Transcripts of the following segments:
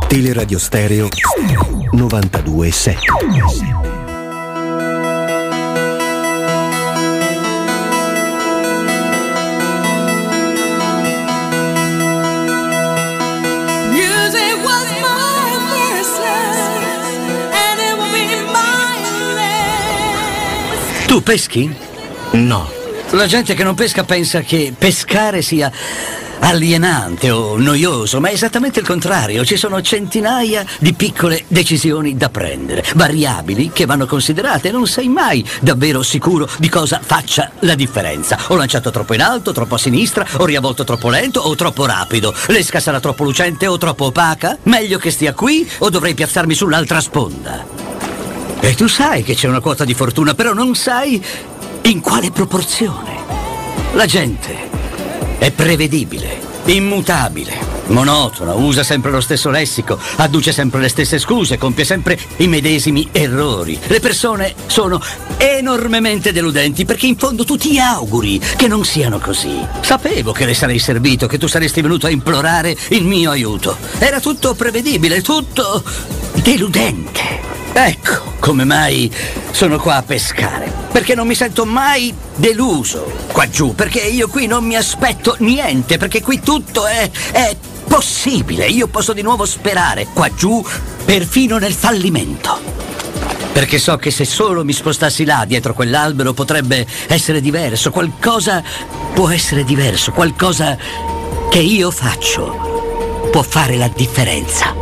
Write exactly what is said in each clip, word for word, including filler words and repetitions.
Teleradio Stereo novantadue sette. Tu peschi? No. La gente che non pesca pensa che pescare sia alienante o noioso, ma è esattamente il contrario. Ci sono centinaia di piccole decisioni da prendere, variabili che vanno considerate. Non sei mai davvero sicuro di cosa faccia la differenza. Ho lanciato troppo in alto, troppo a sinistra, ho riavvolto troppo lento o troppo rapido. L'esca sarà troppo lucente o troppo opaca? Meglio che stia qui o dovrei piazzarmi sull'altra sponda? E tu sai che c'è una quota di fortuna, però non sai in quale proporzione. La gente è prevedibile, immutabile, monotona, usa sempre lo stesso lessico, adduce sempre le stesse scuse, compie sempre i medesimi errori. Le persone sono enormemente deludenti perché in fondo tu ti auguri che non siano così. Sapevo che le sarei servito, che tu saresti venuto a implorare il mio aiuto. Era tutto prevedibile, tutto deludente. Ecco come mai sono qua a pescare, perché non mi sento mai deluso qua giù, perché io qui non mi aspetto niente, perché qui tutto è, è possibile. Io posso di nuovo sperare qua giù, perfino nel fallimento, perché so che se solo mi spostassi là dietro quell'albero potrebbe essere diverso, qualcosa può essere diverso, qualcosa che io faccio può fare la differenza.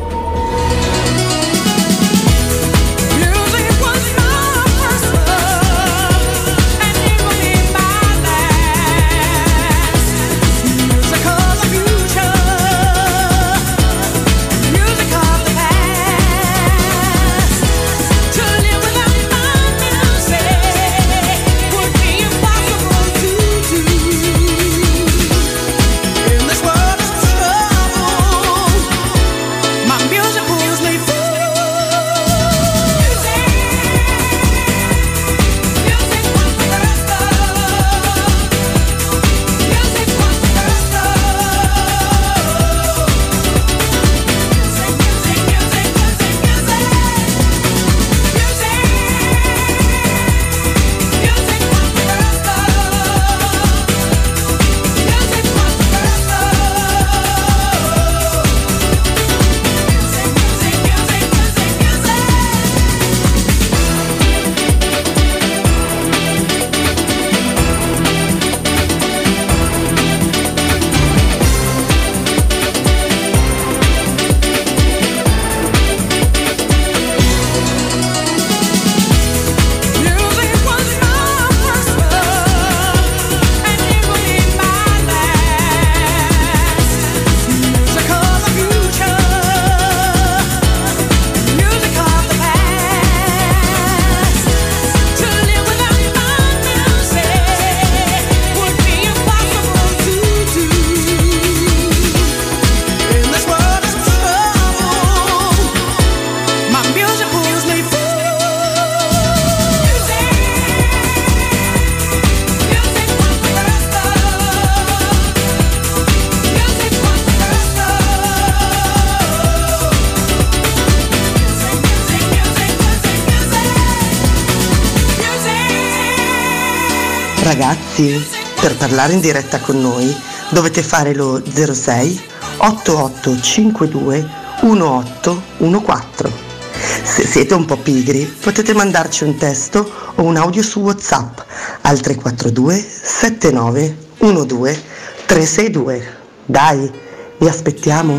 Ragazzi, per parlare in diretta con noi dovete fare lo zero sei otto otto cinque due uno otto uno quattro. Se siete un po' pigri potete mandarci un testo o un audio su WhatsApp al tre quattro due sette nove uno due tre sei due. Dai, vi aspettiamo.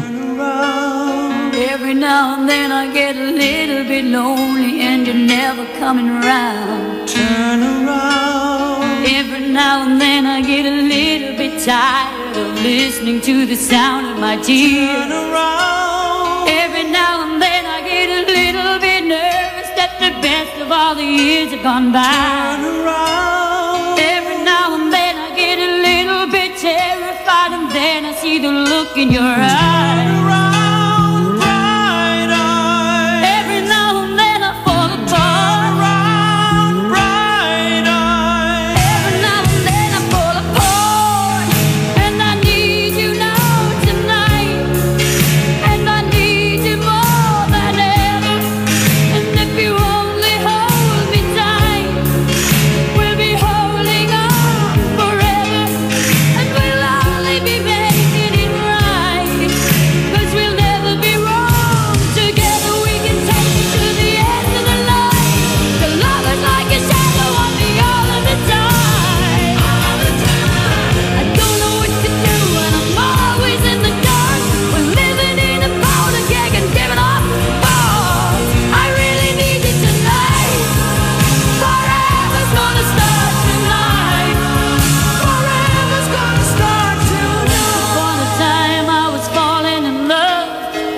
Every now and then I get a little bit lonely and you're never coming around. Turn around. Every now and then I get a little bit tired of listening to the sound of my tears. Turn around. Every now and then I get a little bit nervous that the best of all the years have gone by. Turn around. Every now and then I get a little bit terrified and then I see the look in your eyes. Turn around. And I need you now tonight, and I need you more.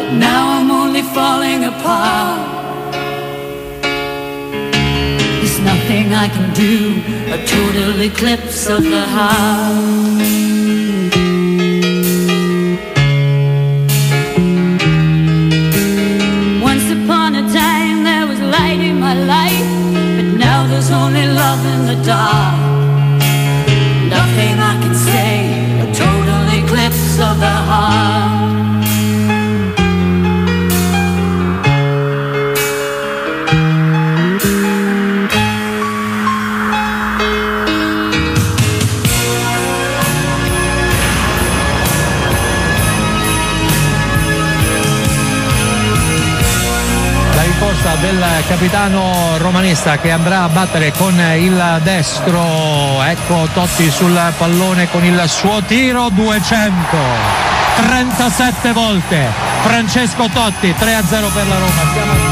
Now I'm only falling apart. There's nothing I can do, a total eclipse of the heart. Once upon a time there was light in my life, but now there's only love in the dark. Nothing I can say, a total eclipse of the heart. Del capitano romanista che andrà a battere con il destro. Ecco Totti sul pallone con il suo tiro. Duecentotrentasette volte Francesco Totti. Tre a zero per la Roma. Siamo...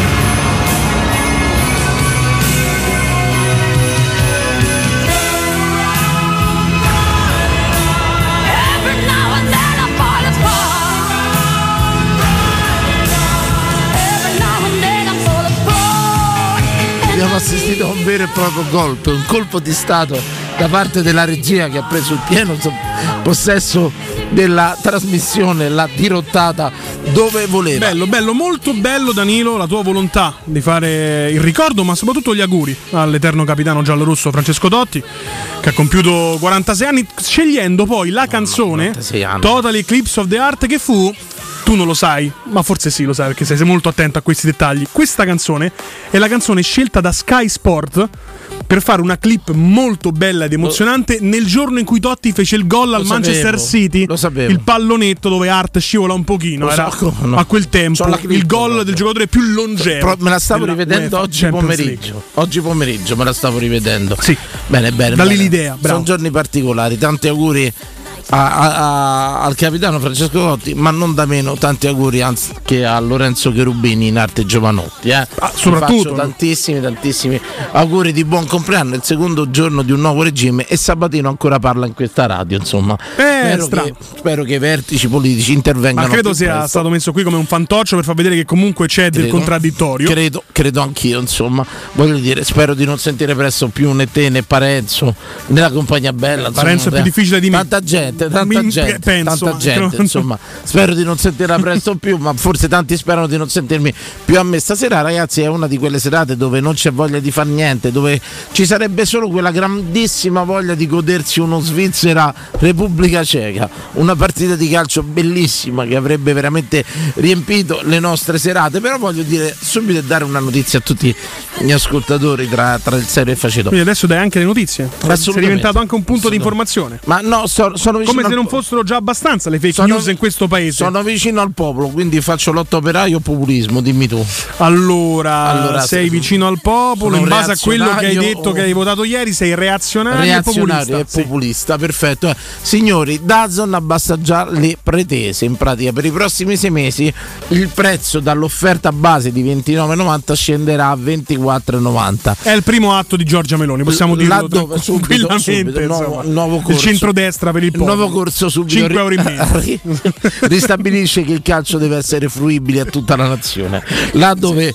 Abbiamo assistito a un vero e proprio colpo, un colpo di stato da parte della regia che ha preso il pieno possesso della trasmissione, l'ha dirottata dove voleva. Bello, bello, molto bello Danilo, la tua volontà di fare il ricordo, ma soprattutto gli auguri all'eterno capitano giallorosso Francesco Totti, che ha compiuto quarantasei anni, scegliendo poi la canzone Total Eclipse of the Heart, che fu... Tu non lo sai, ma forse sì lo sai perché sei molto attento a questi dettagli. Questa canzone è la canzone scelta da Sky Sport per fare una clip molto bella ed emozionante lo, nel giorno in cui Totti fece il gol al Manchester sapevo, City, lo sapevo. Il pallonetto dove Hart scivola un pochino, era so, no. a quel tempo clip, il gol proprio del giocatore più longevo. Però me la stavo rivedendo oggi Champions pomeriggio League. Oggi pomeriggio me la stavo rivedendo. Sì. Bene, bene. Da lì bene. l'idea, bravo. Sono giorni particolari, tanti auguri A, a, a, al capitano Francesco Totti, ma non da meno tanti auguri anche a Lorenzo Cherubini in arte Giovanotti, eh. ah, soprattutto tantissimi tantissimi auguri di buon compleanno, il secondo giorno di un nuovo regime, e Sabatino ancora parla in questa radio, insomma. eh, spero, che, spero che i vertici politici intervengano, ma credo sia presto. stato messo qui come un fantoccio per far vedere che comunque c'è credo, del contraddittorio. Credo, credo anch'io, insomma, voglio dire, spero di non sentire presto più né te né Parenzo nella compagnia bella, insomma, Parenzo è più difficile di me. Tanta gente tanta Mi gente, penso, tanta gente insomma, spero di non sentirla presto più, ma forse tanti sperano di non sentirmi più a me. Stasera, ragazzi, è una di quelle serate dove non c'è voglia di far niente, dove ci sarebbe solo quella grandissima voglia di godersi uno Svizzera Repubblica Ceca, una partita di calcio bellissima che avrebbe veramente riempito le nostre serate. Però voglio dire subito e dare una notizia a tutti gli ascoltatori tra, tra il serio e il facile. Quindi adesso dai anche le notizie, sei diventato anche un punto di informazione. Ma no, so, sono vicino come se non fossero già abbastanza le fake sono, news in questo paese. Sono vicino al popolo, quindi faccio l'otto operaio o populismo, dimmi tu. Allora, allora sei vicino al popolo, in base a quello che hai detto, o... che hai votato ieri, sei reazionario, reazionario e populista, e populista sì. Perfetto. Signori, Dazon abbassa già le pretese, in pratica per i prossimi sei mesi il prezzo dall'offerta base di ventinove e novanta scenderà a ventiquattro e novanta. È il primo atto di Giorgia Meloni, possiamo dirlo laddove, subito, subito, il nuovo, nuovo corso, il centrodestra per il popolo. Il nuovo corso subito cinque euro in meno. Ristabilisce che il calcio deve essere fruibile a tutta la nazione. Là dove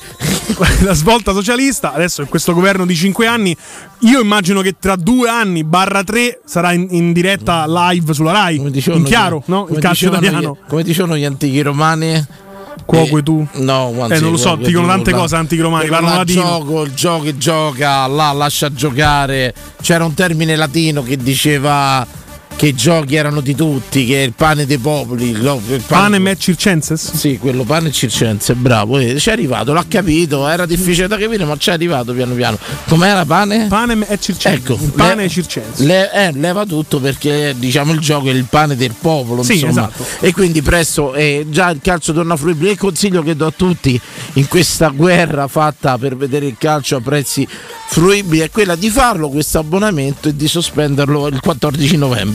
la svolta socialista, adesso in questo governo di cinque anni, io immagino che tra due anni barra tre sarà in, in diretta live sulla Rai, in chiaro, che, no? Il calcio italiano. Gli, come dicevano gli antichi romani, Cuoco e tu? No, eh, non lo so, ti dicono tante cose antichi romani, parlano latino. Gioco, il gioco che gioca, là lascia giocare. C'era un termine latino che diceva che i giochi erano di tutti, che è il pane dei popoli. Il pane Panem et circenses? Sì, quello pane e circenses, bravo. Eh, ci è arrivato, l'ha capito, era difficile da capire, ma ci è arrivato piano piano. Com'era pane? Panem et circenses. Ecco, il pane le, e circenses. Le, eh, leva tutto perché diciamo il gioco è il pane del popolo, sì, insomma. Esatto. E quindi presto eh, già il calcio torna fruibile. Il consiglio che do a tutti in questa guerra fatta per vedere il calcio a prezzi fruibili è quella di farlo questo abbonamento e di sospenderlo il quattordici novembre.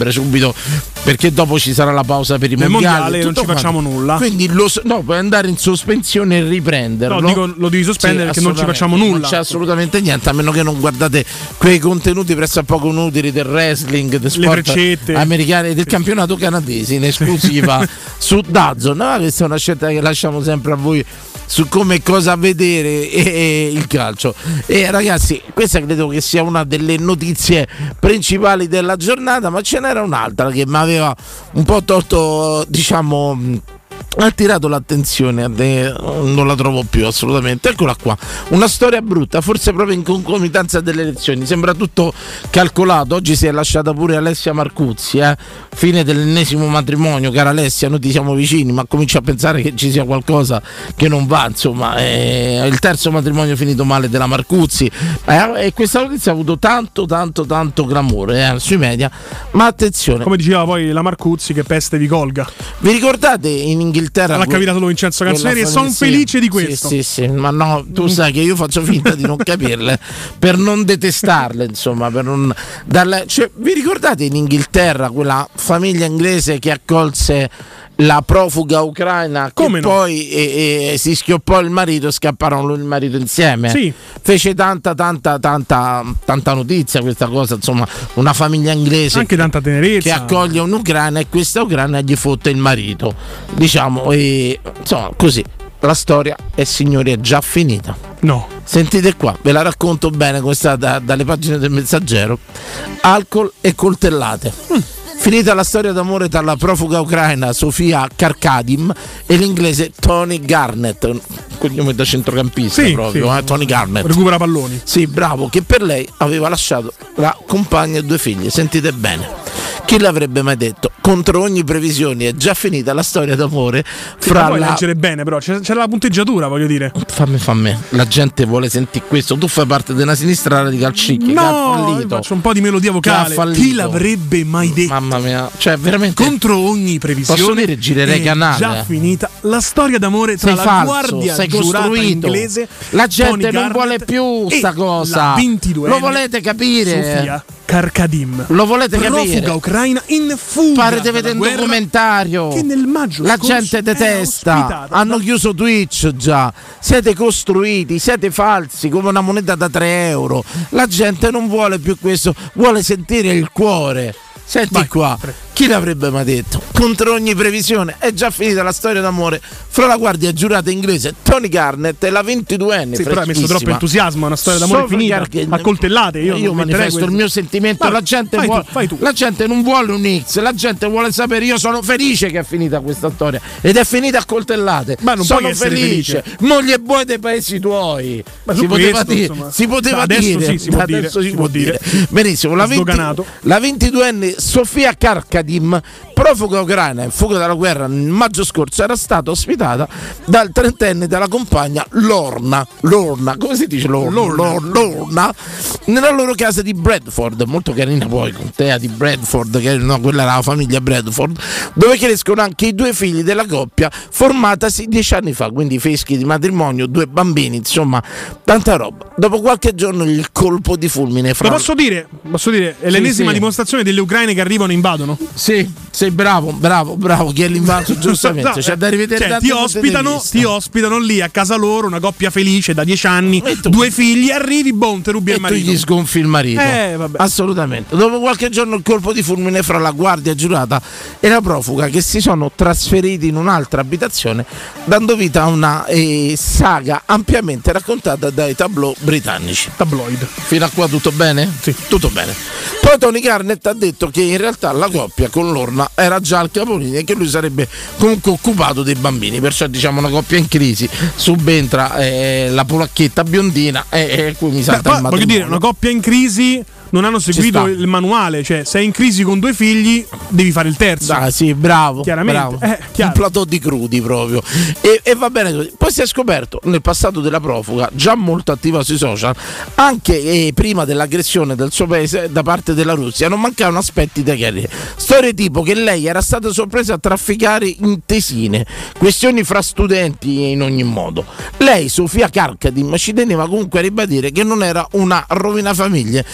dicembre subito, perché dopo ci sarà la pausa per i Nel mondiali, mondiale non ci quanto. facciamo nulla. Quindi lo, no, puoi andare in sospensione e riprenderlo. No, dico, lo devi sospendere, sì, perché non ci facciamo nulla. Non c'è assolutamente niente, a meno che non guardate quei contenuti pressappoco inutili del wrestling, del sport americani, del campionato canadese in esclusiva su DAZN. No, questa è una scelta che lasciamo sempre a voi su come e cosa vedere e, e il calcio. E ragazzi, questa credo che sia una delle notizie principali della giornata, ma ce n'era un'altra che mi aveva un po' tolto, diciamo, ha tirato l'attenzione, non la trovo più assolutamente. Eccola qua, una storia brutta, forse proprio in concomitanza delle elezioni, sembra tutto calcolato. Oggi si è lasciata pure Alessia Marcuzzi, eh? Fine dell'ennesimo matrimonio, cara Alessia, noi ti siamo vicini, ma cominci a pensare che ci sia qualcosa che non va, insomma, è il terzo matrimonio finito male della Marcuzzi, eh? E questa notizia ha avuto tanto tanto tanto clamore eh, sui media, ma attenzione, come diceva poi la Marcuzzi, che peste vi colga. Vi ricordate in Inghilterra l'ha capita solo Vincenzo Canzonieri e sono felice di questo. Sì, sì, sì, ma no, tu sai che io faccio finta di non capirle per non detestarle, insomma, per non darle, cioè, vi ricordate in Inghilterra quella famiglia inglese che accolse la profuga ucraina, come che no? poi e, e, si schioppò il marito e scapparono lui e il marito insieme? Sì. Fece tanta tanta tanta tanta notizia questa cosa, insomma, una famiglia inglese anche tanta tenerezza che accoglie un'ucraina e questa ucraina gli fotte il marito, diciamo, e insomma così. La storia è, signori, è già finita. No. Sentite qua, ve la racconto bene questa da, dalle pagine del Messaggero. Alcol e coltellate. Mm. Finita la storia d'amore tra la profuga ucraina Sofia Karkadim e l'inglese Tony Garnett, cognome da centrocampista, sì, proprio, sì. Eh, Tony Garnett. Recupera palloni. Sì, bravo, che per lei aveva lasciato la compagna e due figlie. Sentite bene. Chi l'avrebbe mai detto? Contro ogni previsione è già finita la storia d'amore fra sì, la... leggere bene, però c'è, c'è la punteggiatura, voglio dire. Fammi, fammi. La gente vuole sentire questo. Tu fai parte della sinistra radical chic, no, che ha fallito. Faccio un po' di melodia vocale. Chi l'avrebbe mai detto? Mamma mia, cioè veramente. Contro ogni previsione. Posso dire, girerei è canale. Già finita la storia d'amore tra sei la falso, guardia sei giurata costruito. Inglese. La gente Tony non Garnett vuole più sta cosa. ventidue Lo volete capire? Sofia Karkadim. Lo volete capire? Profuga ucraina in fuga. Pare di vedere un documentario. Che nel maggio la gente detesta. Hanno chiuso Twitch già. Siete costruiti, siete falsi come una moneta da tre euro. La gente non vuole più questo, vuole sentire il cuore. Senti Vai, qua, pre- chi l'avrebbe mai detto? Contro ogni previsione è già finita la storia d'amore fra la guardia giurata inglese Tony Garnett e la ventiduenne. Sì, però hai messo troppo entusiasmo, è una storia d'amore Sofia finita, Garg- a coltellate. Io, io manifesto il mio sentimento. Vai, la, gente vuole, tu, fai tu. La gente non vuole un X, la gente vuole sapere. Io sono felice che è finita questa storia ed è finita a coltellate. Ma non sono felice. felice. Moglie buoi dei paesi tuoi. Ma si poteva questo, dire, insomma. si poteva adesso dire. Sì, si può dire, si si può dire. Benissimo. La, venti, la ventiduenne Sofia Karkadim, profuga ucraina in fuga dalla guerra nel maggio scorso, era stata ospitata dal trentenne della compagna Lorna. Lorna, come si dice Lorna? Lorna. Lorna nella loro casa di Bradford, molto carina poi, contea di Bradford, che no, quella era la famiglia Bradford, dove crescono anche i due figli della coppia formatasi dieci anni fa, quindi feschi di matrimonio, due bambini, insomma, tanta roba. Dopo qualche giorno il colpo di fulmine fra... Lo posso dire? Posso dire? È l'ennesima sì, sì. dimostrazione delle ucraine che arrivano e invadono? Sì, sei bravo, bravo, bravo, chi è l'invaso giustamente, no, c'è da rivedere, cioè, ti ospitano, ti ospitano lì a casa loro, una coppia felice da dieci anni, due figli, arrivi, boom, te rubi il marito. Tu gli sgonfi il marito. Eh, vabbè. Assolutamente. Dopo qualche giorno il colpo di fulmine fra la guardia giurata e la profuga, che si sono trasferiti in un'altra abitazione, dando vita a una eh, saga ampiamente raccontata dai tabloid britannici. Tabloid. Fino a qua tutto bene? Sì. Tutto bene. Poi Tony Garnett ha detto che in realtà la coppia con Lorna era già al capolinea e che lui sarebbe comunque occupato dei bambini, perciò diciamo una coppia in crisi. Subentra eh, la polacchetta biondina e eh, qui mi salta Beh, il matrimonio. Voglio dire, una coppia in crisi non hanno seguito il manuale, cioè sei in crisi con due figli devi fare il terzo. Ah sì, bravo, chiaramente bravo. Eh, un platò di crudi proprio e, e va bene così. Poi si è scoperto nel passato della profuga, già molto attiva sui social, anche eh, prima dell'aggressione del suo paese da parte della Russia, non mancavano aspetti da chiarire. Storie tipo che lei era stata sorpresa a trafficare in tesine, questioni fra studenti in ogni modo. Lei, Sofia Karkadim, ci teneva comunque a ribadire che non era una rovina famiglie e che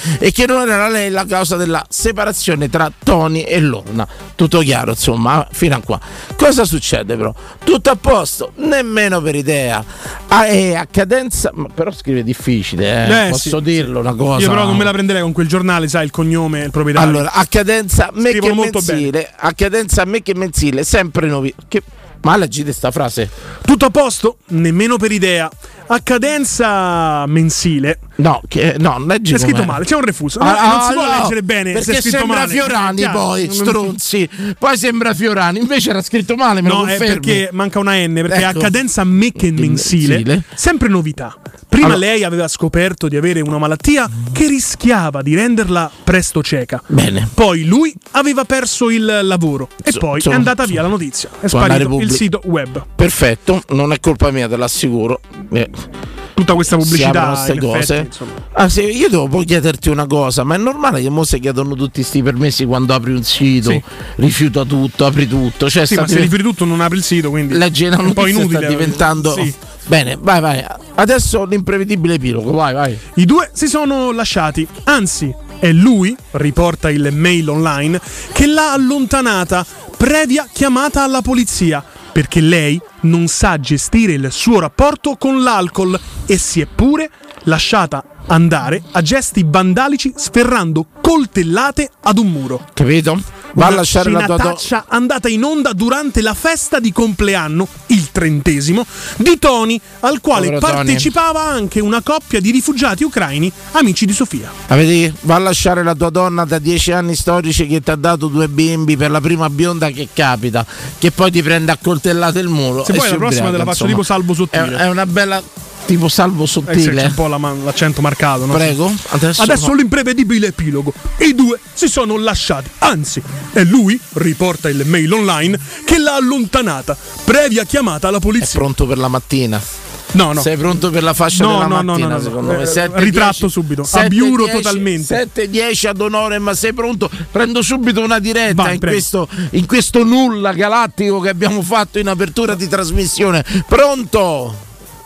che non era lei la causa della separazione tra Tony e Lorna. Tutto chiaro, insomma, fino a qua. Cosa succede però? Tutto a posto, nemmeno per idea. Ah, è a cadenza, però scrive difficile, eh? Eh, posso sì, dirlo sì. una cosa. Io però non me la prenderei con quel giornale, sai, il cognome, il proprietario. Allora, a cadenza me che molto mensile, bene. a cadenza me che mensile, sempre nuovi. Che... Ma leggite sta frase. Tutto a posto? Nemmeno per idea. A cadenza mensile. No, che, no, leggi c'è scritto com'è. male, c'è un refuso. Ah, No, non si ah, può no, leggere bene perché se è scritto sembra male. Fiorani, Chiaro. poi stronzi. Poi sembra Fiorani, invece era scritto male, me No, lo è confermi? perché manca una N, perché Ecco. a cadenza me che mensile, mensile. sempre novità. Prima Allora. lei aveva scoperto di avere una malattia che rischiava di renderla presto cieca. Bene. Poi lui aveva perso il lavoro e So- poi so- è andata so- via la notizia. È Su Alla sparito il Repubblica. sito web. Perfetto, non è colpa mia, te l'assicuro. Eh, Tutta questa si pubblicità aprono ste in cose. effetti, insomma. Ah, sì, io devo poi chiederti una cosa, ma è normale che mo si chiedono tutti sti permessi quando apri un sito, Sì. rifiuta tutto, apri tutto, cioè Sì, sta ma se diven- rifiuti tutto non apri il sito, quindi leggi una è un po' notizia, inutile. sta diventando Sì. bene, vai vai. Adesso l'imprevedibile epilogo, vai vai. I due si sono lasciati, anzi è lui, riporta il Mail Online, che l'ha allontanata previa chiamata alla polizia, perché lei non sa gestire il suo rapporto con l'alcol e si è pure lasciata andare a gesti vandalici sferrando coltellate ad un muro. Capito? Va a Una lasciare la tua do- scenataccia andata in onda durante la festa di compleanno, il trentesimo, di Tony, al quale Povero Tony. partecipava anche una coppia di rifugiati ucraini, amici di Sofia. Avete, va a lasciare la tua donna da dieci anni storici che ti ha dato due bimbi per la prima bionda che capita, che poi ti prende a coltellate il muro. Se e poi si la prossima ubriaca, te la faccio insomma. tipo salvo sottile. È, è una bella tipo salvo Eh sì, sottile. c'è un po' la man- l'accento marcato, no? Prego. Adesso, Adesso l'imprevedibile epilogo. I due si sono lasciati, anzi, è lui, riporta il Mail Online, che l'ha allontanata, previa chiamata alla è polizia. pronto per la mattina. No, no. Sei pronto per la fascia No, della no, no, mattina, no, no, secondo no. me. Eh, sette, ritratto dieci, subito. sette, Abiuro dieci, totalmente. sette dieci ad onore, ma sei pronto? Prendo subito una diretta Vai, in, prego. questo, in questo nulla galattico che abbiamo fatto in apertura di trasmissione. Pronto?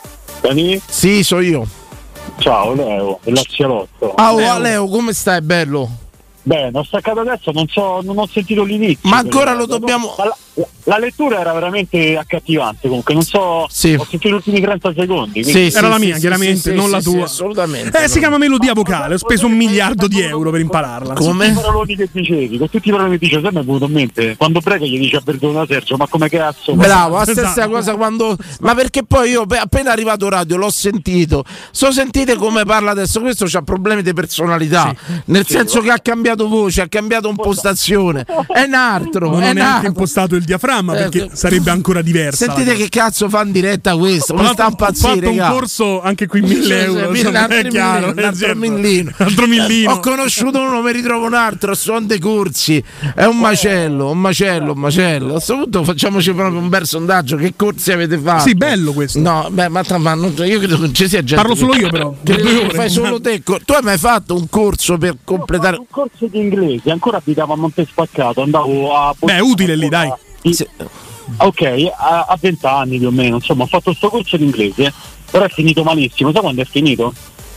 Dani? Sì, so io. Ciao Leo, il Lazialotto. Ah, oh, Leo. Leo, come stai, bello? Bene, ho staccato adesso, non so, non ho sentito l'inizio. Ma ancora però. lo dobbiamo- Ma La, la- la lettura era veramente accattivante, comunque, non so, Sì. ho sentito gli ultimi trenta secondi. Sì, quindi- sì, Era la sì, mia, sì, chiaramente, sì, non sì, la sì, tua. assolutamente. Eh, si chiama melodia vocale, ho speso un miliardo di euro per impararla. Come? Tutti i paroloni che dicevi, con tutti i paroloni che dicevi, sempre mi è venuto in mente, quando prega gli dice a perdona Sergio, ma come cazzo? Bravo, la stessa Esatto. cosa quando. Ma perché poi io beh, appena arrivato radio l'ho sentito. So sentite come parla adesso. Questo c'ha problemi di personalità. Nel senso che ha cambiato voce, ha cambiato impostazione. È un altro. Non è ho un neanche altro. impostato il diaframma Eh, perché eh, sarebbe ancora diversa. Sentite la che cazzo fa in diretta questo. cosa. Mi sta Ho fatto- impazzire, Ho fatto raga. un corso anche qui mille Sì, sì, euro. mille- insomma, un altro è chiaro, millino, un eh, altro certo. millino. Un altro millino. Ho conosciuto uno, mi ritrovo un altro, sono dei corsi. È un macello, un macello, un macello. A questo punto facciamoci proprio un bel sondaggio. Che corsi avete fatto? Sì, bello questo. No, beh, ma, ma non- io credo che non ci sia gente. Parlo che- solo io, però. Credo Per due che ore. fai solo te. co- Tu hai mai fatto un corso per completare? Un corso di inglese, ancora abitavo a Montespaccato, andavo a... Beh, è utile lì, dai. Sì. Ok, a venti anni più o meno, insomma, ho fatto sto corso di inglese, però è finito malissimo. Sai quando è finito?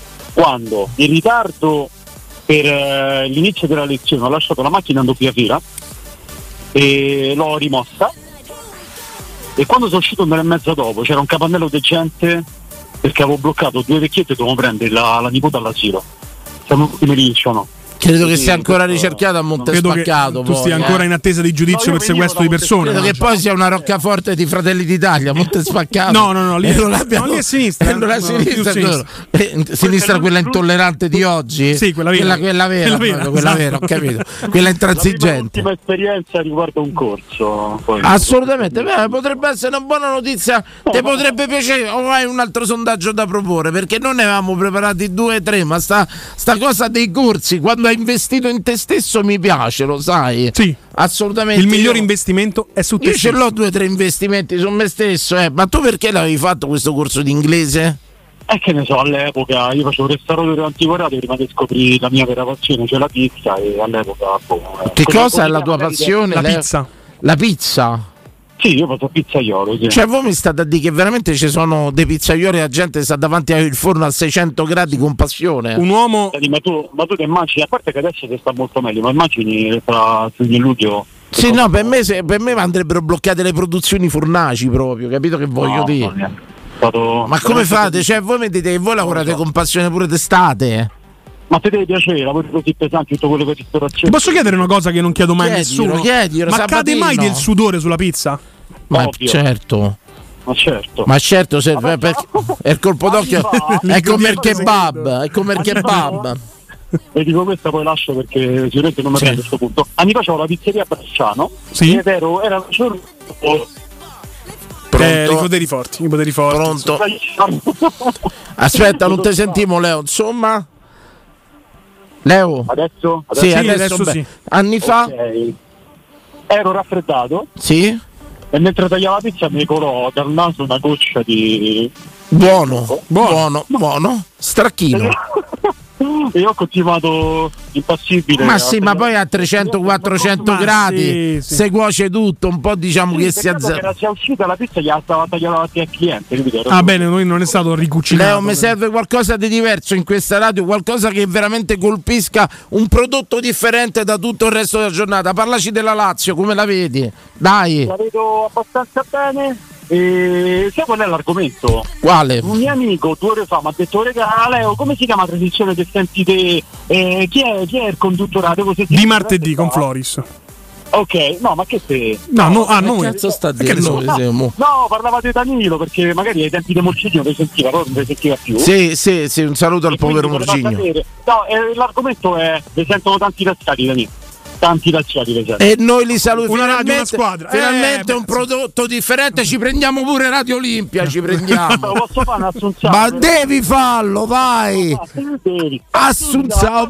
Quando in ritardo per eh, l'inizio della lezione ho lasciato la macchina in doppia fila e l'ho rimossa, e quando sono uscito un'ora e mezza dopo c'era un capannello di gente perché avevo bloccato due vecchiette e dovevo prendere la, la nipote all'asilo. Siamo tutti mi linciano. Credo che Sì, sia ancora questo- ricercato a Credo che Montespaccato. tu poi, stia eh. ancora in attesa di giudizio No, io per venivo sequestro di da persone. Credo che poi sia una roccaforte di Fratelli d'Italia, Montespaccato. No, no, no, lì- E non l'abbiamo- no, lì è sinistra, e non è no, sinistra, più quello- eh, sinistra quella intollerante di oggi? Sì, quella vera. Quella, quella vera, Quella vera, proprio, quella esatto. vera, ho capito. Quella intransigente. L'ultima esperienza riguardo un corso. Poi. Assolutamente, beh, potrebbe essere una buona notizia, ti potrebbe piacere o hai un altro sondaggio da proporre, perché non ne avevamo preparati due o tre, ma sta, sta cosa dei corsi, quando hai investito in te stesso mi piace, lo sai? Sì. Assolutamente. Il miglior io- investimento è su te Io ce stesso. l'ho due o tre investimenti su me stesso, eh. Ma tu perché l'avevi fatto questo corso di inglese? E che ne so, all'epoca io facevo restauratore antiquariato prima di scoprire la mia vera passione, cioè la pizza, e all'epoca boh, eh, Che come- cosa è come la tua magari- passione? La Leo? pizza. La pizza? Sì, io faccio pizzaiolo. Sì. Cioè, voi mi state a dire che veramente ci sono dei pizzaioli e la gente sta davanti al forno a seicento gradi con passione? Un uomo. Ma tu, ma tu ti immagini, a parte che adesso ti sta molto meglio, ma immagini tra giugno e luglio. Sì, no, per me, se, per me andrebbero bloccate le produzioni fornaci proprio, capito che voglio no, dire? Stato... Ma come fate? Cioè, voi mi dite che voi lavorate so. con passione pure d'estate? Ma te deve piacere, lavori così pesanti tutto quello che ti sto facendo. Ti posso chiedere una cosa che non chiedo mai chiedilo, a nessuno? Chiedilo, ma Sabatino. cade mai del sudore sulla pizza? Ma Ovvio. certo. Ma certo. Ma certo, se, per, per, è il colpo d'occhio. È come il kebab. È come il kebab. E dico questa poi lascio perché sicuramente non mi prende a questo punto. Anni fa c'avevo la pizzeria a Bresciano. Sì. Ed ero, era un giorno. Eh, i poteri forti, i poteri forti. Pronto? Aspetta, non ti sentimo, Leo. Insomma, Leo? Adesso? Sì, sì, adesso, adesso beh, sì. Anni fa? Okay. Ero raffreddato. Sì. E mentre tagliavo la pizza mi colò dal naso una goccia di. Buono, buono, buono, buono. Stracchino. E io ho continuato impassibile. Ma sì, ma poi a trecento quattrocento gradi sì, sì. se cuoce tutto, un po' diciamo sì, che si azzerra. Era già uscita la pizza, gli stava tagliando davanti al cliente. Capito? Ah, bene, noi non è stato ricucinato. Leo, mi serve qualcosa di diverso in questa radio, qualcosa che veramente colpisca, un prodotto differente da tutto il resto della giornata. Parlaci della Lazio, come la vedi? Dai. La vedo abbastanza bene. E sai qual è l'argomento? Quale? Un mio amico due ore fa mi ha detto: regà, Leo, come si chiama la trasmissione che senti te? Eh, chi, è, chi è il conduttore? Di martedì con Floris. Ok, no, ma che te? No, no, ah, che noi. cazzo sta Che dicendo? no, no, parlava di Danilo perché magari ai tempi di Molcigno non sentiva, però non sentiva più. Sì, sì, sì, un saluto al povero Morcigno. No, eh, l'argomento è: ne sentono tanti razziati, Danilo. Tanti razziati le e noi li salutiamo. Una radio, una squadra. Finalmente eh, un prodotto differente. Ci prendiamo pure Radio Olimpia. Ci prendiamo. Posso fare un'assunzione? Ma devi farlo, vai. Assunzao,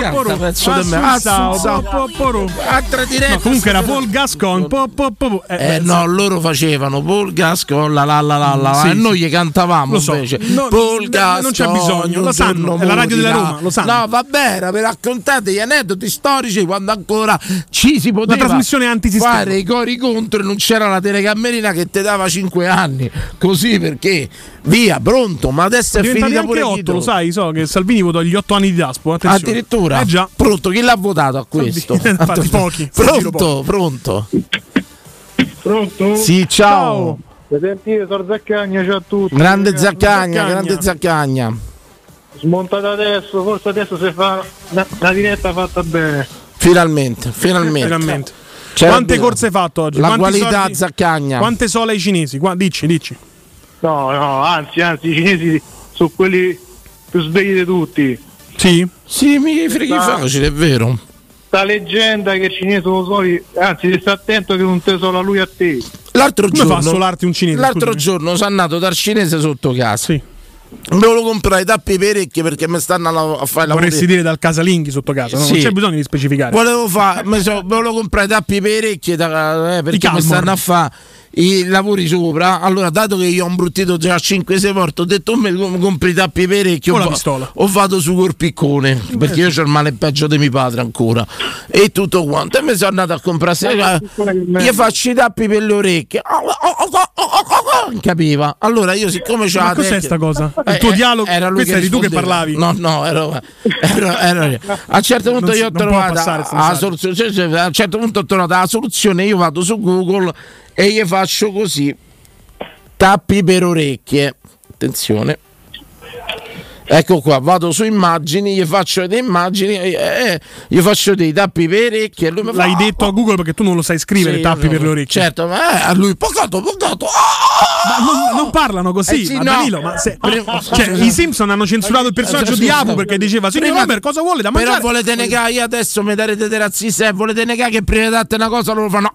altra diretta. Comunque era Paul Gascon. Eh no, loro facevano Paul Gascon, la la la la la. E noi gli cantavamo invece. Paul Gascon. Non c'è bisogno, lo sanno. È la radio della Roma, lo sanno. No, vabbè, era per raccontare gli aneddoti storici quando ancora ci si poteva una trasmissione antisistema, fare i cori contro e non c'era la telecamerina che ti dava cinque anni così, perché via pronto, ma adesso è finita pure otto, lo sai, so che Salvini votò gli otto anni di Daspo, attenzione. Addirittura eh già. Pronto, chi l'ha votato a questo? Infatti pochi. Pronto, pronto pronto sì, ciao, ciao. Sentite, Sor Zaccagna, ciao a tutti. Grande Zaccagna, grande Zaccagna. Smontata adesso, forse adesso si fa una, una diretta fatta bene. Finalmente, finalmente. finalmente. C'era quante bene. corse hai fatto oggi? La Quanti qualità soldi, Zaccagna. Quante sole ai cinesi? Qua, dici, dici. No, no, anzi, anzi, i cinesi sono quelli più svegli di tutti. Sì? Sì, mi freghi facile, è vero. Sta leggenda che i cinesi sono soli, anzi, sta attento che non te solo a lui a te. L'altro Come giorno, fa a solarti un cinese? L'altro scusami. giorno sono andato dal cinese sotto casa. Sì. Me lo comprai tappi per orecchie perché mi stanno a fare la Vorresti dire dal casalinghi sotto casa, no? Sì. Non c'è bisogno di specificare. Volevo fare, me, so, me lo comprai tappi per orecchie da, eh, perché mi stanno a fare i lavori sopra. Allora, dato che io ho imbruttito già cinque sei volte, ho detto: me compri i tappi per orecchie. Ho Ho, la va- pistola. ho vado su col piccone perché io ho il male peggio di mio padre ancora e tutto quanto. E mi sono andato a comprare. Io faccio i tappi per le orecchie. Non capiva. Allora, io, siccome c'ho Ma la cos'è tecnica- sta cosa? Il Eh, tuo eh, dialogo? era lui Questo che eri tu che rispondeva. parlavi? No, no, ero, ero, ero io. A un certo punto Non si- io ho non può trovato passare senza la soluzione. Cioè, cioè, a un certo punto ho trovato la soluzione. Io vado su Google e gli faccio così: tappi per orecchie. Attenzione. Ecco qua, vado su immagini, gli faccio delle immagini, eh, eh, gli faccio dei tappi per orecchie. E lui mi fa, L'hai detto a Google perché tu non lo sai scrivere, Sì, tappi no, per le orecchie. Certo, ma eh, a lui pocato, pocato. Ma non, non parlano così, Eh sì, ma no. Danilo, ma se, Prima- cioè, i Simpson hanno censurato il personaggio di Apu perché diceva: signor Prima- Robert, cosa vuole da mangiare? Però volete negare, io adesso mi darete dei razzisti, eh, volete negare che prima di date una cosa loro fanno.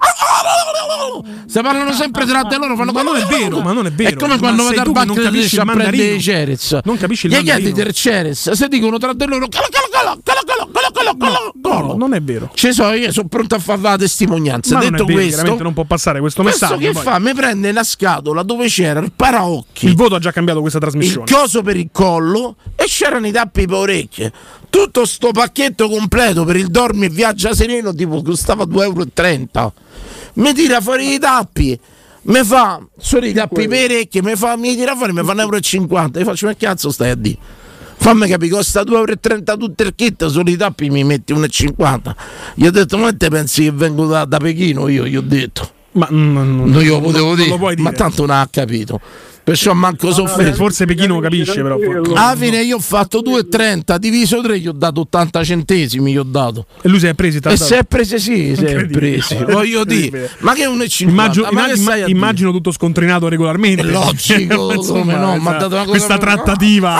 Se parlano sempre tra di loro fanno. Ma non è vero, ma non è vero. È come Ma quando sei vado al tu che non banco e capisci riesci a il prendere mandarino. i Ceres. Non capisci il Gli mandarino. chiedi del Ceres, se dicono tra di loro cala cala cala cala cala cala cala cala cala. No, non è vero. Ci so, io sono pronto a fare la testimonianza. Ma non Detto è vero, questo, chiaramente non può passare questo questo messaggio. che poi. fa? Mi prende una scatola dove c'era il paraocchi, Il voto ha già cambiato questa il trasmissione. coso per il collo e c'erano i tappi per orecchie. Tutto sto pacchetto completo per il dormi e viaggia sereno tipo costava due euro e trenta. Mi tira fuori i tappi. mi fa sorride a peperecchie, mi fa mi tira fuori, mi fa un euro e cinquanta. Io faccio, ma che cazzo stai a dire? Fammi capire, costa due euro e trenta tutto il kit, solo i tappi mi metti uno e cinquanta. Gli ho detto, ma te pensi che vengo da, da Pechino? Io gli ho detto, ma non, non io potevo dire, dire, ma tanto non ha capito. Perciò manco soffrire. Forse Pechino capisce, però. Alla fine io ho fatto due e trenta, diviso tre, gli ho dato ottanta centesimi, gli ho dato. E lui si è preso, e si è preso, sì, si è preso. Voglio dire, ma che uno e cinquanta? Immagino, ma immagino, immagino tutto scontrinato regolarmente. È logico, come no, mi ha dato una cosa questa trattativa.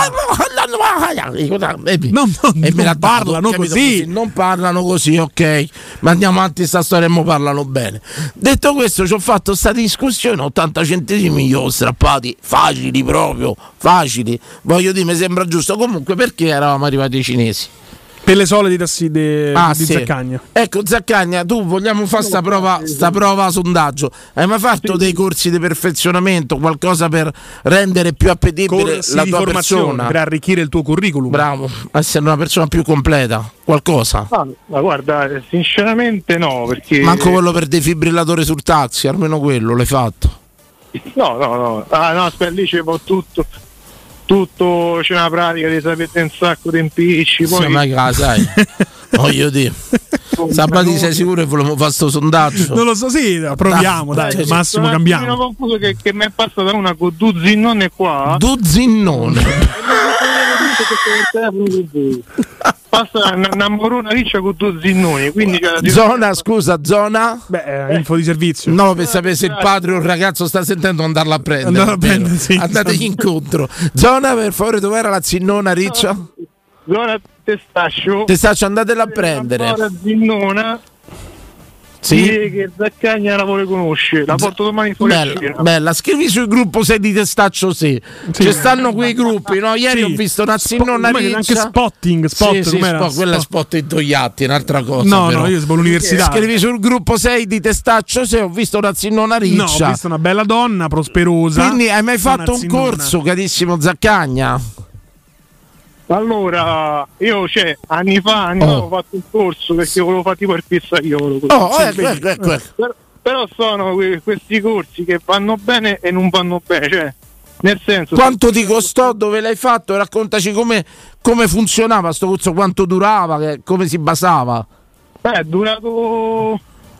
No, no, e me la parlano così. così. Non parlano così, ok. Ma andiamo avanti sta storia e mo parlano bene. Detto questo, ci ho fatto sta discussione, ottanta centesimi io ho strappati. Facili proprio, facili. Voglio dire, mi sembra giusto. Comunque, perché eravamo arrivati ai cinesi? Per le sole di, tassi de, ah, di sì. Zaccagna. Ecco, Zaccagna, tu vogliamo fare sta prova, sta prova sondaggio. Hai mai fatto sì. dei corsi di perfezionamento, qualcosa per rendere più appetibile corsi la di tua formazione, persona? Per arricchire il tuo curriculum. Bravo, essere una persona più completa. Qualcosa? Ah, ma guarda, sinceramente no, perché. Manco quello per defibrillatore sul taxi, almeno quello l'hai fatto. No, no, no. Ah, no, aspetta, lì c'è tutto. Tutto c'è una pratica di sapete un sacco di impicci. Poi. Sì, ma che sai, voglio dire. Sabati, sei sicuro che volevamo fare sto sondaggio? Non lo so, sì, proviamo, dai, dai, dai massimo cambiamo. Sono confuso che, che mi è passata una con due zinnone qua. Due zinnone? Passa una morona riccia con due zinnoni, quindi zona, scusa, zona? Beh, eh, info di servizio. No, per sapere se il padre o il ragazzo sta sentendo, andarla a prendere. Andate a prendere, sì, andategli incontro. Zona, per favore, dov'era la zinnona riccia? Zona Testaccio. Testaccio, andatela a prendere. Zona zinnona. Sì, che Zaccagna la vuole conoscere, la porto domani fuori. Bella, bella, scrivi sul gruppo sei di Testaccio sì. sì. Ci stanno quei gruppi, no? Ieri sì. ho visto una zinnona riccia. Anche spotting, spot, sì, sì, spot, quella spot in Togliatti, è un'altra cosa. No, però. no, io sono all'università. Scrivi sul gruppo sei di Testaccio sì, ho visto una zinnona riccia. No, ho visto una bella donna, prosperosa. Quindi hai mai fatto un zinnona. corso, carissimo Zaccagna? Allora, io cioè, anni fa, anni oh. fa ho fatto un corso perché volevo fare tipo il pizzaiolo. Oh, ecco, ecco, ecco. Però, però sono que- questi corsi che vanno bene e non vanno bene, cioè, nel senso. Quanto ti costò, dove l'hai fatto? Raccontaci come, come funzionava sto corso, quanto durava, che, come si basava. Beh, è durato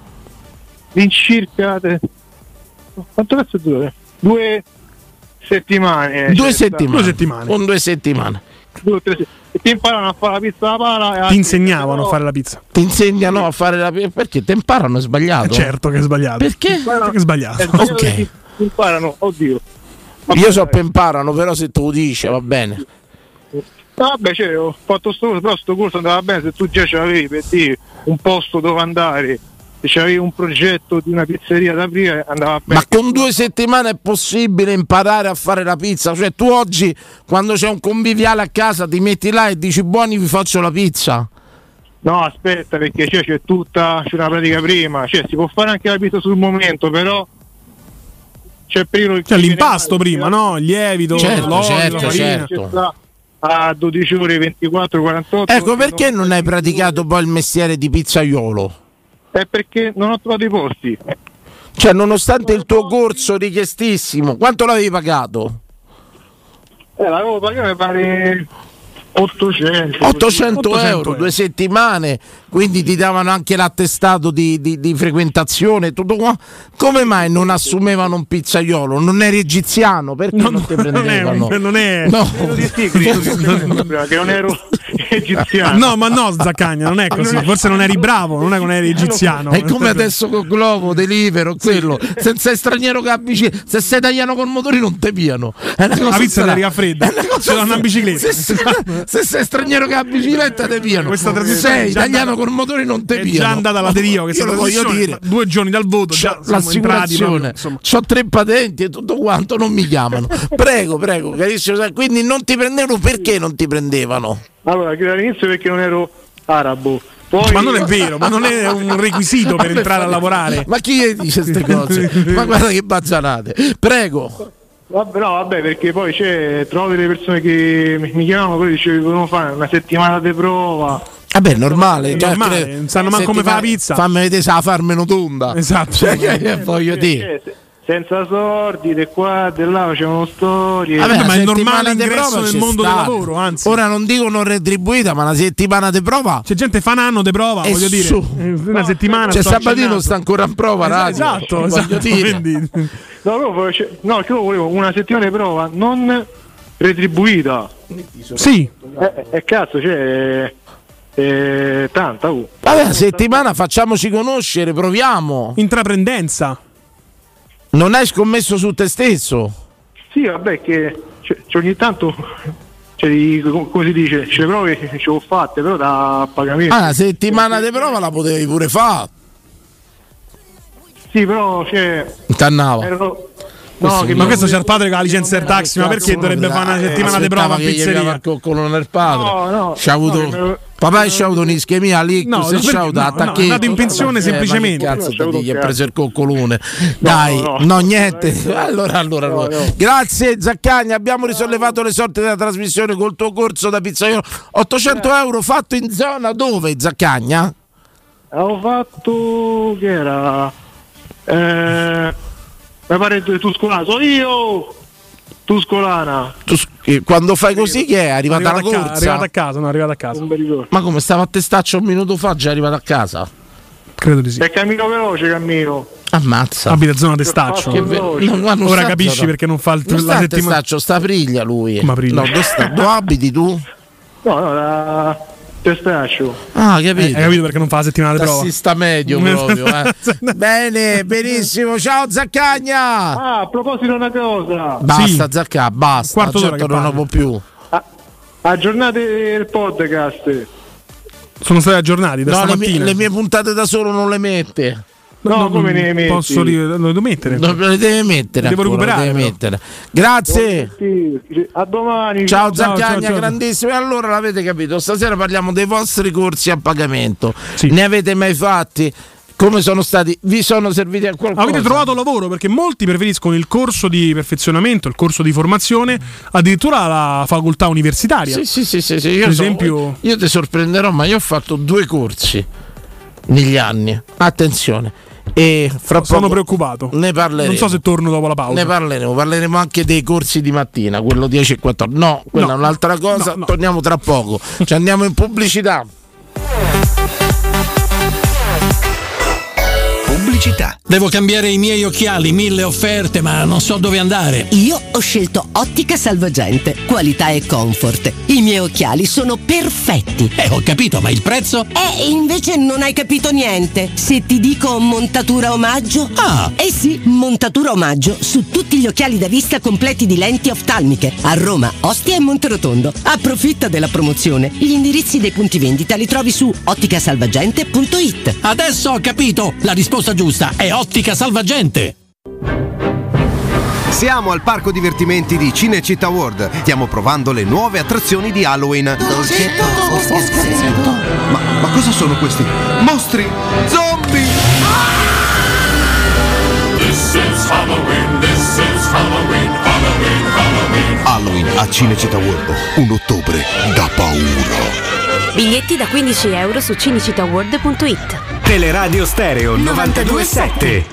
all'incirca te... quanto cazzo dura? Due settimane. Due cioè, settimane. Due settimane. Con due settimane. Due, tre, e ti imparano a fare la pizza alla pala. Ti insegnavano però... a fare la pizza. Ti insegnano a fare la pizza. Perché ti imparano? È sbagliato. Eh certo che è sbagliato. Perché? Perché è sbagliato. È sbagliato. Ok. Ti imparano, oddio. Vabbè, io so che imparano, però se tu lo dici va bene. Vabbè, cioè, ho fatto sto corso, però sto corso andava bene se tu già c'avevi per dire un posto dove andare. Se c'avevi un progetto di una pizzeria da aprire andava bene. Ma con due settimane è possibile imparare a fare la pizza? Cioè tu oggi quando c'è un conviviale a casa ti metti là e dici buoni vi faccio la pizza? No, aspetta, perché cioè, c'è tutta c'è una pratica prima, cioè si può fare anche la pizza sul momento, però c'è prima cioè l'impasto prima, no? Il lievito, certo, l'olio, certo, la certo. A dodici ore, ventiquattro, quarantotto. Ecco, perché non hai praticato poi il mestiere di pizzaiolo? È perché non ho trovato i posti. Cioè, nonostante il tuo corso richiestissimo, quanto l'avevi pagato? Eh, l'avevo pagato mi pare ottocento. ottocento euro, due settimane, quindi ti davano anche l'attestato di, di, di frequentazione, tutto qua. Come mai non assumevano un pizzaiolo? Non eri egiziano? Perché non, non ti prendevano? Non è, non è... No. Che non ero egiziano. No, ma no, Zaccagna, non è così. Forse non eri bravo, non è che non eri egiziano. È come adesso con Glovo, Delivero, quello. Se sei straniero che ha bicicletta, se sei italiano col motore non te piano. La pizza ti arriva fredda. Ce l'ha una bicicletta. Se, se sei straniero che ha bicicletta te piano. Sei italiano col motore non te piano. È già andata alla deriva, che io lo voglio dire. Due giorni dal voto, già l'assicurazione. C'ho tre patenti e tutto quanto, non mi chiamano. Prego, prego, carissimo. Quindi non ti prendevano, perché non ti prendevano? Allora, che all'inizio perché non ero arabo. Poi... Ma non è vero, ma non è un requisito per entrare a lavorare. Ma chi dice queste cose? Ma guarda che bazzanate. Prego. Vabbè, no, vabbè, perché poi c'è, trovo delle persone che mi, mi chiamano, poi dicevo, devono fare una settimana di prova. Vabbè, è normale, è normale, non sanno manco come fa la pizza. Fammi vedere se la far meno tonda. Esatto. Cioè, che voglio dire. Se, senza sordi, di qua, di là, facevano storie. Vabbè, ma è normale ingresso nel mondo sta. del lavoro, anzi. Ora non dico non retribuita, ma una settimana di prova. C'è gente fa un anno di prova, e voglio dire. Una no, settimana. C'è Sabatino sta ancora in prova, radio. Esatto, esatto. Quindi... No, no, no, che io volevo una settimana di prova non retribuita. Sì. E eh, eh, cazzo, c'è eh, tanta. Uh. Vabbè, una settimana facciamoci conoscere, proviamo. Intraprendenza. Non hai scommesso su te stesso? Sì, vabbè, che cioè, ogni tanto, cioè, come si dice, ce le prove che ci ho fatte, però da pagamento. Ah, una settimana di prova la potevi pure fare. Sì, però cioè, Tannava. Ero, no, che ma questo c'è il padre che ha la licenza del taxi, ma perché dovrebbe fare una settimana di prova in pizzeria? Il coccolo nel padre. No, no. C'ha avuto no, papà c'ha avuto un'ischemia lì, no, se c'ha avuto attacchi. È andato in pensione eh, semplicemente. Cazzo, no, gli ha preso il coccolone. No, Dai, no, no, no niente. Allora, allora, no, allora. no. Grazie Zaccagna, abbiamo risollevato le sorti della trasmissione col tuo corso da pizzaiolo. ottocento euro fatto in zona dove, Zaccagna? Ho fatto che era eh, mi pare Tuscolana, sono io Tuscolana. Tu, quando fai così che è? Arrivata arrivato la a corsa? Ca- arrivato a casa, no, arrivato a casa. Non mi ricordo. Ma come stava a testaccio un minuto fa, già è arrivato a casa? Credo di sì. E cammino veloce, cammino. Ammazza. Abita zona testaccio. Che No, no, non Ora sta capisci zona. perché non fa il Non sta la a settimana. testaccio, sta a Priglia lui. Come a Priglia? No, dove, sta, dove abiti tu? No, no, da testaccio. Ah, capito. Hai capito perché non fa la settimana di prova? Tassista medio proprio. Eh. Bene, benissimo. Ciao Zaccagna. Ah, a proposito una cosa. Basta Sì. Zacca, basta. Quarto d'ora Certo che non ne parli. può più. Ah, aggiornate il podcast. Sono stati aggiornati da No, le mie, stamattina. le mie puntate da solo non le mette. No, No, come non ne metti? Posso ri- lo devo mettere. Non le deve mettere. Devo ancora, recuperare, le deve però. mettere. Grazie. Sì, sì. A domani. Ciao Ciao, Zaccagna, ciao, ciao. grandissimo. E allora l'avete capito, stasera parliamo dei vostri corsi a pagamento. Sì. Ne avete mai fatti? Come sono stati? Vi sono serviti a qualcosa? Avete trovato lavoro? Perché molti preferiscono il corso di perfezionamento, il corso di formazione, addirittura la facoltà universitaria. Sì, sì, sì, sì, sì. Io Per so- esempio- io ti sorprenderò, ma io ho fatto due corsi negli anni. Attenzione. E fra Sono poco preoccupato. ne parleremo. Non so se torno dopo la pausa. Ne parleremo, parleremo anche dei corsi di mattina, quello dieci e quattordici. No, quella No. è un'altra cosa, No, no. torniamo tra poco. Ci andiamo in pubblicità. Pubblicità. Devo cambiare i miei occhiali, mille offerte, ma non so dove andare. Io ho scelto Ottica Salvagente, qualità e comfort. I miei occhiali sono perfetti. Eh, ho capito, ma il prezzo? E invece non hai capito niente. Se ti dico montatura omaggio? Ah! Eh sì, montatura omaggio su tutti gli occhiali da vista completi di lenti oftalmiche. A Roma, Ostia e Monterotondo. Approfitta della promozione. Gli indirizzi dei punti vendita li trovi su otticasalvagente punto it. Adesso ho capito! La risposta giusta è Ottica Salvagente! Siamo al parco divertimenti di Cinecittà World. Stiamo provando le nuove attrazioni di Halloween. Ma, ma cosa sono questi? Mostri? Zombie? This is Halloween, this is Halloween, Halloween, Halloween. Halloween a Cinecittà World. Un ottobre da paura. Biglietti da quindici euro su cinecittàworld punto it. Teleradio Stereo novantadue sette.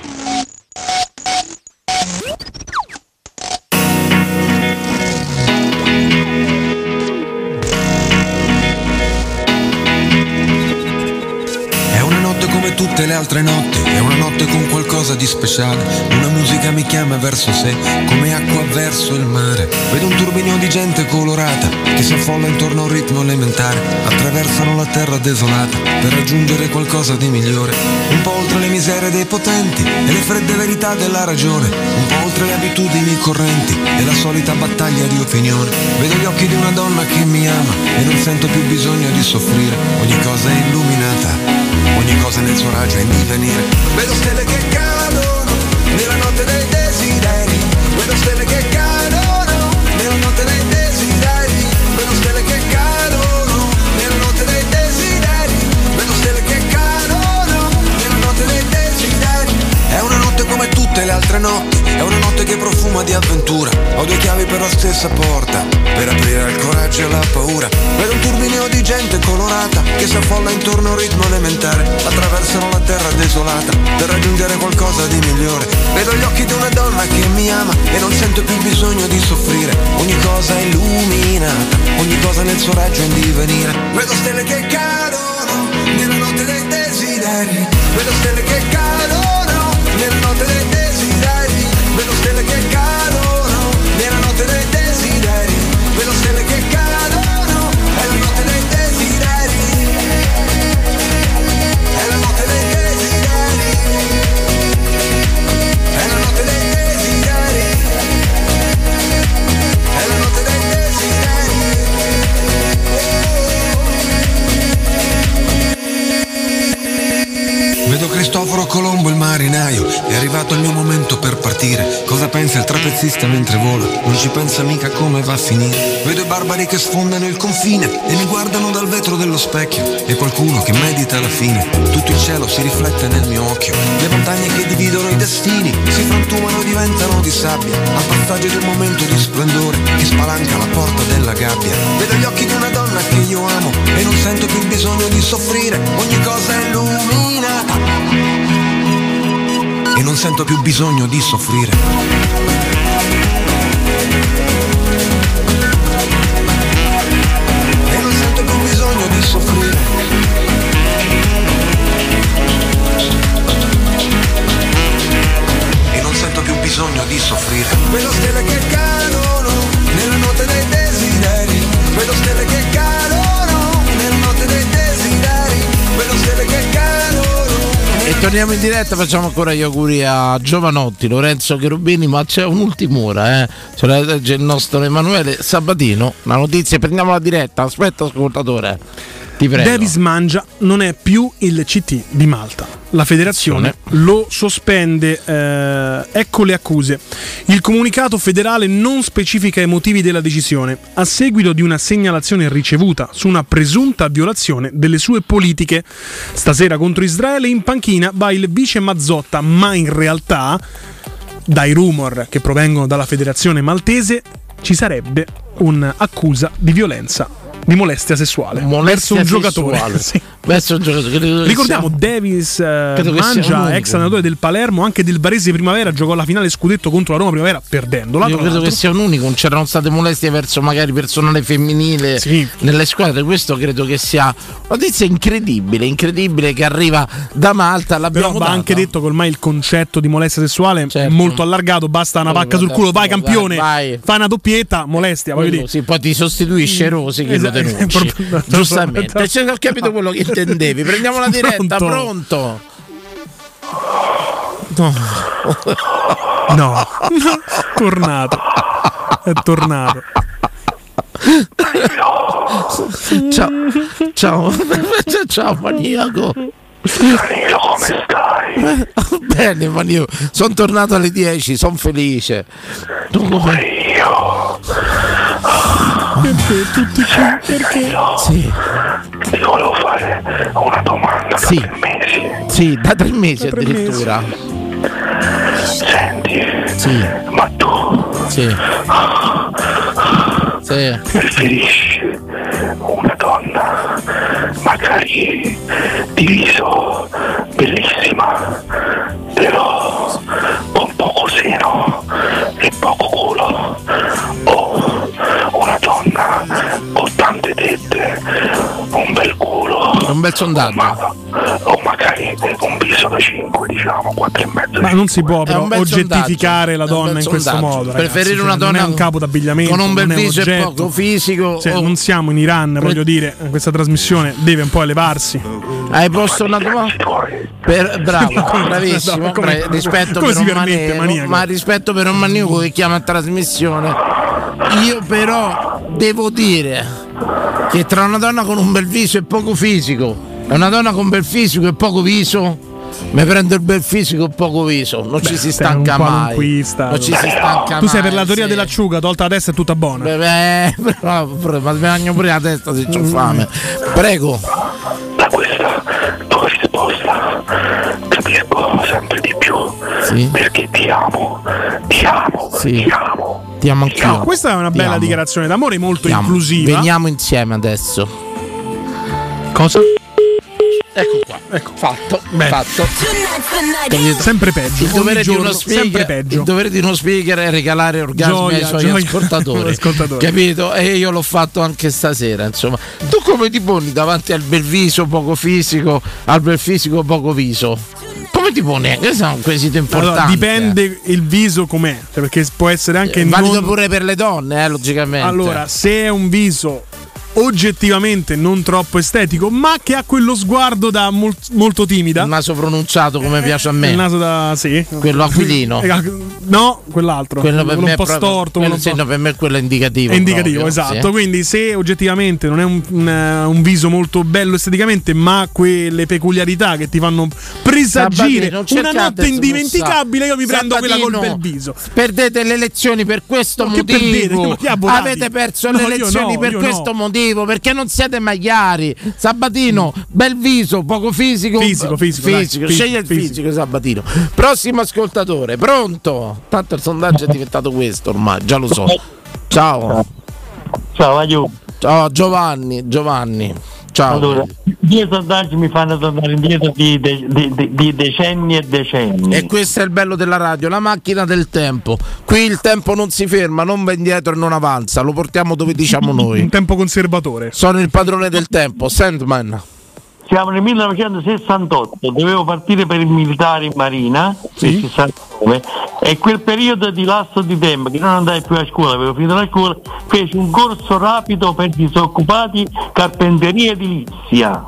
È una notte come tutte le altre notti, è una notte con qualcosa di speciale. Una musica mi chiama verso sé, come acqua verso il mare. Vedo un turbinio di gente colorata che si affolla intorno a un ritmo elementare. Attraversano la terra desolata per raggiungere qualcosa di migliore. Un po' oltre le miserie dei potenti e le fredde verità della ragione. Un po' oltre le abitudini correnti e la solita battaglia di opinione. Vedo gli occhi di una donna che mi ama e non sento più bisogno di soffrire. Ogni cosa è illuminata, ogni cosa nel suo raggio è in divenire. Vedo stelle che cadono nella notte dei desideri. Vedo stelle che cadono nella notte dei desideri. Vedo stelle che cadono nella notte dei desideri. Vedo stelle che cadono nella notte dei desideri. È una notte come tutte le altre notti, è una notte che profuma di avventura. Ho due chiavi per la stessa porta, per aprire al coraggio e alla paura. Vedo un turbinio di gente colorata che si affolla intorno a un ritmo elementare. Attraversano la terra desolata per raggiungere qualcosa di migliore. Vedo gli occhi di una donna che mi ama e non sento più bisogno di soffrire. Ogni cosa è illuminata, ogni cosa nel suo raggio in divenire. Vedo stelle che cadono nella notte dei desideri. Vedo stelle che cadono nella notte dei desideri. Vedo stelle che cadono nella notte dei desideri. Vedo stelle che cadono nella notte dei desideri. È la notte dei desideri. È la notte dei desideri. È la notte dei desideri. Vedo Cristoforo Colombo il marinaio, è arrivato il mio momento per partire. Cosa pensa il trapezzista mentre vola? Non ci pensa mica come va a finire. Vedo i barbari che sfondano il confine e mi guardano dal vetro dello specchio. E qualcuno che medita la fine. Tutto il cielo si riflette nel mio occhio. Le montagne che dividono i destini si frantumano e diventano di sabbia al passaggio del momento di splendore che spalanca la porta della gabbia. Vedo gli occhi di una donna che io amo e non sento più bisogno di soffrire. Ogni cosa è illuminata e non sento più bisogno di soffrire. E non sento più bisogno di soffrire. E non sento più bisogno di soffrire. Vedo stelle che cadono nella notte dei desideri. Vedo stelle che cadono nella notte dei desideri. Vedo stelle che cadono. E torniamo in diretta, facciamo ancora gli auguri a Giovanotti, Lorenzo Cherubini, ma c'è un'ultima ora, eh. Ce la legge il nostro Emanuele Sabatino. La notizia, prendiamo la diretta, aspetta ascoltatore. Ti prego. Davis Mangia non è più il C T di Malta. La federazione lo sospende. Eh, ecco le accuse. Il comunicato federale non specifica i motivi della decisione a seguito di una segnalazione ricevuta su una presunta violazione delle sue politiche. Stasera contro Israele in panchina va il vice Mazzotta, ma in realtà, dai rumor che provengono dalla federazione maltese, ci sarebbe un'accusa di violenza, di molestia sessuale molestia verso un giocatore. Sì. Verso un giocatore. Ricordiamo sia... Davis eh, Mangia, ex allenatore del Palermo, anche del Varese Primavera, giocò la finale scudetto contro la Roma Primavera perdendo. Io credo che sia un unico, non c'erano state molestie verso magari personale femminile sì. nelle squadre. Questo credo che sia una notizia incredibile, incredibile che arriva da Malta. L'abbiamo Però va data. anche detto che ormai il concetto di molestia sessuale certo. è molto allargato, basta una pacca sul culo, vai campione, vai, vai. fai una doppietta, molestia, voglio dire. Sì, poi ti sostituisce Rosi che esatto. lo denunci. Giustamente, cioè, ho capito quello che intendevi. Prendiamo la diretta, pronto? No, no, no. tornato, è tornato. Ciao, ciao, ciao maniaco. Danilo, come stai? Bene, Manio, sono tornato alle dieci, sono felice. Tu come io? Perché tutti qui? Perché? Sì. Ti volevo fare una domanda sì. da tre mesi. Sì, da tre mesi da addirittura. Mesi. Senti, sì. ma tu sì. Sì. preferisci una donna magari di viso bellissima, però con poco seno e poco culo, o una donna con tante tette, un bel culo, un bel sondaggio, ma, o magari un viso da cinque, diciamo quattro e mezzo. Ma non si può però oggettificare la donna in questo modo, ragazzi. Preferire una cioè, donna non è un capo d'abbigliamento, con un bel non viso è un e poco fisico, cioè, o... non siamo in Iran, voglio dire, questa trasmissione deve un po' elevarsi. Hai posto una domanda? Per, bravo, bravissimo. No, come, Bra- rispetto come per un maniaco, maniaco, ma rispetto per un maniaco che chiama a trasmissione. Io però devo dire che tra una donna con un bel viso e poco fisico e una donna con bel fisico e poco viso, mi prendo il bel fisico e poco viso, non Beh, ci si stanca mai. Non ci si stanca tu sei mai, per la teoria sì. dell'acciuga, tolta la testa è tutta buona. Beh, però, però, ma bagno pure la testa se c'ho fame. Prego. Da questa tua risposta capisco sempre di più. Sì. Perché ti amo, ti amo, Sì. ti amo. Ti amo anch'io. Questa è una Ti bella amo. dichiarazione d'amore, molto Ti amo. inclusiva. Veniamo insieme adesso. Cosa? Ecco qua, ecco, fatto, Beh. fatto. Sempre peggio. Il dovere, ogni di uno giorno, sempre speaker, peggio. il dovere di uno speaker è regalare orgasmi Gioia, ai suoi gioia. ascoltatori, Ascoltatori. capito? E io l'ho fatto anche stasera, insomma. Tu come ti poni davanti al bel viso poco fisico, al bel fisico poco viso? Come ti poni? Questi sono quesiti importanti. Allora, dipende il viso com'è, cioè, perché può essere anche eh, valido non... pure per le donne, eh, logicamente. Allora, se è un viso oggettivamente non troppo estetico, ma che ha quello sguardo da mol- molto timida. Il naso pronunciato come piace a me. Il naso da sì. Quello aquilino. No, quell'altro. Quello per quello me un po' è proprio- storto. quello, quello sì, un po'- no, per me quello è indicativo. È indicativo, proprio, esatto. sì. Quindi, se oggettivamente non è un, un, un viso molto bello esteticamente, ma quelle peculiarità che ti fanno presagire Sabatino, non una cercate notte di indimenticabile, io mi prendo quella col Sabatino, bel viso. Perdete le elezioni per questo No, che perdete? motivo. Ma chi ha votato? Avete perso No, le io elezioni no, per io questo no. motivo, perché non siete mai chiari. Sabatino, bel viso, poco fisico. Fisico, fisico, dai, fisico. fisico, Sceglie il fisico. fisico, Sabatino. Prossimo ascoltatore, pronto? Tanto il sondaggio è diventato questo ormai, già lo so. Ciao. Ciao, aiuto. Ciao Giovanni, Giovanni. Ciao. Allora, i miei sondaggi mi fanno tornare indietro di, de- di- di- di decenni e decenni. E questo è il bello della radio, la macchina del tempo. Qui il tempo non si ferma, non va indietro e non avanza, lo portiamo dove diciamo noi. Un tempo conservatore. Sono il padrone del tempo, Sandman. Siamo nel millenovecentosessantotto, dovevo partire per il militare in marina, Sì. nel sessantanove, e quel periodo di lasso di tempo che non andai più a scuola, avevo finito la scuola, feci un corso rapido per disoccupati, carpenteria edilizia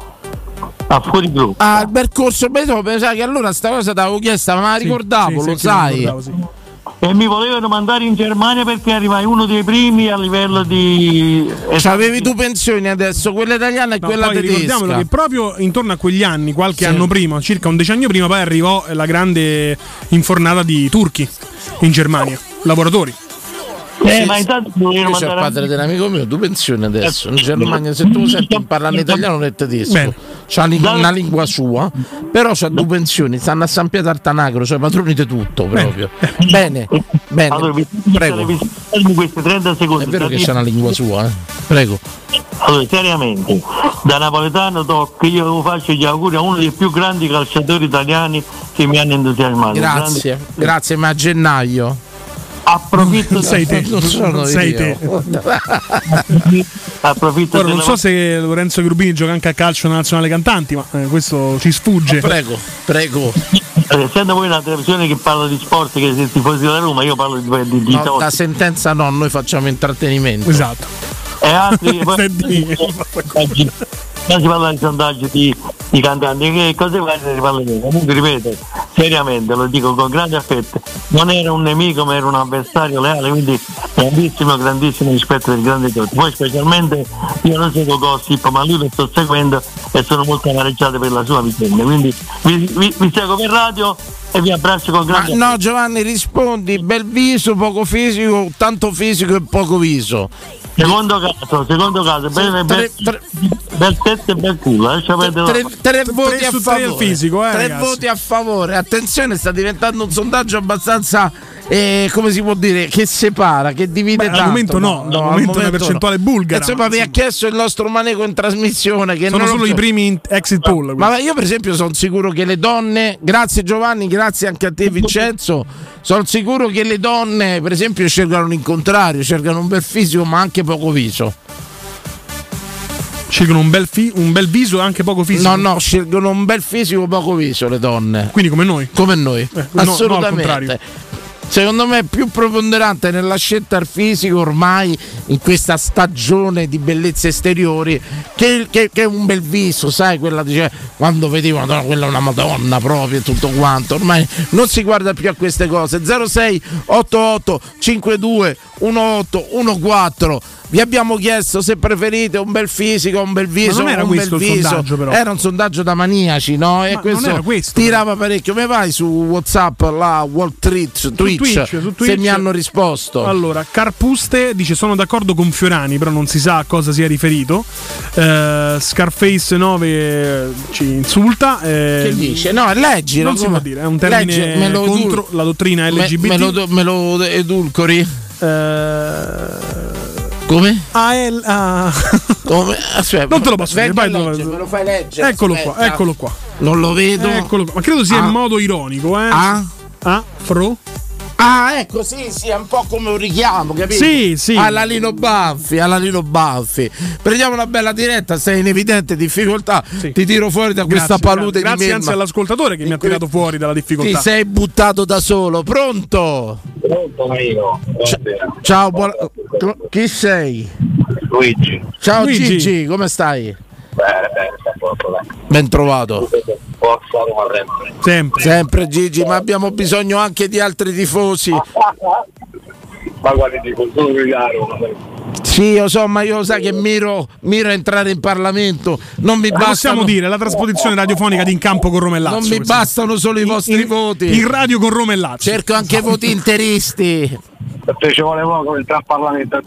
a fuori gruppo. Ah, il percorso, beh, so, pensavo che allora sta cosa te l'avevo chiesta, ma la ricordavo, sì, lo sì, sai. sì, ricordavo, sì. E mi volevano mandare in Germania perché arrivai uno dei primi a livello di... C'avevi due pensioni adesso, quella italiana e No, quella poi tedesca. ricordiamolo che proprio intorno a quegli anni, qualche Sì. anno prima, circa un decennio prima, poi arrivò la grande infornata di turchi in Germania, lavoratori. Eh, ma intanto mi volevano Io c'ho il mandare padre dell'amico mio, due pensioni adesso. In Germania, se tu senti parlare in italiano o in tedesco, Bene. c'ha li- una lingua sua, però c'ha due pensioni, stanno a San Pietro Artanagro, cioè padroni di tutto proprio. Bene, bene, Allora, vi- prego. vi- vi- questi trenta secondi. È vero che c'è una lingua sua, eh? Prego. Allora, seriamente, da napoletano tocca, io faccio gli auguri a uno dei più grandi calciatori italiani che mi hanno entusiasmato. Grazie, Grande- grazie, ma a gennaio. Approfitto sei te, Non sono non sei io. te. Approfitto Ora non della- so se Lorenzo Cherubini gioca anche a calcio nella nazionale cantanti, ma eh, questo ci sfugge. Prego, prego. Eh, essendo voi una televisione che parla di sport, che siete tifosi della Roma, io parlo di, di, di No, Totti. da sentenza no, noi facciamo intrattenimento. Esatto. E altri poi, non si parla di sondaggi di, di cantanti, che cose varie si parleremo. Comunque ripeto, seriamente, lo dico con grande affetto, non era un nemico ma era un avversario leale, quindi grandissimo, grandissimo rispetto del grande Totti. Poi specialmente io non seguo gossip, ma lui lo sto seguendo e sono molto amareggiato per la sua vicenda, quindi vi, vi, vi seguo per radio e vi abbraccio con Ma grande no, Giovanni, rispondi: bel viso, poco fisico, tanto fisico e poco viso. Secondo caso, secondo caso, bel, bel, bel tetto e bel culo, eh, Tre, tre, tre voti a su tre al favore. fisico, eh, tre ragazzi. voti a favore. Attenzione, sta diventando un sondaggio abbastanza, eh, come si può dire, che separa, che divide Beh, al tanto. momento no, al momento è una percentuale bulgara. Insomma, vi ha chiesto il nostro Maneco in trasmissione che Sono non solo lo- i primi in exit poll. Ma io per esempio sono sicuro che le donne, grazie Giovanni, grazie anche a te Vincenzo, sono sicuro che le donne per esempio scelgono l'incontrario, scelgono un bel fisico ma anche poco viso. Scelgono un bel, fi- un bel viso e anche poco fisico. No, no, scelgono un bel fisico poco viso le donne. Quindi come noi. Come noi. Eh, no, no, al Assolutamente. contrario. Secondo me è più preponderante nella scelta al fisico ormai in questa stagione di bellezze esteriori che, che, che un bel viso, sai, quella dice quando vedi Madonna, quella è una Madonna proprio e tutto quanto. Ormai non si guarda più a queste cose. zero sei otto otto cinque due uno otto uno quattro. Vi abbiamo chiesto se preferite un bel fisico, un bel viso, ma non era un questo bel il viso. sondaggio, però. Era un sondaggio da maniaci, no? E Ma questo, non era questo, tirava parecchio. Me vai su WhatsApp, là, Wall Twitch, Twitch, Twitch, su Twitch. se mi hanno risposto. Allora, Carpuste dice sono d'accordo con Fiorani, però non si sa a cosa sia riferito. Eh, Scarface nove ci insulta. Eh, Che dice? No, leggi. non si può dire, è un termine leggi, me lo contro edul- la dottrina L G B T. Me, me, lo, me lo edulcori? Eh, Come? Ah, è, ah. Come? Aspetta, non te lo posso dire, vai, legge, lo, me lo fai leggere. Eccolo aspetta. qua, eccolo qua. Non lo vedo. Eccolo qua. Ma credo sia ah. in modo ironico, eh. Ah? Ah, fro. Ah, ecco, sì, sì, è un po' come un richiamo, capito? Sì, sì. Alla Lino Banfi, alla Lino Banfi. Prendiamo una bella diretta, sei in evidente difficoltà. Sì. Ti tiro fuori da Grazie, questa palude grazie, di grazie anzi all'ascoltatore che mi ha tirato fuori dalla difficoltà. Ti sei buttato da solo. Pronto? Pronto, io. Ciao, buona... chi sei? Luigi. Ciao Luigi. Gigi, come stai? Bene, bene, sempre. Ben trovato. Forza Roma sempre. Sempre. Sempre Gigi, ma abbiamo bisogno anche di altri tifosi. Ma quali tifosi? Solo quelli da Roma. Sì, io so, ma io sai che miro, miro a entrare in Parlamento. Non mi bastano. Possiamo dire la trasposizione radiofonica di In Campo con Roma e Lazio. Non mi bastano solo i vostri in, voti. In radio con Roma e Lazio. Cerco anche voti interisti. Perché ci vuole poco entrare al Parlamento.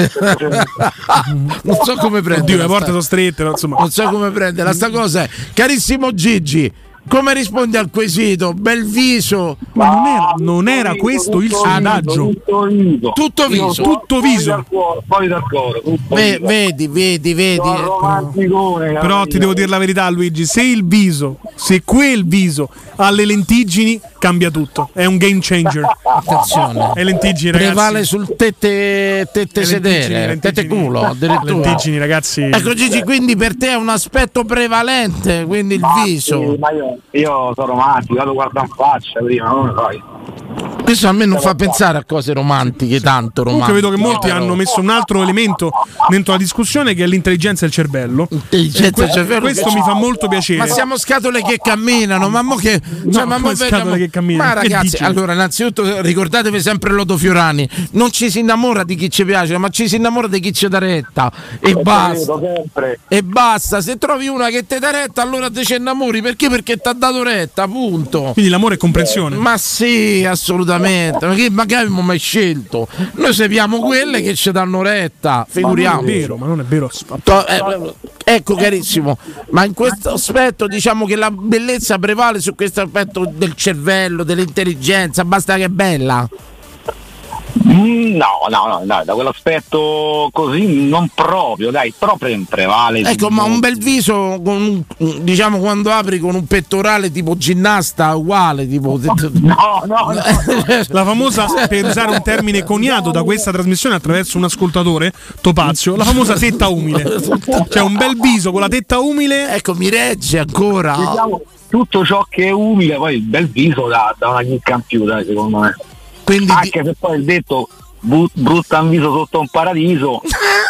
Non so come prendere. Oddio, le porte sono strette, insomma. Non so come prenderla. Sta cosa è, carissimo Gigi, come rispondi al quesito? Bel viso. Ma non era, non era questo il sondaggio. Tutto viso. Tutto viso. Poi dal cuore. Ve, vedi, vedi, vedi. Però ti devo dire la verità, Luigi, se il viso, se quel viso ha le lentiggini, cambia tutto. È un game changer. Attenzione. E lentiggini, ragazzi. Prevale sul tette, tette sedere, tette culo, addirittura. Lentiggini, ragazzi. Ecco Gigi, quindi per te è un aspetto prevalente, quindi il ma viso. Sì, ma io, io sono romantico, vado a guardare in faccia prima, come fai? Questo a me non fa pensare a cose romantiche, tanto romantiche. Comunque vedo che molti hanno messo un altro elemento dentro la discussione che è l'intelligenza del cervello. Intelligenza que- del cervello. Questo mi fa molto piacere. Ma siamo scatole che camminano, ma mo che cioè, no, ma mo scatole vediamo... che camminano. Ma ragazzi, dici? allora innanzitutto ricordatevi sempre Lodo Fiorani, non ci si innamora di chi ci piace, ma ci si innamora di chi ci dà retta e Lo basta. sempre. E basta, se trovi una che ti dà retta, allora te ci innamori, perché? Perché ti ha dato retta, punto. Quindi l'amore è comprensione. Ma sì, assolutamente. Ma che magari abbiamo mai scelto? Noi sappiamo quelle che ci danno retta, figuriamo. Ma non è vero, ma non è vero. To- eh, ecco carissimo, ma in questo aspetto diciamo che la bellezza prevale su questo aspetto del cervello, dell'intelligenza, basta che è bella. No, no, no, dai, da quell'aspetto così non proprio, dai, però pre- prevale. Ecco, ma un bel viso, con un, diciamo quando apri con un pettorale tipo ginnasta uguale, tipo... No, no, no. La famosa, per usare un termine coniato da questa trasmissione attraverso un ascoltatore, Topazio, la famosa tetta umile. Cioè un bel viso con la tetta umile. Ecco, mi regge ancora. Diciamo, tutto ciò che è umile, poi il bel viso da, da una chicca in più, dai, secondo me. Quindi anche se poi il detto bu- brutta in viso sotto un paradiso.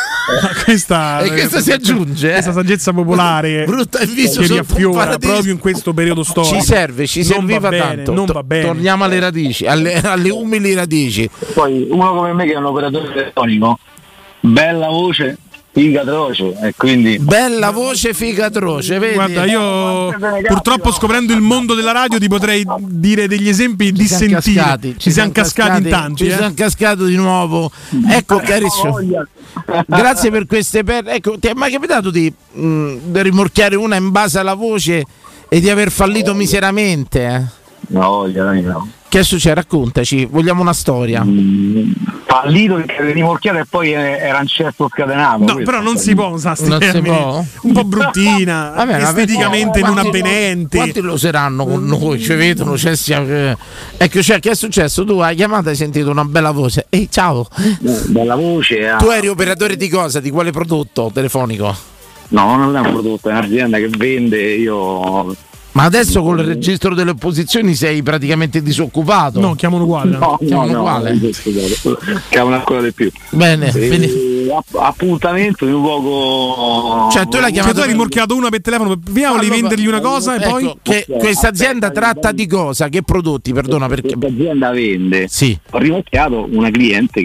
questa, e questa si aggiunge, eh? questa saggezza popolare brutta in viso che sotto riaffiora un proprio in questo periodo storico. Ci serve, ci non serviva va bene, tanto. non va bene. Torniamo alle radici, alle, alle umili radici. Poi uno come me che è un operatore telefonico, bella voce, figa atroce, e quindi bella voce, figa atroce, vedi? Guarda, io purtroppo scoprendo il mondo della radio ti potrei dire degli esempi dissentiti. Ci siamo cascati in tanti. Ci eh? siamo cascato di nuovo. Ecco, carissimo. Grazie per queste perle. Ecco, ti è mai capitato di, mh, di rimorchiare una in base alla voce e di aver fallito miseramente? Eh? No, no. Che succede? Raccontaci, vogliamo una storia. Mm, fallito perché rimorchiato e poi era un cesso scatenato. No, però non si può usare sti Non si termini. può? Un po' bruttina, Vabbè, esteticamente non quanti- avvenenti. Quanti lo saranno con noi? Ci vedono, c'è sia- ecco, cioè, che è successo? Tu hai chiamato e hai sentito una bella voce. Ehi, ciao. Bella voce. Tu eri operatore di cosa? Di quale prodotto telefonico? No, non è un prodotto, è un'azienda che vende, io. Ma adesso con il registro delle opposizioni sei praticamente disoccupato. No, chiamano uguale. No, chiamano no, uguale. no, chiamano ancora di più. Bene, E- quindi- app- appuntamento di un poco. Cioè, tu l'hai Cioè, chiamato tu hai rimorchiato una per telefono, via, volevi Allora, vendergli una cosa e ecco, poi. che Ok, questa azienda aspetta, tratta di cosa? Che prodotti? Perdona perché Questa azienda vende. sì. Ho rimorchiato una cliente che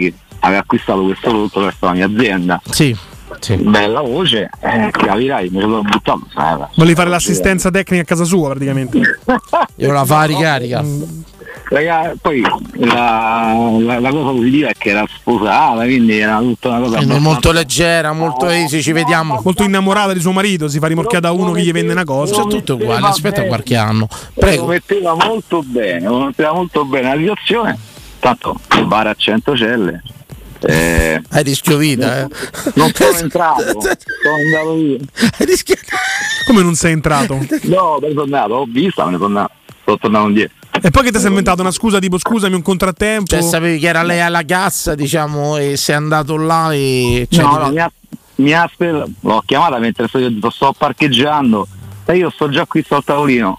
aveva acquistato questo prodotto verso la mia azienda. Sì, sì. Bella voce, eh, capirai, me lo buttato. Eh, volevi fare l'assistenza tecnica a casa sua praticamente. Io la fa a ricarica. Raga, poi la, la, la cosa positiva è che era sposata, quindi era tutta una cosa quindi molto leggera, molto easy, ci vediamo. Molto innamorata di suo marito, si fa rimorchiare da uno che gli vende una cosa. C'è tutto uguale, aspetta qualche anno. Prego. Lo metteva molto bene, lo metteva molto bene la situazione. Tanto bar a cento celle. Eh, Hai rischio vita, eh? Non sono entrato, sono andato io. Hai rischiato. Come non sei entrato? No, sono tornato, ho visto, me ne sono tornato. Sono tornato indietro. E poi che ti sei inventato una scusa tipo scusami un contrattempo? Cioè sapevi che era lei alla cassa, diciamo, e sei andato là e... Cioè, no, no, mi ha, mi ha aspettato, l'ho chiamata mentre sto, io sto parcheggiando e io sto già qui sul tavolino.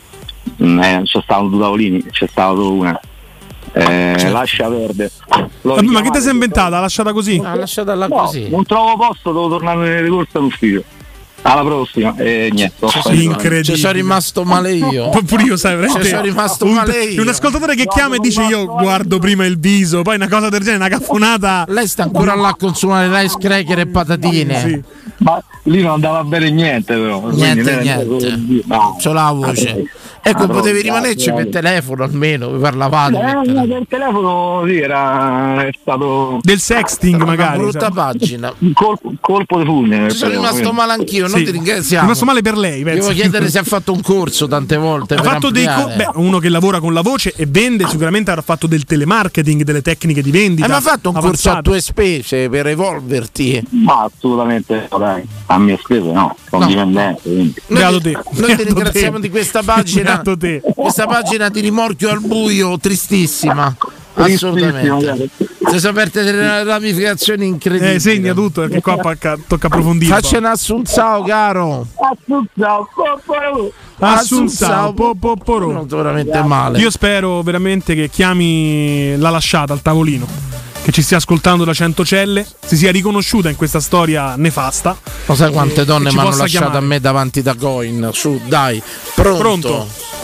Mm, eh, non c'è stato due tavolini, c'è stato solo una. Eh, certo. Lascia verde. Vabbè, ma che ti sei inventata? Lasciata così? Ah, lasciata là no, così. Non trovo posto, devo tornare nelle corse all'ufficio. Alla prossima e niente, incredibile. Ci sono rimasto male io. Pure io, sai, veramente. Ci sono rimasto un, male io. Un ascoltatore che chiama e dice io guardo prima il viso, poi una cosa del genere, una caffonata. Lei sta ancora là a consumare rice cracker e patatine. Sì. Ma lì non andava bene niente però. Niente, niente. No. C'ho la voce. Ecco, ah, potevi rimanerci per telefono almeno, vi parlavate. Eh, per telefono sì, era è stato del sexting magari. Una brutta sai. Pagina. Un colpo, colpo di fulmine. Sono rimasto male anch'io, sì. non ti ringraziamo. Sono rimasto male per lei, penso. Devo chiedere se ha fatto un corso tante volte. Ha fatto dei co- beh, uno che lavora con la voce e vende, sicuramente avrà fatto del telemarketing, delle tecniche di vendita. Hai mai fatto un avanzate. corso a tue spese per evolverti? Ma assolutamente no, dai. A mie spese no, sono no. dipendente. Quindi. Noi, te. noi ti ringraziamo te. Di questa pagina. Te. Questa pagina di rimorchio al buio, tristissima. Assolutamente. Si sono aperte delle ramificazioni incredibili. Eh, segna tutto perché qua tocca approfondire. Faccia un assunzao, caro. Assunzao, poporo. Assunzao, poporo. Non veramente male. Io spero veramente che chiami la lasciata al tavolino, che ci stia ascoltando da Centocelle, si sia riconosciuta in questa storia nefasta. Lo sai quante donne mi hanno lasciato chiamare. a me davanti da Goin? Su, dai, pronto? Pronto?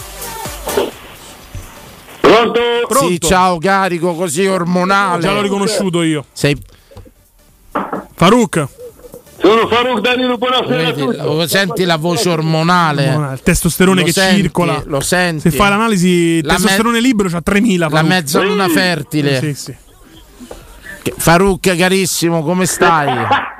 Pronto? Pronto? Sì, ciao, carico così ormonale. Già l'ho riconosciuto io. Sei Farouk. Sono Farouk Danilo, buonasera. Vedi, senti la voce ormonale. Il testosterone lo che senti, circola. Lo senti. Se fai l'analisi, il la testosterone me- libero c'ha tremila. La mezzaluna fertile. Sì, sì. Farouk, carissimo, come stai?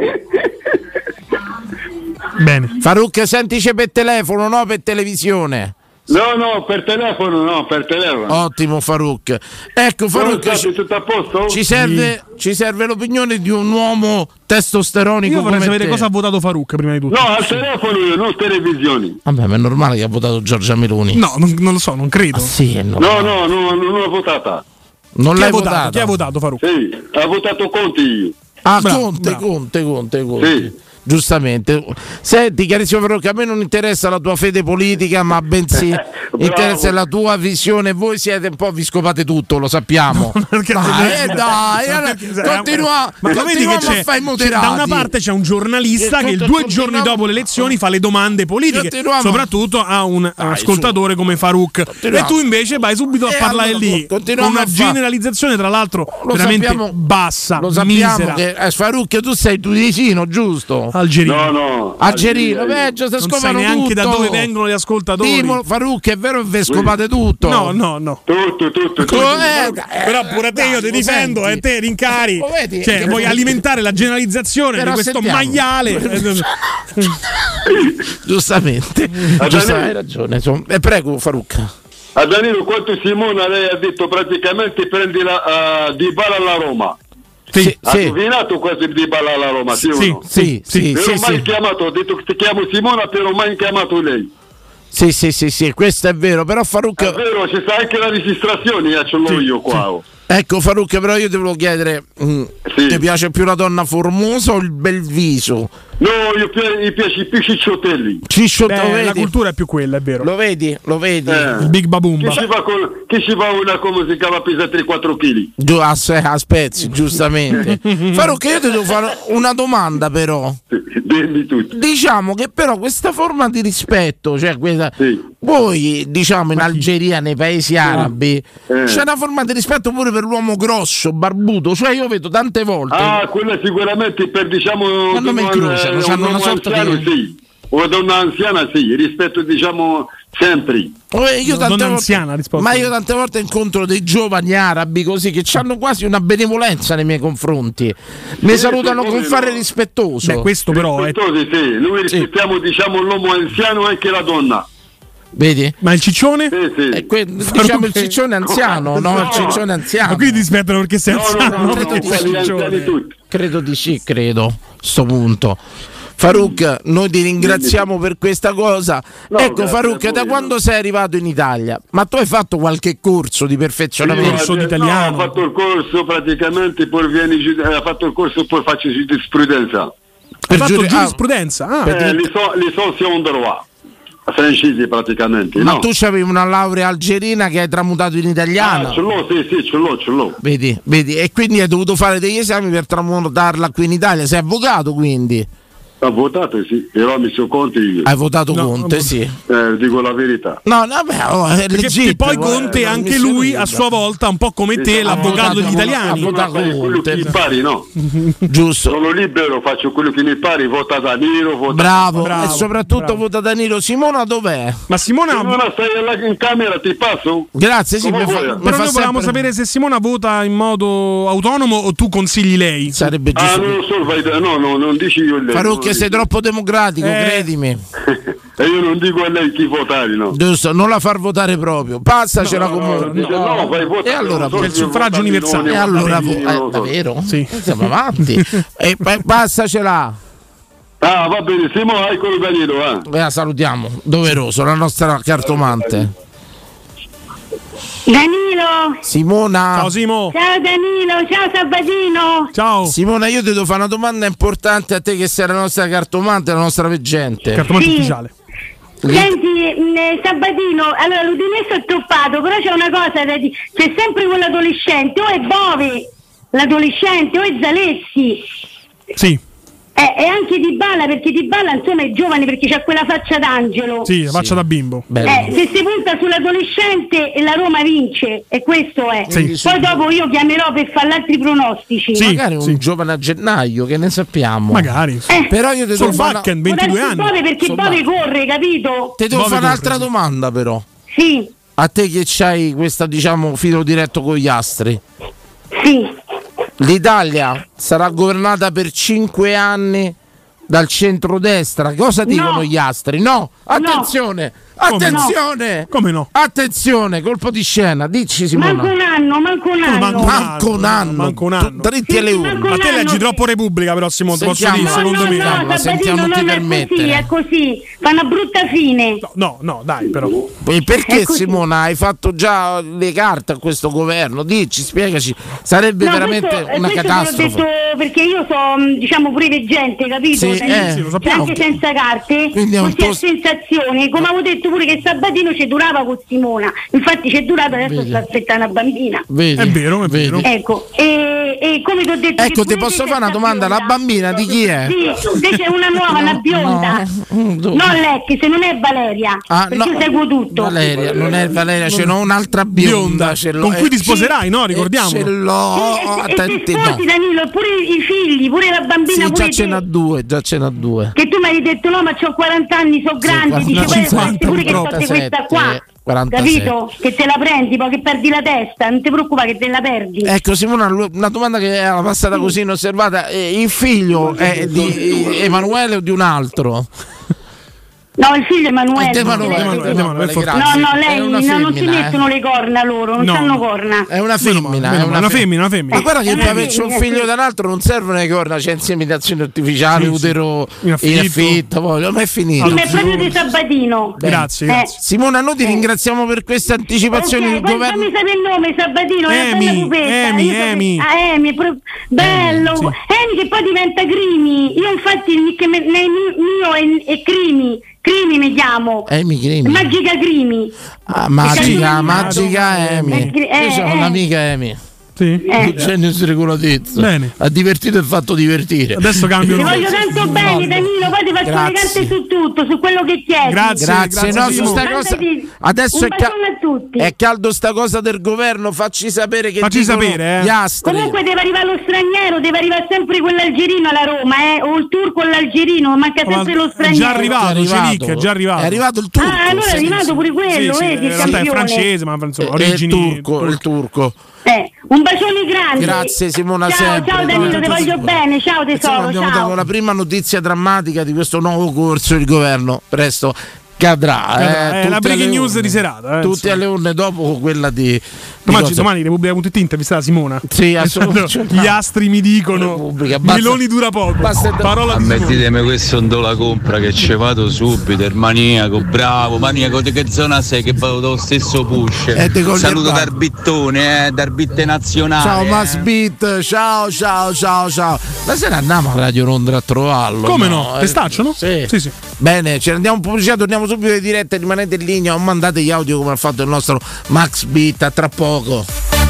Bene. Farouk, sentici per telefono, no per televisione. No, no, per telefono, no, per telefono. Ottimo Farouk. Ecco Farouk, ci, tutto a posto? Ci serve, sì. ci serve l'opinione di un uomo testosteronico. Io vorrei come sapere te. cosa ha votato Farouk prima di tutto. No, al telefono io, non televisioni. Vabbè, ma è normale che ha votato Giorgia Meloni. No, non, non lo so, non credo. Ah, sì, è no, no, no, no, non l'ho votata. Non Chi l'hai ha votato? votata? Chi ha votato Farouk? Sì, ha votato Conte io. Ah, bravo, Conte, bravo. Conte, Conte, Conte. Sì. Giustamente. Senti, carissimo Farouk, a me non interessa la tua fede politica, ma bensì interessa la tua visione. Voi siete un po', vi scopate tutto, lo sappiamo. Perché dai, eh, dai, allora, continua, ma vedi che c'è, a fare c'è, da una parte c'è un giornalista che, che due continua, giorni dopo le elezioni fa le domande politiche, continuiamo. Soprattutto a un dai, ascoltatore su. Come Farouk. E tu invece vai subito a e parlare allora, lì con una generalizzazione, tra l'altro, lo veramente sappiamo, bassa, lo sappiamo misera. Che eh, Farouk, tu sei tunisino, giusto? Algerino. No, no. Algerino, peggio, se scopano neanche tutto. Da dove vengono gli ascoltatori. Dimolo, Farouk, è vero che ve scopate tutto? No, no, no. Tutto, tutto, tutto. Eh, però pure te io ti difendo e te rincari. Vedi, cioè, vuoi alimentare la generalizzazione di questo sentiamo. Maiale. Giustamente. Giustamente, hai ragione. Insomma. E prego, Farouk. A Danilo, quanto Simona lei ha detto praticamente prendi la uh, Dybala alla Roma. Sì, ha sì. indovinato questo di Dybala alla Roma, sì, sì, o no? Sì, sì, sì. Però sì, mai sì. chiamato, ho detto che ti chiamo Simona, però mai chiamato lei. Sì, sì, sì, sì, questo è vero, però Farouk... È vero, ci sta anche la registrazione, io ce l'ho sì, io qua. Sì. Ecco Farouk, però io ti volevo chiedere, mh, sì. ti piace più la donna formosa o il bel viso? No, No, io mi piace più Cicciottelli. Cicciottelli, Beh, la cultura è più quella, è vero. Lo vedi? Lo vedi? Eh. Il Big Babumba. Che si fa, con, che si fa una come si chiama pesa tre quattro chili. Giù, a, a spezzi, giustamente. Farrucca, io ti devo fare una domanda però. Dimmi tutto. Diciamo che però questa forma di rispetto, cioè questa, sì. Voi diciamo in Algeria, nei paesi arabi, eh. c'è una forma di rispetto pure per l'uomo grosso, barbuto, cioè io vedo tante volte. Ah, quella sicuramente per diciamo quando mi incrociano, un, hanno una sorta anziano, di sì. Una donna anziana sì, rispetto diciamo sempre. Io tante volte, anziana, ma io tante volte incontro dei giovani arabi così che hanno quasi una benevolenza nei miei confronti. Mi sì, salutano con fare no. rispettoso. Beh, questo però è... sì. Noi rispettiamo sì. diciamo l'uomo anziano e anche la donna. Vedi? Ma il ciccione? Sì, sì. Eh, que- diciamo il ciccione anziano, no, no, il ciccione anziano. Ma quindi rispettano perché sei anziano? No, no, no, no, credo, di sì, credo di sì, credo. Sto punto. Farrucca, noi ti ringraziamo per questa cosa. No, ecco Farrucca, da quando sei arrivato in Italia? Ma tu hai fatto qualche corso di perfezionamento? Sì, corso d'italiano? No, ho fatto il corso praticamente, poi vieni ho fatto il corso e poi faccio giurisprudenza. Hai fatto giuri- giurisprudenza? Ah, eh, li so, li so sia un droit. Francesi praticamente. Ma no? tu c'avevi una laurea algerina che hai tramutato in italiano? Ah, ce l'ho, sì, sì, ce l'ho, ce l'ho. Vedi, vedi, e quindi hai dovuto fare degli esami per tramutarla qui in Italia. Sei avvocato quindi? Ho votato sì, però mi sono Conte io. Hai votato no, Conte, no, sì. Eh, dico la verità. No, vabbè, oh, è perché poi Conte eh, anche lui a sua volta, un po' come te, l'avvocato degli italiani. Ha votato quello che mi pari, no? Giusto. Sono libero, faccio quello che mi pari, vota Danilo, vota Bravo, bravo, e soprattutto bravo. vota Danilo. Simona dov'è? Ma Simona, Simona stai là in camera, ti passo? Grazie, sì, mi fa, però noi volevamo sempre... sapere se Simona vota in modo autonomo o tu consigli lei. Sarebbe giusto. Ah, non lo so, vai, no, no, non dici io lei. Farrucca, sei troppo democratico. Eh. Credimi. E io non dico a lei chi votare, no? Giusto, non la far votare proprio. Passacela no, comunque. No, no, no, vai votare. E allora c'è il suffragio universale. E allora eh, davvero? Sì. Siamo avanti. E passacela. Ah, va benissimo, eccolo Danilo, eh. Beh, salutiamo, doveroso, la nostra cartomante. Danilo! Simona! Ciao Simo! Ciao Danilo, ciao Sabatino! Ciao! Simona, io ti devo fare una domanda importante a te che sei la nostra cartomante, la nostra veggente. Cartomante sì. ufficiale. Senti, mh, Sabatino, allora l'Udinese è toppato, però c'è una cosa da dire, c'è sempre quell'adolescente, o è Bove, l'adolescente, o è Zalessi. Sì. Eh, e anche Dybala, perché Dybala insomma è giovane perché c'ha quella faccia d'angelo. Sì, la faccia sì. da bimbo. Eh, se si punta sull'adolescente la Roma vince, e questo è. Sì, Poi sì. dopo io chiamerò per fare altri pronostici. Sì, magari sì. un giovane a gennaio, che ne sappiamo. Magari. Eh. Però io ti devo fare una... ventidue anni. Bove perché Bove corre, capito? Ti devo Bove fare un'altra corre. domanda però. Sì. A te che c'hai questa, diciamo, filo diretto con gli astri. Sì. L'Italia sarà governata per cinque anni dal centrodestra. Cosa dicono no. gli astri? No, attenzione, no. attenzione, come no? Attenzione, colpo di scena. Dici Simona. Manco un anno, manco un anno. Manco, manco un anno, manco un anno. Dritti sì, alle urne. Ma te leggi troppo Repubblica, però Simone, posso dire, no, secondo no, me. No, no, sentiamo, non ti permettere. È così, è così. Fa una brutta fine. No, no, no dai, però. E perché Simona hai fatto già le carte a questo governo? Dici, spiegaci. Sarebbe no, veramente questo, una questo catastrofe. Detto perché io so, diciamo, pure veggente, capito? Sì, eh, sì, lo sappiamo. Anche senza carte, quindi così po- a sensazione. Come avevo detto pure che Sabatino ci durava con Simona. Infatti ci è durato, adesso Vedi. sta aspettando una bambina. Vedi. È vero, è vero. Ecco, e, e come ti ho detto. Ecco, ti posso fare una domanda? La bambina di chi è? Sì, invece è una nuova, una bionda. No, no Lecchi, se non è Valeria. Ah, perché no. io seguo tutto. Valeria, non è Valeria, ce n'ho un'altra bionda. bionda. Ce l'ho. Con cui ti sposerai, sì. no? Ricordiamo. Ce l'ho. Sì, e, attenti, e, e sposi, no. Danilo, pure i figli, pure la bambina. Sì, pure già ce n'ha te. due, già ce n'ha due. Che tu mi hai detto no, ma c'ho quaranta anni, sono grandi, dice cinquanta, pure che fate questa qua. quarantasette. Capito? Che te la prendi, poi che perdi la testa, non ti preoccupa che te la perdi. Ecco Simona, una domanda che era passata così inosservata, il figlio è di Emanuele o di un altro? No, il figlio Emanuele. È Emanuele, Emanuele, Emanuele, no, grazie. no, lei È una no, non si femmina, mettono eh. le corna loro, non No, hanno no. corna. È una femmina, Meno è male, una femmina, una femmina. Ma guarda che È per una averci un femmina, figlio sì. dall'altro non servono le corna, c'è inseminazione artificiale, Sì, sì. utero In affitto. in affitto, voglio, ma è finito. Sì, ma è proprio di Sabatino. Bene. Grazie, Eh. grazie. Simona, noi ti ringraziamo per queste anticipazioni. Ok, Il poi governo... fammi sapere il nome, Sabatino, è una Emi, bella pupetta. Emi, Io so che- Emi. Ah, Emi, pro- bello. Sì. Emi che poi diventa Crimi. Io infatti il nickname mio è, è Crimi. Crimi mi chiamo. Emi, Crimi. Magica Crimi. Ah, magica, Sì. magica Emi. Eh, Io sono eh. un'amica Emi. Sì. Eh. Genio sregolatezza. Bene. Ha divertito e fatto divertire. Adesso cambio Ti nome. voglio tanto bene, Danilo, poi ti faccio le Grazie. carte su tutto, su quello che chiedi. Grazie. Grazie, no, su sta Mandati cosa. un Adesso è, ca- bacione a tutti. è caldo sta cosa del governo. Facci sapere che Facci dicono sapere, eh. gli astri. Comunque deve arrivare lo straniero, deve arrivare sempre quell'algerino alla Roma, eh? O il turco o l'algerino, manca sempre lo È straniero. già arrivato, È arrivato. Celic, è già arrivato. È arrivato il turco. Ah, allora è sì, arrivato sì. pure quello, Sì, sì, eh, che in realtà è campione. francese, ma insomma, È origini il turco, il turco. Eh, un bacione grande. Grazie Simona, Ciao, sempre. ciao Danilo, Ciao, ti ciao, voglio Simona. bene, ciao Insomma, tesoro, abbiamo ciao. dato la prima notizia drammatica di questo nuovo corso il governo. Presto cadrà. Eh, eh, è tutti la breaking alle news urne. di serata, eh, Tutti insomma. alle urne dopo quella di. di Domani, cosa- domani Repubblica punto it intervistata Simona. Sì, assolutamente. Gli astri mi dicono Repubblica, basta- Meloni dura poco. basta- Parola di Simona. Ammettitemi, questo non do la compra che ci vado subito, il maniaco, bravo, maniaco di che zona sei che vado dallo stesso push. Eh, te cogli Saluto il bar. dal bittone, eh, dal bitte nazionale. Ciao eh. Masbit, ciao ciao ciao ciao. La sera andiamo a Radio Londra a trovarlo. Come no? Eh, Pestaccio, no? Sì. Sì, sì. Bene, ce ne andiamo in pubblicità, torniamo subito in diretta, rimanete in linea o mandate gli audio come ha fatto il nostro Max Beat, a tra poco.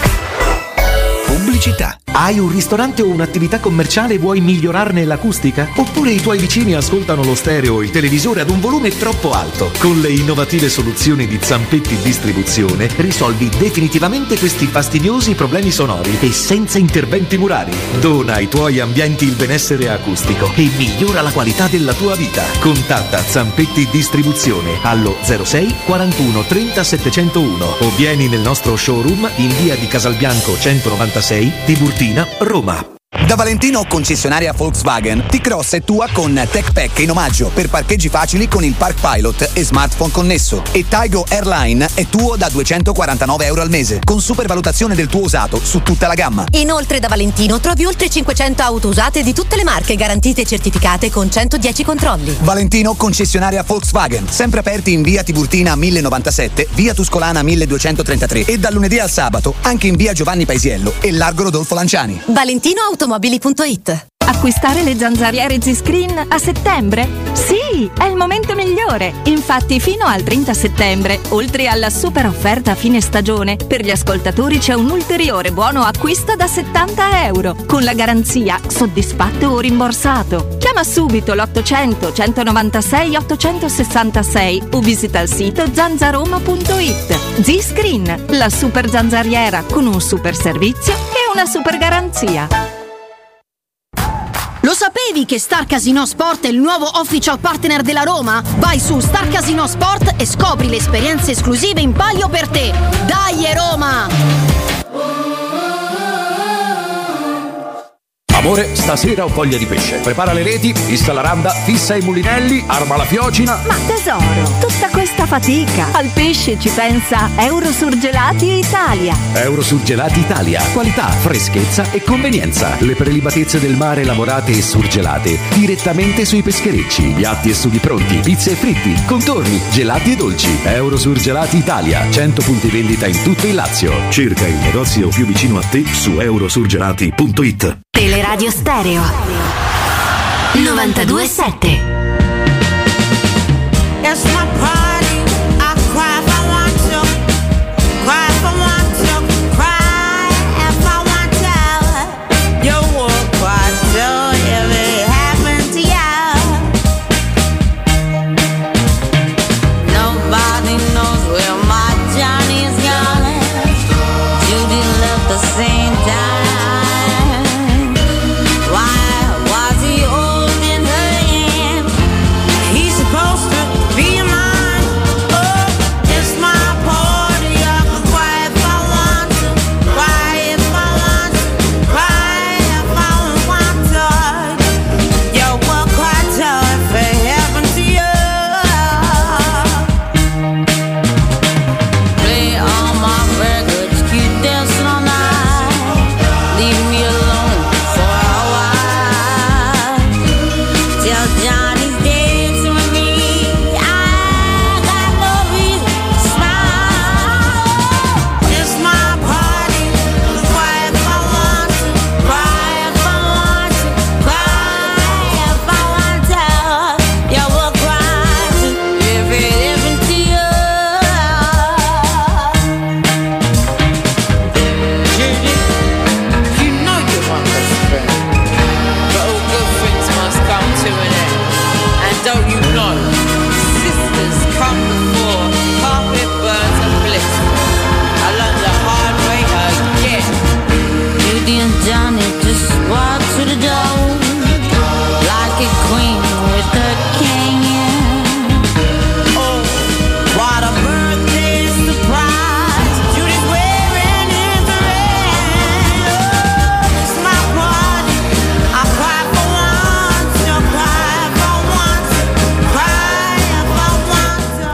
Pubblicità. Hai un ristorante o un'attività commerciale e vuoi migliorarne l'acustica? Oppure i tuoi vicini ascoltano lo stereo o il televisore ad un volume troppo alto? Con le innovative soluzioni di Zampetti Distribuzione risolvi definitivamente questi fastidiosi problemi sonori e senza interventi murari. Dona ai tuoi ambienti il benessere acustico e migliora la qualità della tua vita. Contatta Zampetti Distribuzione allo zero sei quarantuno trenta settecentouno o vieni nel nostro showroom in via di Casalbianco centonovantasei, Tiburtina, Roma. Da Valentino, concessionaria Volkswagen, T-Cross è tua con Tech Pack in omaggio per parcheggi facili con il Park Pilot e smartphone connesso. E Taigo Airline è tuo da duecentoquarantanove euro al mese, con supervalutazione del tuo usato su tutta la gamma. Inoltre da Valentino trovi oltre cinquecento auto usate di tutte le marche, garantite e certificate con centodieci controlli. Valentino, concessionaria Volkswagen, sempre aperti in via Tiburtina mille novantasette, via Tuscolana milleduecentotrentatré e dal lunedì al sabato anche in via Giovanni Paisiello e largo Rodolfo Lanciani. Valentino Automobili punto it. Acquistare le zanzariere Z-Screen a settembre? Sì, è il momento migliore! Infatti fino al trenta settembre, oltre alla super offerta a fine stagione, per gli ascoltatori c'è un ulteriore buono acquisto da settanta euro, con la garanzia soddisfatto o rimborsato. Chiama subito l'ottocento centonovantasei ottocentosessantasei o visita il sito zanzaroma punto it. Z-Screen, la super zanzariera con un super servizio e una super garanzia. Lo sapevi che Star Casino Sport è il nuovo official partner della Roma? Vai su Star Casino Sport e scopri le esperienze esclusive in palio per te. Dai Roma! Amore, stasera ho voglia di pesce. Prepara le reti, fissa la randa, fissa i mulinelli, arma la fiocina. Ma tesoro, tutta questa fatica. Al pesce ci pensa Eurosurgelati Italia. Eurosurgelati Italia. Qualità, freschezza e convenienza. Le prelibatezze del mare lavorate e surgelate direttamente sui pescherecci. Piatti e sughi pronti, pizze e fritti, contorni, gelati e dolci. Eurosurgelati Italia. cento punti vendita in tutto il Lazio. Cerca il negozio più vicino a te su eurosurgelati punto it. Teleradio Stereo novantadue sette. It's my party. I cry if I want to. Cry if I want to. Cry if I want to. You will cry too if it happened to you. Nobody knows where my Johnny's gone. Judy left the same time. Why was he holding her hand?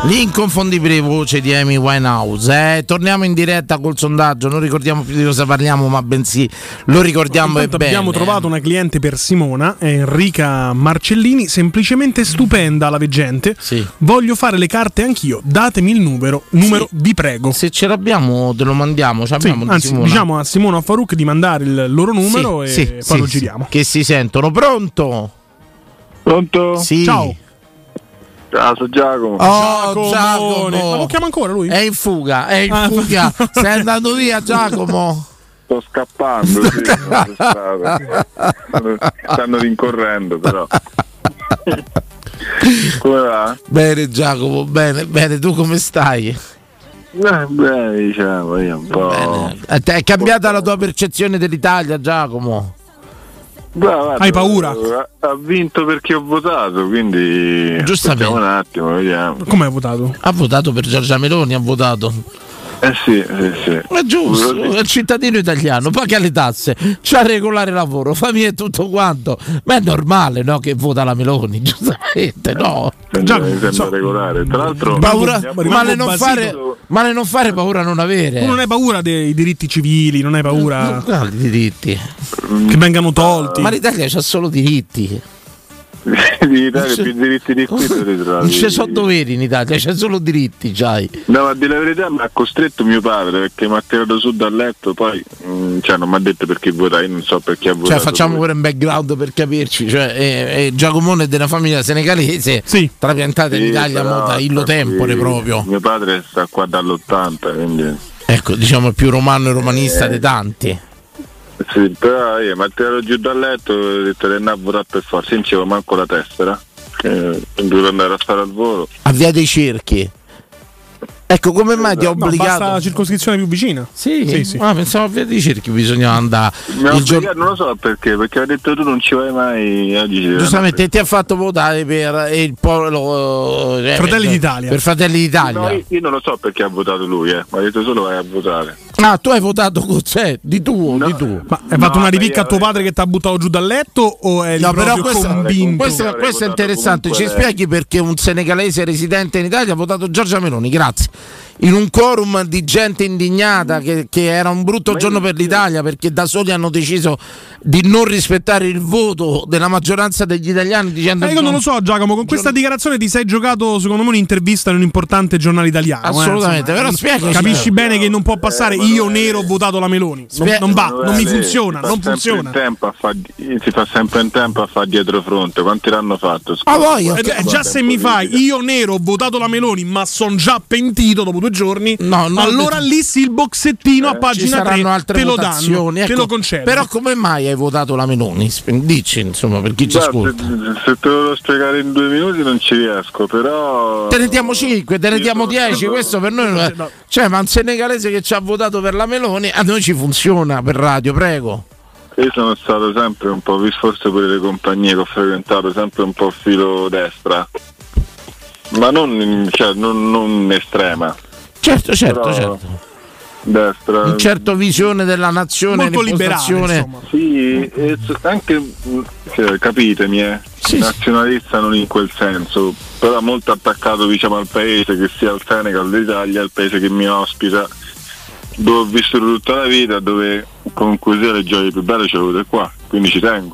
L'inconfondibile voce di Amy Winehouse. Eh, torniamo in diretta col sondaggio. Non ricordiamo più di cosa parliamo, ma bensì lo ricordiamo e bene. Abbiamo trovato una cliente per Simona, è Enrica Marcellini, semplicemente stupenda la veggente. Sì. Voglio fare le carte anch'io. Datemi il numero, numero sì. vi prego. Se ce l'abbiamo, te lo mandiamo. Sì, di anzi, Simona. diciamo a Simona o Farouk di mandare il loro numero sì, e sì, poi sì, lo giriamo. Che si sentono. Pronto? Pronto? Sì. Ciao. Ciao, sono Giacomo. Oh, Giacomo. Ma lo chiama ancora lui? È in fuga, è in ah, fuga. Stai andando via, Giacomo? Sto scappando, sì, stanno rincorrendo, però. Come va? Bene, Giacomo, bene, bene. Tu come stai? Eh, bene, diciamo, io un po'. Bene. È cambiata la tua percezione dell'Italia, Giacomo? Beh, guarda, hai paura? Ha vinto perché ho votato, quindi giustamente un attimo, vediamo. Come hai votato? Ha votato per Giorgia Meloni, ha votato. Eh sì, sì, sì. È giusto, è il cittadino italiano, paga le tasse, c'ha regolare lavoro, famiglia e tutto quanto. Ma è normale, no, che vota la Meloni, giustamente, no? Già, mi sembra so, regolare. Tra l'altro paura, male non fare, male non fare, paura non avere. Tu non hai paura dei diritti civili, non hai paura no, di diritti che vengano tolti. Ma l'Italia c'ha solo diritti. In Italia più diritti di qui non ci sono doveri in Italia, c'è solo diritti, c'hai. No, ma di la verità mi ha costretto mio padre perché mi ha tirato su dal letto, poi mh, cioè non mi ha detto perché votai, non so perché ha votato. Cioè facciamo pure un background per capirci, cioè è, è Giacomone della famiglia senegalese, sì. trapiantata sì, in Italia da illo tempore proprio. Mio padre sta qua dall'ottanta, quindi ecco, diciamo il più romano e romanista eh. dei tanti. Sì, però io mi ha tirato giù dal letto e ho detto che a votare per forza, non c'avevo manco la tessera, che dovevo andare a stare al volo. A Via dei Cerchi. Ecco, come mai ti ha obbligato? No, basta la circoscrizione più vicina. Sì, sì, sì. Ah, pensavo a Via dei Cerchi bisognava andare. Il giorno... Non lo so perché, perché ha detto tu non ci vai mai. Oggi giustamente ti ha fatto votare per il popolo eh, Fratelli per, d'Italia. Per Fratelli d'Italia. No, io, io non lo so perché ha votato lui, eh. Mi ha detto solo vai a votare. Ah, tu hai votato con sé, di tuo, no. di tuo. Ma hai no, fatto una ripicca a tuo padre che ti ha buttato giù dal letto o è no, però questo, convinto? Questo, questo è interessante, ci spieghi perché un senegalese residente in Italia ha votato Giorgia Meloni, grazie. In un quorum di gente indignata che, che era un brutto giorno per l'Italia perché da soli hanno deciso di non rispettare il voto della maggioranza degli italiani dicendo eh, io non lo so Giacomo, con questa dichiarazione ti sei giocato secondo me un'intervista in un importante giornale italiano. Assolutamente, eh, però spiega, capisci spiega. bene che non può passare eh, io nero ho votato la Meloni, non, non va, non, non mi funziona, non funziona. Fa, si fa sempre in tempo a fare dietro fronte, quanti l'hanno fatto? Ah, voi, eh, eh, già se mi fai io nero ho votato la Meloni ma sono già pentito dopo due giorni, no, allora detto. Lì sì il boxettino eh, a pagina tre altre te lo danno, ecco, te lo concedo. Però come mai hai votato la Meloni? Dici, insomma, per chi ci Guarda, ascolta. Se, se te lo devo spiegare in due minuti non ci riesco, però te ne diamo cinque, te ne diamo dieci, questo per noi no. Cioè, ma un senegalese che ci ha votato per la Meloni a noi ci funziona per radio, prego. Io sono stato sempre un po', forse pure le compagnie che ho frequentato, sempre un po' filo destra, ma non, cioè, non, non estrema. Certo, certo, però certo. Destra. Un certo visione della nazione, molto liberale, sì, e anche cioè, capitemi, eh. Sì, nazionalista non in quel senso, però molto attaccato diciamo al paese, che sia il Senegal d'Italia, il paese che mi ospita, dove ho vissuto tutta la vita, dove comunque sia le gioie più belle ce le ho avute qua, quindi ci tengo.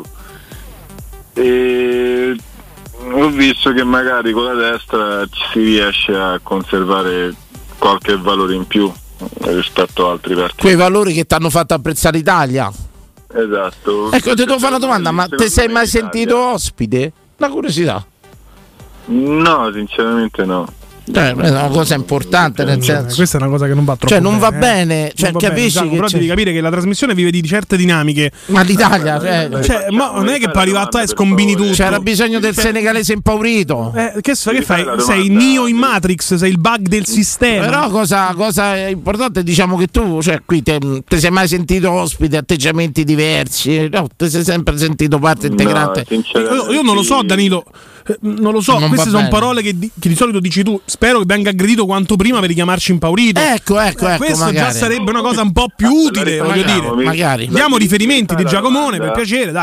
E ho visto che magari con la destra si riesce a conservare qualche valore in più rispetto ad altri partiti. Quei valori che ti hanno fatto apprezzare l'Italia. Esatto. Ecco, ti devo fare una domanda, ma ti sei mai sentito ospite? La curiosità. No, sinceramente no. Cioè, è una cosa importante, nel senso. Questa è una cosa che non va troppo cioè, non va bene, bene, eh? cioè, va capisci bene, che però c'è... devi capire che la trasmissione vive di certe dinamiche. Ma l'Italia, cioè, cioè ma non è che poi arrivato e scombini tutto. C'era bisogno del senegalese impaurito. Eh, che, che fai? Sei Neo in Matrix, sei il bug del sistema. Però cosa, cosa importante, diciamo che tu, cioè, qui ti sei mai sentito ospite, atteggiamenti diversi, no, ti sei sempre sentito parte integrante. No, io, io non lo so, Danilo. Non lo so, non queste sono bene. Parole che di, che di solito dici tu. Spero che venga aggredito quanto prima per richiamarci impaurito. Ecco, ecco, eh, ecco. Questo magari. già sarebbe una cosa un po' più utile, voglio magari, dire. Magari. Diamo riferimenti di Giacomone, per piacere, dai.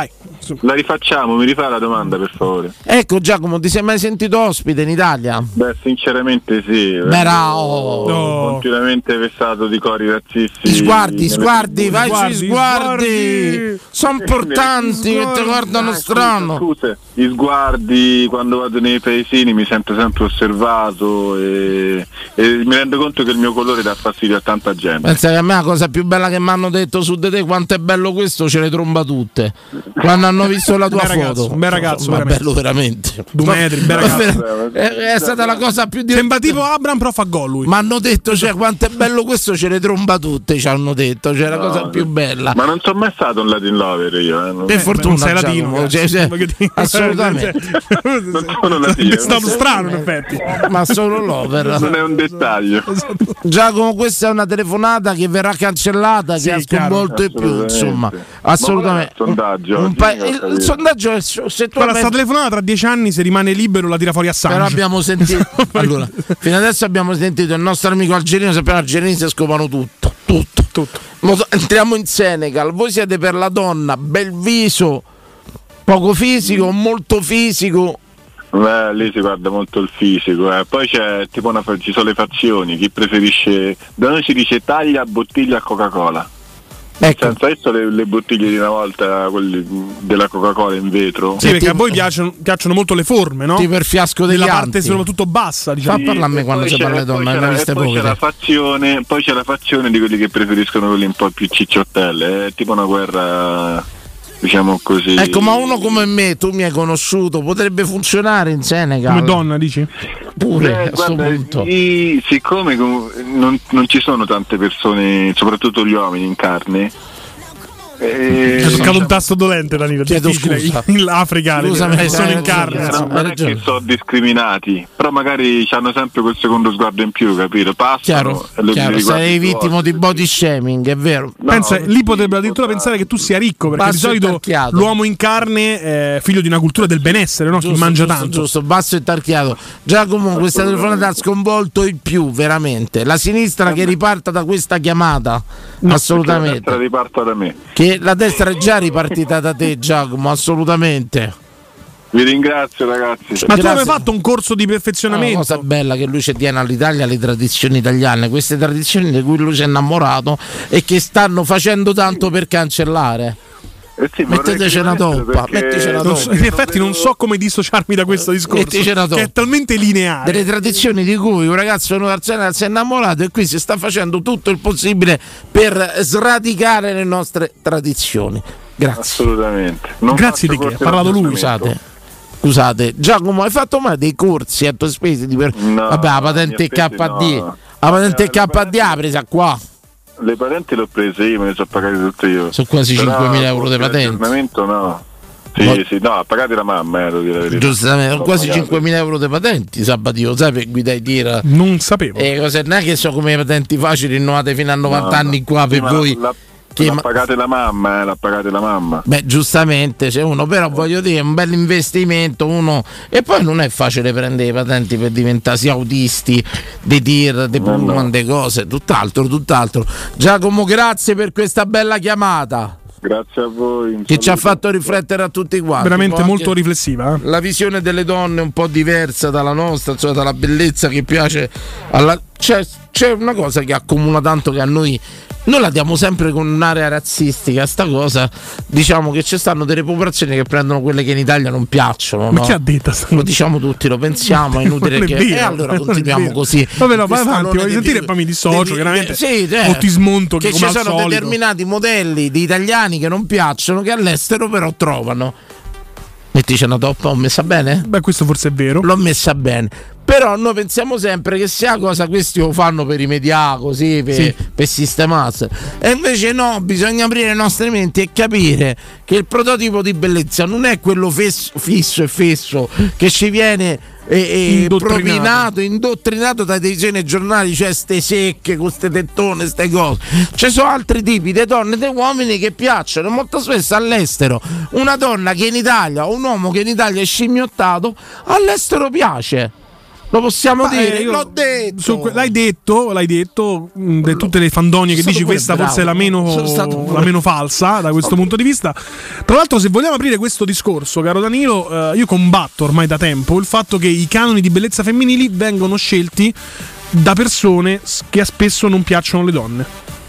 la rifacciamo, mi rifà la domanda per favore. Ecco Giacomo, ti sei mai sentito ospite in Italia? Beh, sinceramente sì. Bravo. No. Continuamente vessato di cori razzisti. Sguardi, sguardi, vai sguardi, sui sguardi. sguardi. Sono importanti che ti guardano ah, strano. Scusa, gli sguardi quando vado nei paesini mi sento sempre osservato e, e mi rendo conto che il mio colore dà fastidio a tanta gente. Pensa che a me la cosa più bella che mi hanno detto su di te, quanto è bello questo, ce le tromba tutte. Quando hanno visto la tua un foto, ragazzo, un bel ragazzo, ma veramente. bello veramente. Due metri, bel ragazzo. È, è stata la cosa più divertente. Sembra tipo Abram, però fa gol lui. Ma hanno detto, cioè, quanto è bello questo, ce le tromba tutte, ci hanno detto, cioè la no, cosa più bella. Ma non sono mai stato un Latin lover io, eh. Non per fortuna sei latino, cioè, cioè, assolutamente. Non sono latino. È stato strano in effetti. Ma solo lover. Non è un dettaglio. Giacomo, questa è una telefonata che verrà cancellata, sì, che ha sconvolto e più, insomma, assolutamente. Il sondaggio, un pa- il, il sondaggio è se tu sta telefonata tra dieci anni, se rimane libero la tira fuori a Sanji. Però abbiamo sentito allora, fino adesso abbiamo sentito il nostro amico algerino, sappiamo algerini si scopano tutto, tutto, tutto. Entriamo in Senegal, voi siete per la donna, bel viso, poco fisico, molto fisico. Beh, lì si guarda molto il fisico, eh. Poi c'è tipo una, ci sono le fazioni, chi preferisce, da noi si dice taglia bottiglia a Coca-Cola. Ecco. Senza esso le, le bottiglie di una volta, quelle della Coca-Cola in vetro. Sì, perché a voi piacciono, piacciono molto le forme, no? Tipo il fiasco degli della anti. parte soprattutto bassa, diciamo. Fa parlare a me quando si parla di donna, ne ho viste poche. Poi c'è la fazione, poi c'è la fazione di quelli che preferiscono quelli un po' più cicciottelle, è tipo una guerra, diciamo così. Ecco, ma uno come me, tu mi hai conosciuto, potrebbe funzionare in Senegal. Come donna, dici? Pure, eh, a sto guarda, punto. Sì, siccome non, non ci sono tante persone, soprattutto gli uomini in carne. Eh, Hai toccato un tasto dolente, Danilo. Chiedo scusa. In Africa Scusami, sono in carne. Non, non è che sono discriminati, però magari hanno sempre quel secondo sguardo in più, capito? Passano. Chiaro, e lo chiaro. Sei vittima di body shaming, è vero. No, pensa, lì potrebbero addirittura pensare che tu sia ricco, perché basso di solito l'uomo in carne è figlio di una cultura del benessere, no? Giusto, Chi mangia giusto, tanto. Giusto, basso e tarchiato. Giacomo, questa telefonata ha sconvolto il più, veramente. La sinistra che riparta da questa chiamata, no, assolutamente. La destra riparta da me. Che la destra è già ripartita da te, Giacomo, assolutamente. Vi ringrazio, ragazzi. Ma tu avevi fatto un corso di perfezionamento? Una cosa bella che lui ci tiene all'Italia, le tradizioni italiane, queste tradizioni di cui lui si è innamorato e che stanno facendo tanto per cancellare. Eh sì, metteteci una toppa, mettici una toppa. In effetti non so come dissociarmi da questo discorso, che è talmente lineare. Delle tradizioni di cui un ragazzo venuto al Senegal si è innamorato e qui si sta facendo tutto il possibile per sradicare le nostre tradizioni. Grazie. Assolutamente. Non Grazie di che, ha parlato lui. Scusate. Scusate, Giacomo, hai fatto mai dei corsi a tue spese? Di per... no, Vabbè, la patente K D, no. La patente eh, K D ha presa qua. Le patenti le ho prese io, me le sono pagate tutte io. Sono quasi cinquemila euro di patenti. No. Sì, ma... sì, no, ha pagate la mamma, eh, devo dire la verità. Giustamente, sono quasi cinquemila euro di patenti, Sabatino, sai per guidare tira. Non sapevo. E cose non è che so come patenti facili rinnovate fino a novanta no, anni qua per voi. La... Che l'ha ma... pagate la mamma, eh, l'ha pagate la mamma. Beh, giustamente c'è uno, però voglio dire, è un bel investimento uno. E poi non è facile prendere i patenti per diventare sia autisti, dei tir, dei pullman, delle cose, tutt'altro, tutt'altro. Giacomo, grazie per questa bella chiamata. Grazie a voi. Che ci ha fatto riflettere a tutti quanti. Veramente molto riflessiva. Eh? La visione delle donne è un po' diversa dalla nostra, cioè dalla bellezza che piace alla... C'è, c'è una cosa che accomuna tanto che a noi noi la diamo sempre con un'area razzistica, sta cosa, diciamo che ci stanno delle popolazioni che prendono quelle che in Italia non piacciono, ma no? chi ha detto? Lo diciamo tutti, lo pensiamo, è inutile che e allora continuiamo così. Vabbè, no, vai avanti, voglio sentire e poi mi dissocio, chiaramente. Sì, cioè, o ti smonto che come ci sono solito. Determinati modelli di italiani che non piacciono, che all'estero però trovano. Mettici una toppa, ho messa bene? Beh, questo forse è vero. L'ho messa bene. Però noi pensiamo sempre che sia cosa questi lo fanno per rimediare così, per, sì. per sistemarsi. E invece no, bisogna aprire le nostre menti e capire che il prototipo di bellezza non è quello fesso, fisso e fesso che ci viene e, e propinato, indottrinato dai telegiornali, cioè ste secche con ste tettone, ste cose. Ci sono altri tipi di donne e di uomini che piacciono. Molto spesso all'estero una donna che in Italia o un uomo che in Italia è scimmiottato all'estero piace. Lo possiamo Ma, dire, eh, io, l'ho detto. Su, l'hai detto, l'hai detto, mh, de tutte le fandonie che dici, questa bravo. forse è la meno, la meno falsa da questo punto di vista. Tra l'altro, se vogliamo aprire questo discorso, caro Danilo, eh, io combatto ormai da tempo il fatto che i canoni di bellezza femminili vengono scelti da persone che spesso non piacciono le donne.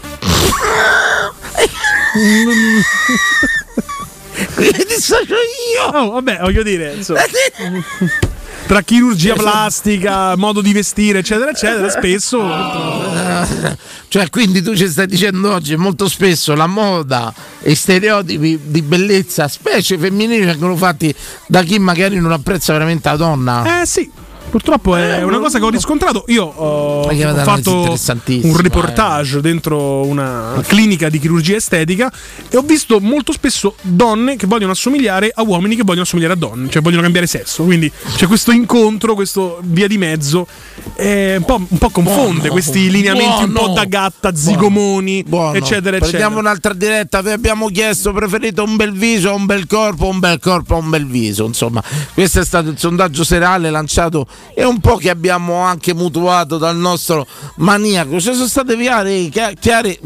Mi dissocio io. Oh, vabbè, voglio dire, insomma, tra chirurgia plastica, modo di vestire, eccetera, eccetera, spesso. Cioè, quindi tu ci stai dicendo oggi molto spesso la moda e stereotipi di bellezza, specie femminili, vengono fatti da chi magari non apprezza veramente la donna. Eh sì. Purtroppo è una cosa che ho riscontrato. Io ho, ho fatto un reportage eh. dentro una clinica di chirurgia estetica e ho visto molto spesso donne che vogliono assomigliare a uomini che vogliono assomigliare a donne, cioè vogliono cambiare sesso. Quindi c'è questo incontro, questo via di mezzo, eh, un, po', un po' confonde buono, questi lineamenti buono, un po' da gatta, zigomoni, buono, eccetera, eccetera. Prendiamo un'altra diretta. Vi abbiamo chiesto: preferite un bel viso o un bel corpo, un bel corpo o un bel viso? Insomma, questo è stato il sondaggio serale lanciato e un po' che abbiamo anche mutuato dal nostro maniaco. Ci sono state chiare, chiare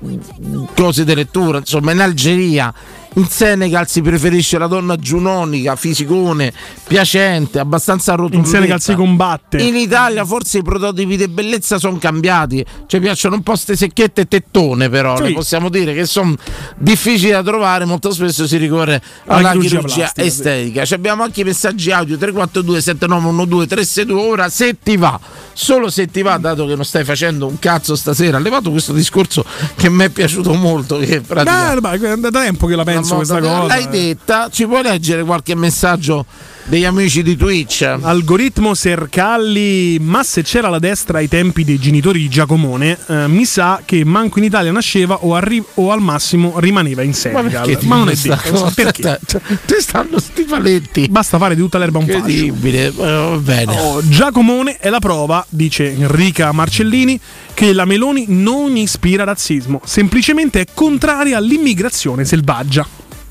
cose di lettura, insomma. In Algeria, in Senegal si preferisce la donna giunonica, fisicone, piacente, abbastanza rotondetta. In Senegal si combatte. In Italia forse i prototipi di bellezza sono cambiati, ci piacciono un po' ste secchiette e tettone, però sì. Le possiamo dire che sono difficili da trovare, molto spesso si ricorre alla chirurgia, chirurgia plastica, estetica. Sì. Abbiamo anche i messaggi audio tre quattro due sette nove uno due tre sei due. Ora se ti va, solo se ti va, dato che non stai facendo un cazzo stasera, ha levato questo discorso che mi è piaciuto molto, che praticamente... Beh, da tempo che la penso questa cosa. L'hai detta, ci puoi leggere qualche messaggio degli amici di Twitch? Algoritmo Sercalli: ma se c'era la destra ai tempi dei genitori di Giacomone, eh, mi sa che manco in Italia nasceva o, arri- o al massimo rimaneva in Senegal. Ma, ma non è detto, perché? Ti stanno sti paletti. Basta fare di tutta l'erba un fascio. Incredibile, va bene. Oh, Giacomone è la prova, dice Enrica Marcellini, che la Meloni non ispira razzismo, semplicemente è contraria all'immigrazione selvaggia.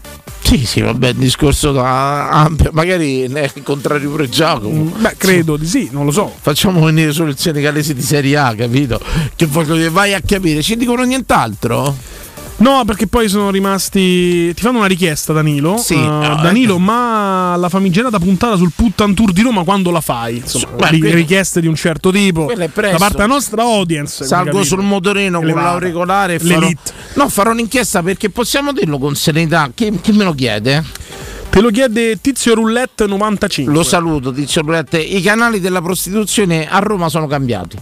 Sì, sì, vabbè, il discorso da ampio, magari è il contrario pure Giacomo. Beh, credo di sì, non lo so. Facciamo venire solo il senegalese di Serie A, capito? Che voglio dire, vai a capire, ci dicono nient'altro? No, perché poi sono rimasti. Ti fanno una richiesta, Danilo. Sì. Uh, Danilo, ma la famigerata puntata sul Puttan Tour di Roma quando la fai? Insomma, Beh, ri- quello... richieste di un certo tipo da parte della nostra audience. Salgo sul motorino con l'auricolare e farò... No, farò un'inchiesta, perché possiamo dirlo con serenità. Chi, chi me lo chiede? Te lo chiede Tizio Roulette novantacinque. Lo saluto, Tizio Roulette. I canali della prostituzione a Roma sono cambiati.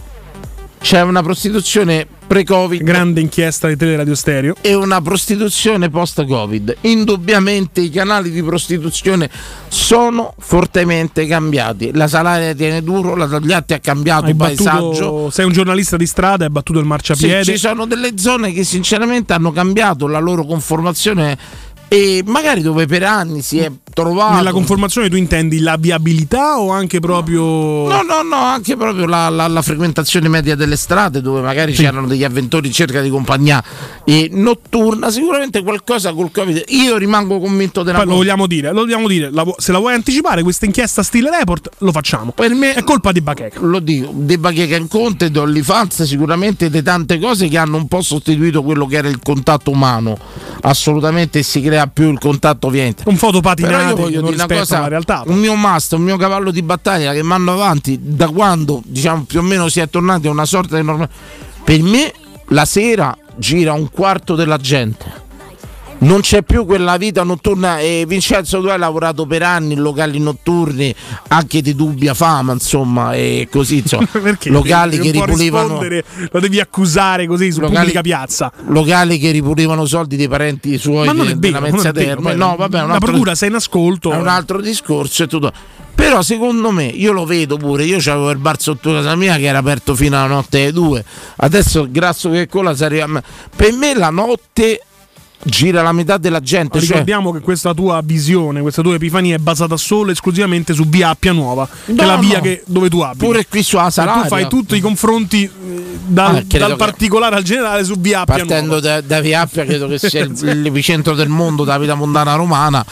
C'è una prostituzione pre-Covid, grande inchiesta di Teleradio Stereo, e una prostituzione post-Covid. Indubbiamente i canali di prostituzione sono fortemente cambiati. La Salaria tiene duro, la Tagliatti ha cambiato il paesaggio. Sei un giornalista di strada, hai battuto il marciapiede. Sì, ci sono delle zone che sinceramente hanno cambiato la loro conformazione, e magari dove per anni si è trovato. Nella conformazione tu intendi la viabilità o anche proprio... No, no, no, anche proprio la, la, la frequentazione media delle strade, dove magari sì. c'erano degli avventori in cerca di compagnia e notturna. Sicuramente qualcosa col Covid. Io rimango convinto della Poi cosa. Lo vogliamo dire, lo vogliamo dire. La, se la vuoi anticipare questa inchiesta stile report, lo facciamo. Per me è colpa di Bacheca. Lo dico, di Bacheca in Conte, di OnlyFans, sicuramente di tante cose che hanno un po' sostituito quello che era il contatto umano. Assolutamente si crea più il contatto ovviamente. Un fotopatinato, voglio non dire una cosa, la realtà. Un mio must, un mio cavallo di battaglia che mando avanti da quando, diciamo, più o meno si è tornati a una sorta di normale. Per me la sera gira un quarto della gente. Non c'è più quella vita notturna. E Vincenzo, tu hai lavorato per anni in locali notturni, anche di dubbia fama, insomma, e così, insomma. Locali che ripulivano. Lo devi accusare così su locali, pubblica piazza. Locali che ripulivano soldi dei parenti suoi. Ma non è vero, della Mezzia Terme. No, vabbè, la procura sei in ascolto. È un altro discorso e tutto. Però secondo me, io lo vedo pure, io c'avevo il bar sotto casa mia che era aperto fino alla notte alle due. Adesso grasso che cola si arriva. Per me la notte gira la metà della gente. Ma ricordiamo cioè... che questa tua visione, questa tua epifania è basata solo e esclusivamente su via Appia Nuova, no, che è la via no. che, dove tu abiti. Pure qui su Salaria. Tu fai tutti i confronti dal, ah, dal particolare al generale su Via Appia. Partendo da, da Via Appia credo che sia l'epicentro del mondo, da vita mondana romana.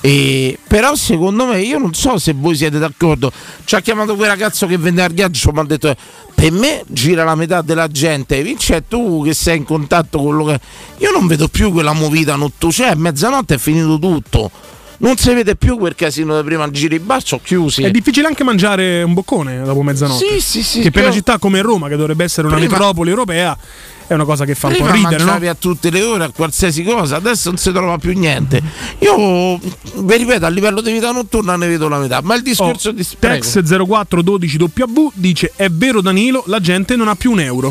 E, però secondo me, io non so se voi siete d'accordo, ci ha chiamato quel ragazzo che vende Arghiaccio, mi ha detto per me gira la metà della gente. Vince, tu che sei in contatto con lo che io non vedo più quella movita notturna, cioè mezzanotte è finito tutto, non si vede più quel casino di prima, giri bar sono chiusi. È difficile anche mangiare un boccone dopo mezzanotte. Sì, sì, sì. Che per una città come Roma, che dovrebbe essere una prima, metropoli europea, è una cosa che fa un po' ridere, no? Mangiavi a tutte le ore, a qualsiasi cosa, adesso non si trova più niente. Io vi ripeto, a livello di vita notturna ne vedo la metà, ma il discorso oh, di spreco. Tex zero quattro dodici W dice: è vero Danilo, la gente non ha più un euro.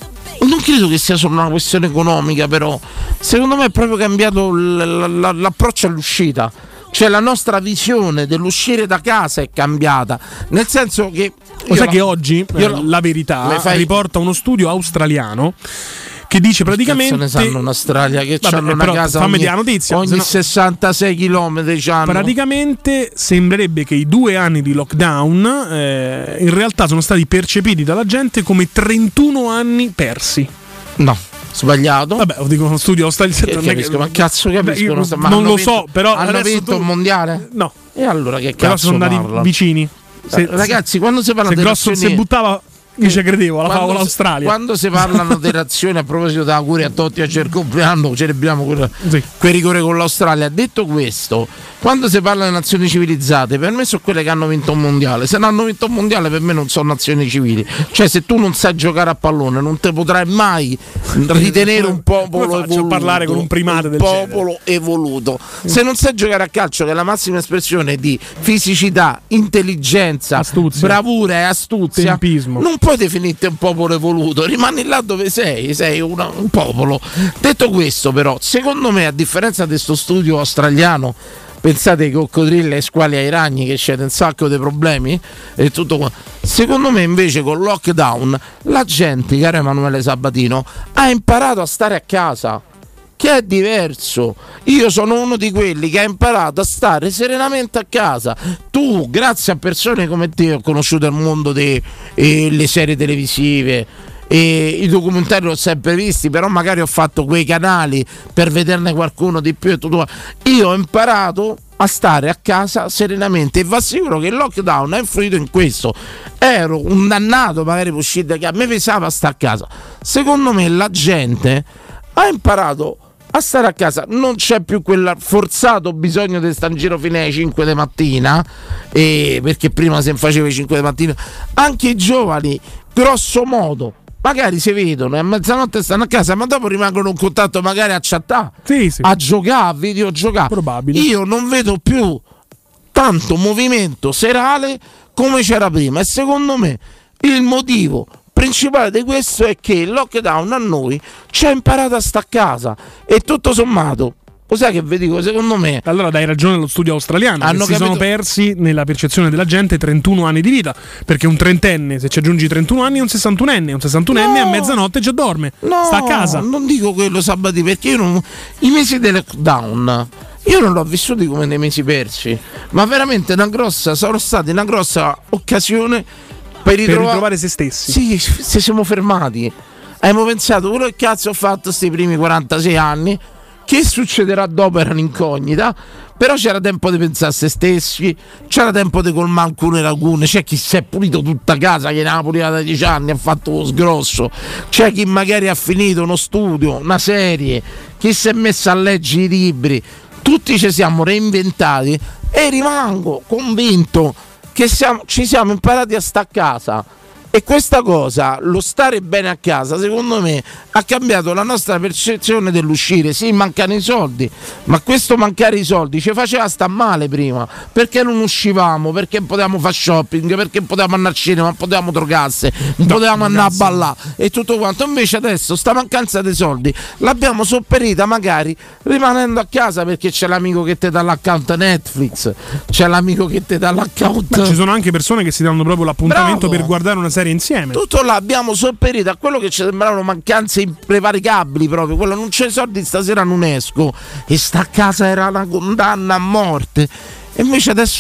Non credo che sia solo una questione economica, però secondo me è proprio cambiato l- l- l'approccio all'uscita. Cioè la nostra visione dell'uscire da casa è cambiata, nel senso che lo sai che oggi eh, la Verità fai... riporta uno studio australiano che dice praticamente ne sanno in Australia che vabbè, hanno una casa fammi ogni, la notizia, ogni sennò... sessantasei chilometri c'hanno. Praticamente sembrerebbe che i due anni di lockdown eh, in realtà sono stati percepiti dalla gente come trentuno anni persi. No, sbagliato. Vabbè, lo dico uno studio australiano. Che, ma cazzo capiscono? Beh, non lo vinto, so, però hanno vinto tu... un mondiale? No. E allora che però cazzo sono andati parla? vicini. Se, ragazzi, quando si parla se di Grosso si buttava, io ci credevo, la favola Australia. Quando si parlano di reazioni, a proposito da auguri a Totti a il compleanno, celebriamo quel, sì. quel rigore con l'Australia. Detto questo, quando si parla di nazioni civilizzate, per me sono quelle che hanno vinto un mondiale. Se non hanno vinto un mondiale, per me non sono nazioni civili. Cioè, se tu non sai giocare a pallone, non te potrai mai ritenere un popolo evoluto. Parlare con un primate del popolo genere. evoluto. Se non sai giocare a calcio, che è la massima espressione di fisicità, intelligenza, astuzia, bravura e astuzia, tempismo, non puoi definirti un popolo evoluto, rimani là dove sei, sei una, un popolo. Detto questo, però, secondo me, a differenza di questo studio australiano, pensate ai coccodrilli, ai squali, ai ragni, che c'è un sacco di problemi e tutto qua. Secondo me invece col lockdown la gente, caro Emanuele Sabatino, ha imparato a stare a casa, che è diverso. Io sono uno di quelli che ha imparato a stare serenamente a casa. Tu, grazie a persone come te, ho conosciuto il mondo delle eh, serie televisive, e i documentari l'ho sempre visti, però magari ho fatto quei canali per vederne qualcuno di più e tutto. Io ho imparato a stare a casa serenamente e va sicuro che il lockdown ha influito in questo. Ero un dannato magari per uscire da casa, a me pesava stare a casa. Secondo me la gente ha imparato a stare a casa, non c'è più quel forzato bisogno di stare in giro fino alle cinque di mattina, eh, perché prima se faceva le cinque di mattina. Anche i giovani, grosso modo, magari si vedono e a mezzanotte stanno a casa, ma dopo rimangono in contatto magari a chattare, sì, sì. a giocare, a videogiocare. Probabile. Io non vedo più tanto movimento serale come c'era prima, e secondo me il motivo principale di questo è che il lockdown a noi ci ha imparato a stare a casa, e tutto sommato, lo sai che vi dico, secondo me allora dai ragione allo studio australiano, hanno che si capito... sono persi nella percezione della gente trentuno anni di vita, perché un trentenne, se ci aggiungi trentuno anni, è un sessantunenne, un sessantunenne no, a mezzanotte già dorme, no, sta a casa. Non dico quello, Sabati, perché io non... i mesi del lockdown io non l'ho vissuti come dei mesi persi, ma veramente una grossa, sono stati una grossa occasione per ritrovare, per ritrovare se stessi. Sì, se siamo fermati, abbiamo pensato quello che cazzo ho fatto questi primi quarantasei anni, che succederà dopo era un'incognita, però c'era tempo di pensare a se stessi, c'era tempo di colmare alcune lacune. C'è chi si è pulito tutta casa, che ne ha pulita da dieci anni, ha fatto lo sgrosso, c'è chi magari ha finito uno studio, una serie, chi si è messo a leggere i libri. Tutti ci siamo reinventati e rimango convinto che siamo, ci siamo imparati a stare a casa, e questa cosa, lo stare bene a casa, secondo me ha cambiato la nostra percezione dell'uscire. Sì, mancano i soldi, ma questo mancare i soldi ci faceva stare male prima, perché non uscivamo, perché potevamo fare shopping, perché potevamo andare al cinema, potevamo drogarsi, no, potevamo andare a ballare e tutto quanto. Invece adesso sta mancanza di soldi l'abbiamo sopperita magari rimanendo a casa, perché c'è l'amico che ti dà l'account Netflix, c'è l'amico che ti dà l'account. Ma ci sono anche persone che si danno proprio l'appuntamento Bravo. per guardare una serie insieme. Tutto l'abbiamo sopperito a quello che ci sembravano mancanze imprevaricabili, proprio quello, non c'è soldi stasera, non esco, e sta a casa era una condanna a morte. E invece adesso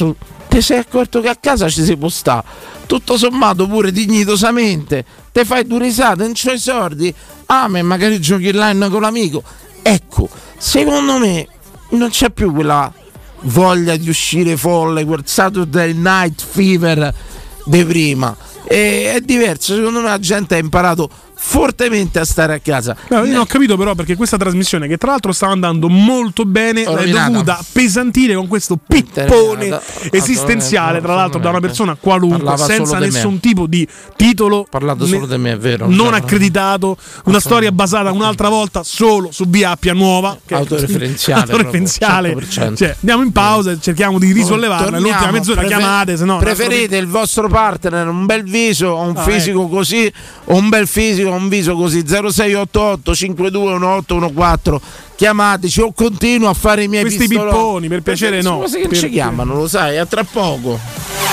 ti sei accorto che a casa ci si può stare tutto sommato pure dignitosamente, te fai due risate, non c'hai soldi, ah ma magari giochi online con l'amico. Ecco, secondo me non c'è più quella voglia di uscire folle, quel Saturday Night Fever di prima, e è diverso, secondo me la gente ha imparato fortemente a stare a casa. No, io non ho capito però perché questa trasmissione, che tra l'altro stava andando molto bene, è dovuta appesantire con questo pippone esistenziale, tra l'altro da una persona qualunque, Parlava senza nessun me. tipo di titolo, parlato solo di me, è vero, non accreditato, una storia basata un'altra volta solo su B Appia nuova, che autoreferenziale, autoreferenziale. Cioè, andiamo in pausa e cerchiamo di risollevarla. L'ultima mezz'ora prefer- chiamate, se no preferite il vostro partner un bel viso o un Ah, fisico ecco. così, o un bel fisico un viso così? Zero sei otto otto cinque due uno otto uno quattro, chiamateci, o continuo a fare i miei questi pistoloni. pipponi, per piacere no, cose che per- ci chiamano, lo sai, a tra poco.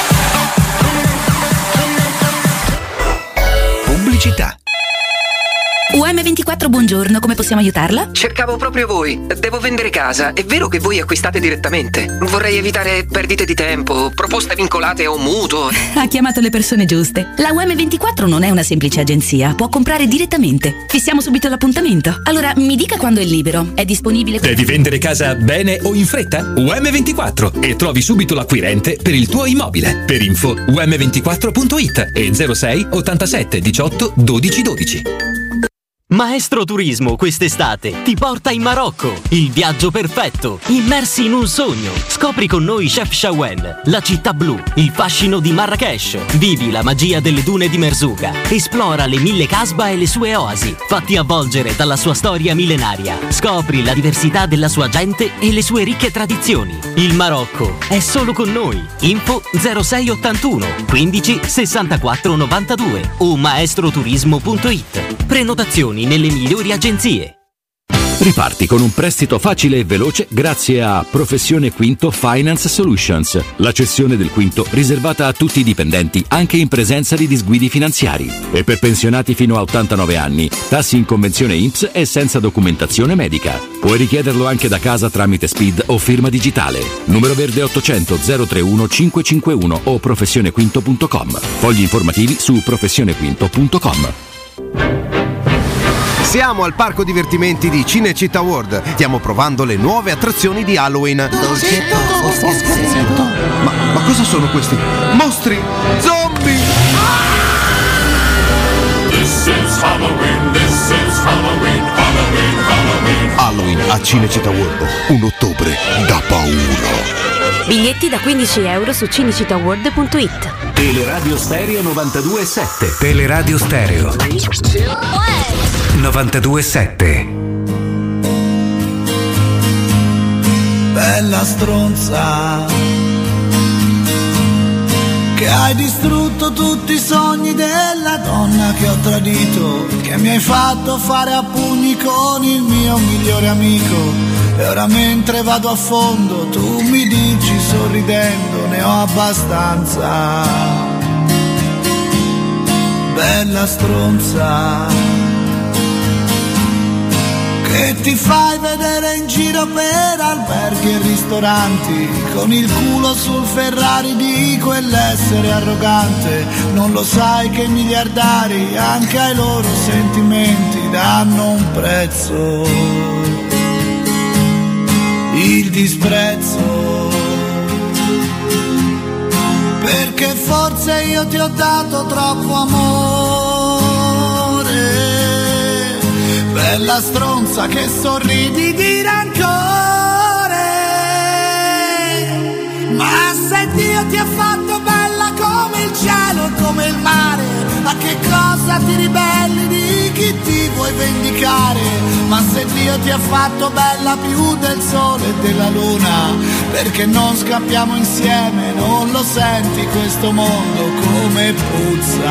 Pubblicità. U M ventiquattro, buongiorno, come possiamo aiutarla? Cercavo proprio voi. Devo vendere casa. È vero che voi acquistate direttamente? Vorrei evitare perdite di tempo, proposte vincolate o mutuo. Ha chiamato le persone giuste. La U M ventiquattro non è una semplice agenzia, può comprare direttamente. Fissiamo subito l'appuntamento. Allora, mi dica quando è libero. È disponibile? Devi vendere casa bene o in fretta? U M ventiquattro e trovi subito l'acquirente per il tuo immobile. Per info u m ventiquattro punto it e zero sei ottantasette diciotto dodici dodici. Maestro Turismo quest'estate ti porta in Marocco, il viaggio perfetto, immersi in un sogno. Scopri con noi Chef Shawen, la città blu, il fascino di Marrakech, vivi la magia delle dune di Merzouga, esplora le mille casba e le sue oasi, fatti avvolgere dalla sua storia millenaria, scopri la diversità della sua gente e le sue ricche tradizioni. Il Marocco è solo con noi. Info zero sei ottantuno quindici sessantaquattro novantadue o maestroturismo punto it. Prenotazioni nelle migliori agenzie. Riparti con un prestito facile e veloce grazie a Professione Quinto Finance Solutions, la cessione del quinto riservata a tutti i dipendenti anche in presenza di disguidi finanziari, e per pensionati fino a ottantanove anni, tassi in convenzione I N P S e senza documentazione medica. Puoi richiederlo anche da casa tramite S P I D o firma digitale. Numero verde ottocento zero trentuno cinquecentocinquantuno o professionequinto punto com. Fogli informativi su professionequinto punto com. Siamo al parco divertimenti di Cinecittà World. Stiamo provando le nuove attrazioni di Halloween. Dolcetto o scherzetto? Ma, ma cosa sono questi? Mostri! Zombie! This is Halloween, this is Halloween, Halloween, Halloween. Halloween a Cinecittà World. Un ottobre da paura. Biglietti da quindici euro su cinecittàworld punto it. Teleradio Stereo novantadue virgola sette. Teleradio Stereo novantadue virgola sette. Bella stronza, che hai distrutto tutti i sogni della donna che ho tradito, che mi hai fatto fare a pugni con il mio migliore amico. E ora mentre vado a fondo tu mi dici sorridendo ne ho abbastanza. Bella stronza, che ti fai vedere in giro per alberghi e ristoranti, con il culo sul Ferrari di quell'essere arrogante. Non lo sai che i miliardari anche ai loro sentimenti danno un prezzo. Il disprezzo, perché forse io ti ho dato troppo amore. Bella stronza che sorridi di rancore, ma se Dio ti ha fatto bella come il cielo e come il mare, a che cosa ti ribelli di chi ti vuoi vendicare? Ma se Dio ti ha fatto bella più del sole e della luna, perché non scappiamo insieme, non lo senti questo mondo come puzza?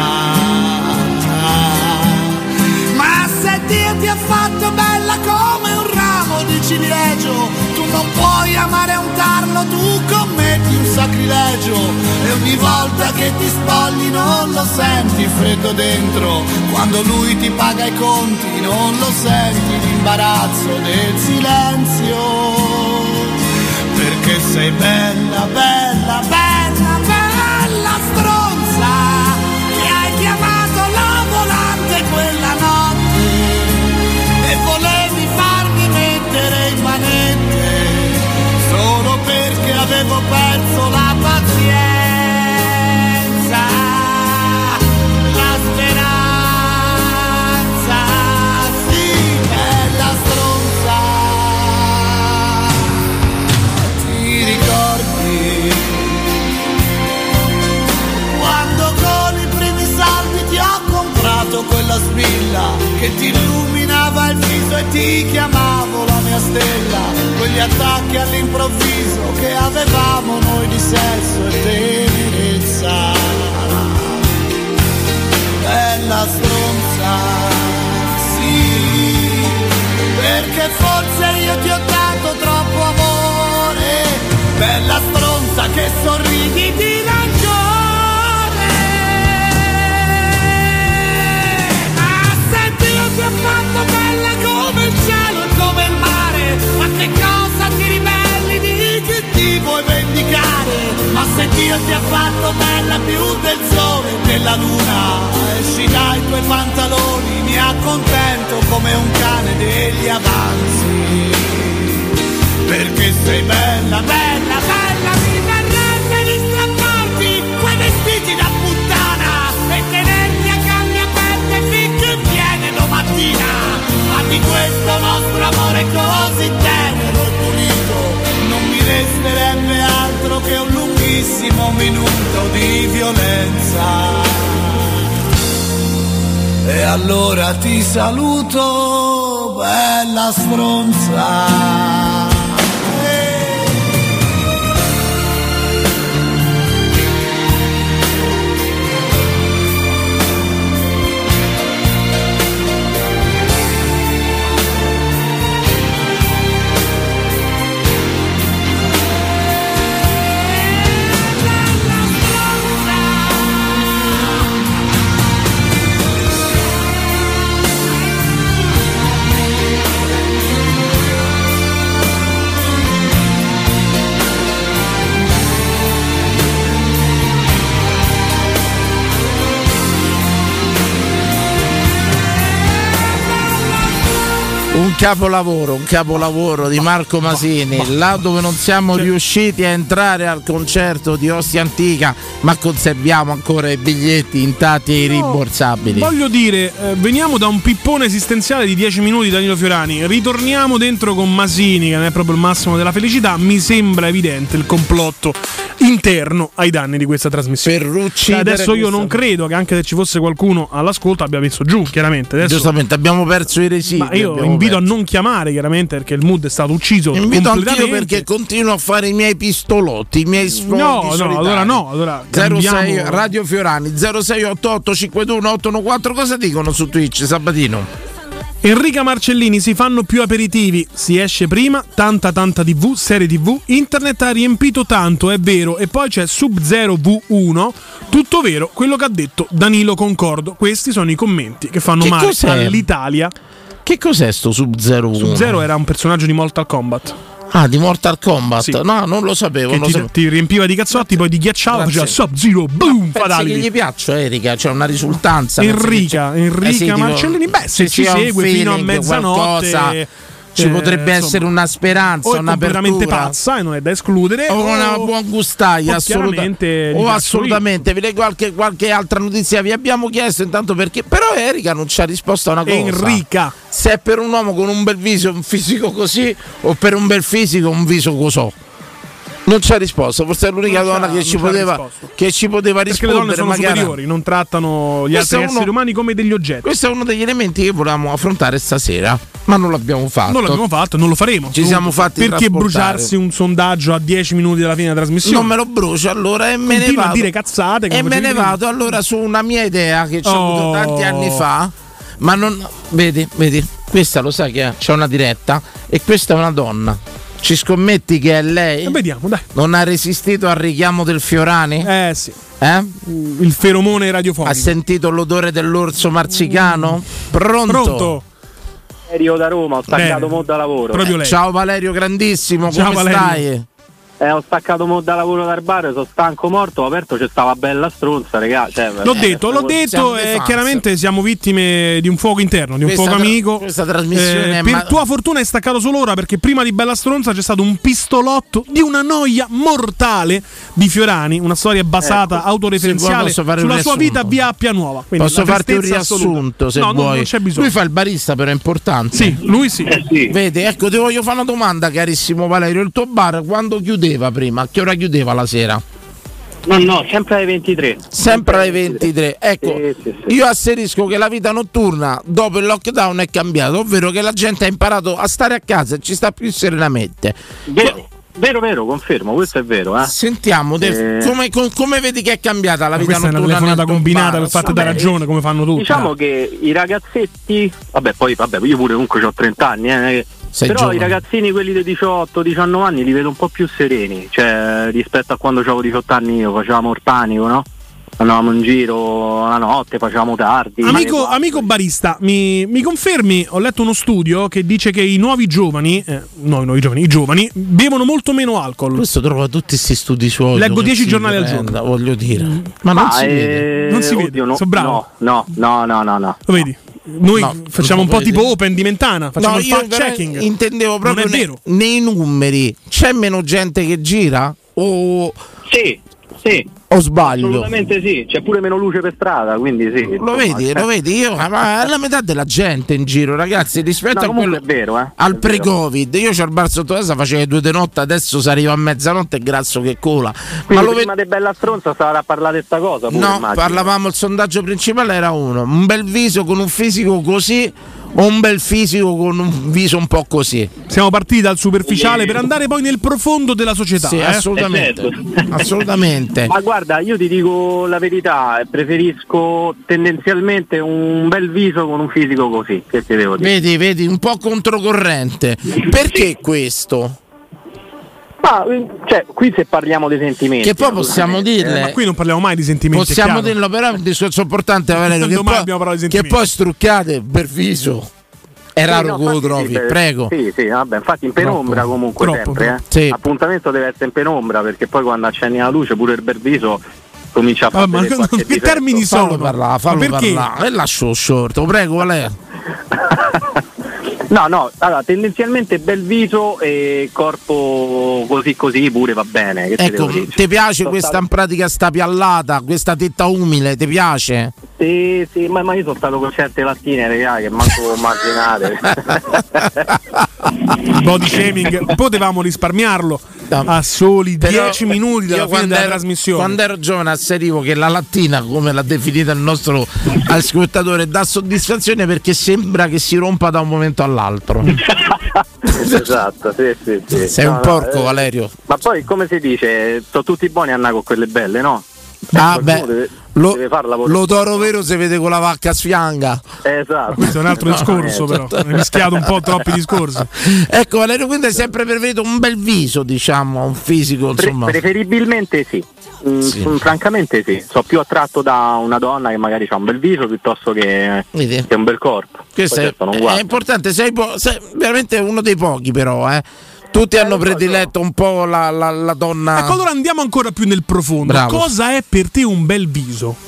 Ma se Dio ti ha fatto bella come un ramo di ciliegio, tu non puoi amare un tarlo, tu commetti un sacrilegio. E ogni volta che ti spogli non lo senti freddo dentro, quando lui ti paga i conti non lo senti l'imbarazzo del silenzio, perché sei bella, bella, bella. che ti illuminava il viso e ti chiamavo la mia stella, quegli attacchi all'improvviso che avevamo noi di sesso e tenerezza. Bella stronza, sì, perché forse io ti ho dato troppo amore. Bella stronza che sorridi di ragione. Ah, senti, io ti ho fatto bella come il cielo e come il mare. Ma che cosa ti ribelli, di che ti vuoi vendicare? Ma se Dio ti ha fatto bella più del sole e della luna, esci dai tuoi pantaloni, mi accontento come un cane degli avanzi. Perché sei bella, bella, bella, mi verrebbe di strapparti quei vestiti da puttana e tenerti a gambe aperte finché viene domattina. Ma di questo nostro amore così tenero e pulito non mi resterebbe altro che un lunghissimo minuto di violenza. E allora ti saluto, bella stronza. Un capolavoro, un capolavoro di Marco Masini, là dove non siamo riusciti a entrare al concerto di Ostia Antica, ma conserviamo ancora i biglietti intatti e irrimborsabili. No, voglio dire, eh, veniamo da un pippone esistenziale di dieci minuti di Danilo Fiorani, ritorniamo dentro con Masini, che non è proprio il massimo della felicità. Mi sembra evidente il complotto interno ai danni di questa trasmissione. Per uccidere adesso io questa... non credo che anche se ci fosse qualcuno all'ascolto abbia messo giù, chiaramente. Adesso... Giustamente, abbiamo perso i residui. Ma io invito perso. a non chiamare, chiaramente, perché il mood è stato ucciso. Invito completamente. anch'io perché continuo a fare i miei pistolotti, i miei sfoghi. No, no, solitari. allora no. Allora zero sei Radio Fiorani zero sei otto otto cinque due uno otto uno quattro. Cosa dicono su Twitch, Sabatino? Enrica Marcellini, si fanno più aperitivi, si esce prima, tanta tanta tv, serie tv, internet ha riempito tanto, è vero, e poi c'è Sub-Zero V uno, tutto vero, quello che ha detto Danilo, concordo. Questi sono i commenti che fanno che male cos'è? all'Italia. Che cos'è sto Sub-Zero uno? Sub-Zero era un personaggio di Mortal Kombat. Ah, di Mortal Kombat? Sì. No, non lo sapevo. Che non ti, lo sapevo. ti riempiva di cazzotti, poi ti ghiacciava, Grazie. faceva Sub-Zero, boom, fatality. Che gli piaccio, Erika, c'è una risultanza. Enrica, Enrica eh sì, Marcellini, beh, se ci segue fino a mezzanotte... Qualcosa... Ci eh, potrebbe insomma, essere una speranza, o è un'apertura, completamente pazza e non è da escludere, o una buon gustaia, assolutamente. O assolutamente. Vi leggo qualche, qualche altra notizia. Vi abbiamo chiesto intanto perché, però Erika non ci ha risposto a una cosa. Enrica, se è per un uomo con un bel viso, un fisico così, o per un bel fisico, un viso cosò. Non ci ha risposto, forse è l'unica non donna che ci, poteva, che ci poteva rispondere. Perché le donne sono magari. superiori, non trattano gli Questo altri uno, esseri umani come degli oggetti. Questo è uno degli elementi che volevamo affrontare stasera, ma non l'abbiamo fatto. Non l'abbiamo fatto, non lo faremo. Ci siamo fatti Perché bruciarsi un sondaggio a dieci minuti dalla fine della trasmissione? Non me lo brucio allora e me Continua ne vado. a dire cazzate. E me ne vado allora su una mia idea che ci ho oh. avuto tanti anni fa. Ma non. Vedi, vedi, questa lo sai che c'è una diretta e questa è una donna. Ci scommetti che è lei? E vediamo, dai. Non ha resistito al richiamo del Fiorani? Eh sì. Eh? Il feromone radiofonico. Ha sentito l'odore dell'orso marsicano? Pronto? Pronto? Valerio da Roma, ho staccato mo da lavoro. Eh, ciao Valerio, grandissimo, ciao, come Valerio. stai? Eh, ho staccato mo da lavoro dal bar, sono stanco morto, ho aperto, c'è stava bella stronza, regà. Cioè, l'ho eh, detto, l'ho detto, e eh, chiaramente siamo vittime di un fuoco interno, di un questa fuoco tra- amico. Questa trasmissione eh, è per ma- tua fortuna è staccato solo ora, perché prima di Bella Stronza c'è stato un pistolotto di una noia mortale di Fiorani, una storia basata, ecco, autoreferenziale sulla sua vita via Appia Nuova. Quindi posso farti un riassunto assoluta. se no, vuoi. No, non c'è bisogno. Lui fa il barista, però è importante. Sì, lui sì. Eh, sì. Vedi, ecco, ti voglio fare una domanda, carissimo Valerio. Il tuo bar quando chiudeva prima? A che ora chiudeva la sera? No, no, sempre alle ventitré. Sempre alle ventitré. Ecco, sì, sì, sì. io asserisco che la vita notturna dopo il lockdown è cambiata, ovvero che la gente ha imparato a stare a casa e ci sta più serenamente. Vero, vero, vero, confermo, questo è vero. Eh. Sentiamo, Eh. come, com- come vedi che è cambiata la Ma vita questa è una notturna? telefonata nel combinata bar? per fatte da Vabbè, ragione, come fanno tutti. Diciamo che i ragazzetti, vabbè, poi vabbè, io pure comunque ho trenta anni, eh, Sei però giovane. i ragazzini, quelli dei diciotto diciannove anni, li vedo un po' più sereni, cioè rispetto a quando avevo diciotto anni io, facevamo il panico, no? Andavamo in giro la notte, facevamo tardi. Amico, amico barista, mi, mi confermi? Ho letto uno studio che dice che i nuovi giovani, eh, no, i nuovi giovani, i giovani bevono molto meno alcol. Questo trova tutti questi studi suoi. Leggo dieci giornali al giorno. Voglio dire, ma non Ah, si eh, vede. Non si vede, oddio, no, sono bravo. No, no, no, no, no. Lo vedi? Noi No, facciamo un lo po' vedi. tipo Open di Mentana, facciamo No, il io fact vera- checking. intendevo proprio Non è nei, vero. nei numeri. C'è meno gente che gira? O, Sì, sì. o sbaglio? Assolutamente sì, c'è pure meno luce per strada, quindi sì. Lo insomma, vedi, c'è- lo vedi, io ma è la metà della gente in giro, ragazzi, rispetto No, a comunque quello è vero, eh. al È vero. pre-Covid. Io c'ho il bar sotto casa, facevo le due di notte, adesso si arriva a mezzanotte e grasso che cola. Quindi Ma lo prima vedi? di Bella Stronza stava a parlare di sta cosa pure, No, immagino. parlavamo, il sondaggio principale era uno, un bel viso con un fisico così o un bel fisico con un viso un po' così. Siamo partiti dal superficiale per andare poi nel profondo della società. Sì, eh? assolutamente. Eh, certo. Assolutamente. Ma guarda, io ti dico la verità, preferisco tendenzialmente un bel viso con un fisico così, che ti devo dire. Vedi, vedi, un po' controcorrente. Perché questo? Ma cioè, qui se parliamo dei sentimenti. Che poi possiamo dirle. Ma qui non parliamo mai di sentimenti. è Possiamo chiaro. dirlo, però è un discorso importante, Valerio. Che Domani poi, abbiamo parlato di che sentimenti. poi struccate per viso. È Sì, raro no, che lo infatti trovi, sì, per- prego. Sì, sì, vabbè, infatti in penombra Troppo. comunque Troppo, sempre, eh. sì. Appuntamento deve essere in penombra, perché poi quando accendi la luce pure il bel viso comincia a fare Ah, ma vedere che- qualche che difetto. termini Fallo sono? parlare, fallo Ma perché? parlare. E lascio short, prego, Valerio. No, no, allora tendenzialmente bel viso e corpo così così pure va bene. Che ti Ecco, devo dire? ti piace Sono questa stato- in pratica sta piallata, questa tetta umile, ti piace? Sì, sì, ma, ma io sono stato con certe lattine, raga, che manco immaginate. Body shaming, potevamo risparmiarlo a soli Però dieci minuti dalla io fine quando della ero- trasmissione. Quando ero giovane asserivo che la lattina, come l'ha definita il nostro ascoltatore, dà soddisfazione perché sembra che si rompa da un momento all'altro. Esatto, sì, sì, sì. Sei No, un no, porco, eh, Valerio. Ma poi come si dice, sono tutti buoni a andare con quelle belle, no? Ah, Qualcuno beh, deve, lo, deve farla lo toro vero si vede con la vacca a sfianga. Esatto. Questo è un altro discorso, però. Hai mischiato un po' troppi discorsi. Ecco, Valerio, quindi hai sempre preferito un bel viso, diciamo, un fisico, Pre- insomma. preferibilmente sì. Mm, Sì. mm, francamente sì, sono più attratto da una donna che magari ha un bel viso piuttosto che, Vedi? che un bel corpo. Questo Poi è, certo non è guardo. importante, sei, po- sei veramente uno dei pochi, però, eh. Tutti hanno prediletto un po' la, la, la donna. Ecco, allora andiamo ancora più nel profondo. Bravo. Cosa è per te un bel viso?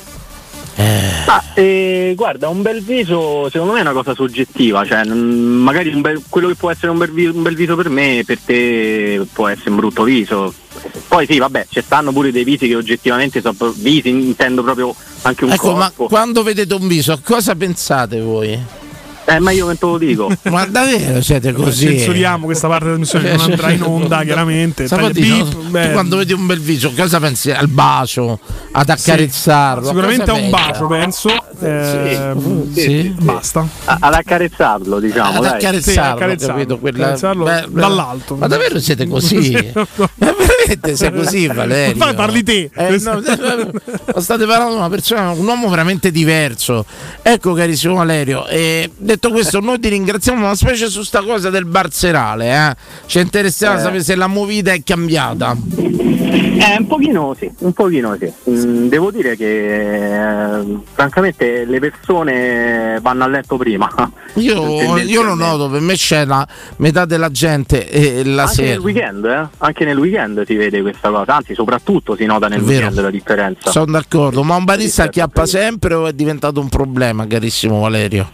Ma eh, guarda, un bel viso secondo me è una cosa soggettiva, cioè mm, magari un bel- quello che può essere un bel, viso, un bel viso per me, per te può essere un brutto viso. Poi sì, vabbè, ci stanno pure dei visi che oggettivamente sono pro- visi, intendo proprio anche un Ecco, ma corpo. quando vedete un viso, a cosa pensate voi? Eh, ma io non te lo dico. Ma davvero siete così? Censuriamo questa parte della trasmissione, non andrà in onda, chiaramente. Taglia Sabatino, beep, tu beh. quando vedi un bel viso, cosa pensi? Al bacio, ad accarezzarlo? Sicuramente a Cosa un pensi? bacio, penso. Eh, Sì, sì. Basta. A- ad accarezzarlo, diciamo. Ad dai. accarezzarlo, Sì, accarezzarlo, capito? Quella- accarezzarlo beh, beh, dall'alto. Ma davvero siete così? Ma veramente sei così, Valerio? Poi parli te. Eh, no, state parlando di una persona, un uomo veramente diverso. Ecco, carissimo Valerio, eh, detto questo, noi ti ringraziamo, ma specie su sta cosa del bar serale, eh. Ci interessava Eh. sapere se la movida è cambiata. Eh, un pochino sì, un pochino sì. Mm, devo dire che eh, francamente le persone vanno a letto prima. Io, io lo noto, per me c'è la metà della gente e la Anche sera. nel weekend, eh? Anche nel weekend si vede questa cosa, anzi soprattutto si nota nel È vero. weekend la differenza. Sono d'accordo, ma un barista Sì, certo, acchiappa sì. sempre o è diventato un problema, carissimo Valerio?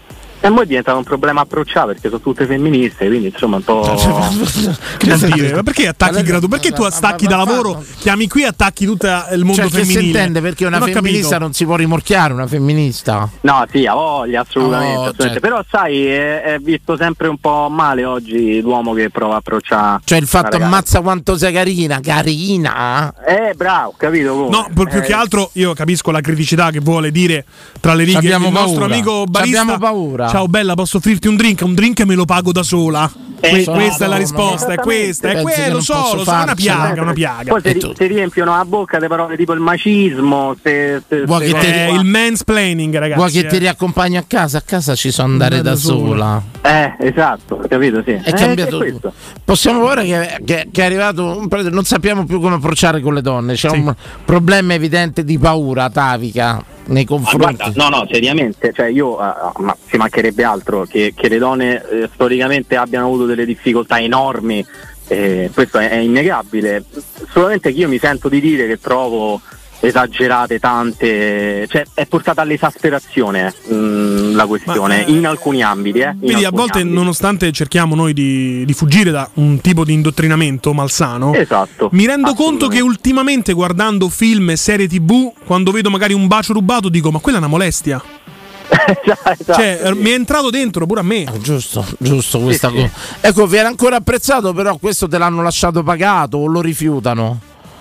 E poi è diventato un problema approcciare perché sono tutte femministe, quindi insomma un po'. Che vuol dire? Ma perché attacchi gradu? Perché tu stacchi da lavoro, chiami qui e attacchi tutto il mondo cioè, femminile? Che si intende perché una non femminista non si può rimorchiare, una femminista? No, sì, ha voglia, assolutamente. Oh, assolutamente. cioè. Però sai, è, è visto sempre un po' male oggi l'uomo che prova a approcciare. Cioè il fatto ammazza quanto sei carina, carina. Eh, bravo, capito come? No, per più eh. che altro io capisco la criticità che vuole dire tra le righe Abbiamo il nostro paura. amico barista. Abbiamo paura. Ciao bella, posso offrirti un drink? Un drink me lo pago da sola. Que- Esatto, questa è la no, risposta, è questa, è Pensi che quello, non so, posso lo so, è una farcela? piaga, una piaga. Poi si, si riempiono la bocca di parole tipo il macismo, se, se, Vuoi se che cose te- qua. il mansplaining, ragazzi. Vuoi che eh. ti riaccompagni a casa? A casa ci so andare da sola. Eh, esatto, capito, sì. È Eh, cambiato che è tutto. Possiamo ora che, che, che è arrivato un pre- non sappiamo più come approcciare con le donne. C'è Sì. un problema evidente di paura atavica nei Ma confronti. guarda, no, no, seriamente, cioè io, eh, ma ci mancherebbe altro che, che le donne eh, storicamente abbiano avuto delle difficoltà enormi, eh, questo è, è innegabile. Solamente che io mi sento di dire che trovo esagerate tante, cioè è portata all'esasperazione mh, la questione, Ma, eh, in alcuni ambiti. Eh, in Quindi a alcuni volte, ambiti. nonostante cerchiamo noi di, di fuggire da un tipo di indottrinamento malsano, Esatto, mi rendo conto che ultimamente guardando film e serie tivù, quando vedo magari un bacio rubato, dico ma quella è una molestia. esatto, Cioè, sì. mi è entrato dentro pure a me. Giusto, giusto questa sì. cosa. Ecco, viene ancora apprezzato, però questo te l'hanno lasciato pagato o lo rifiutano?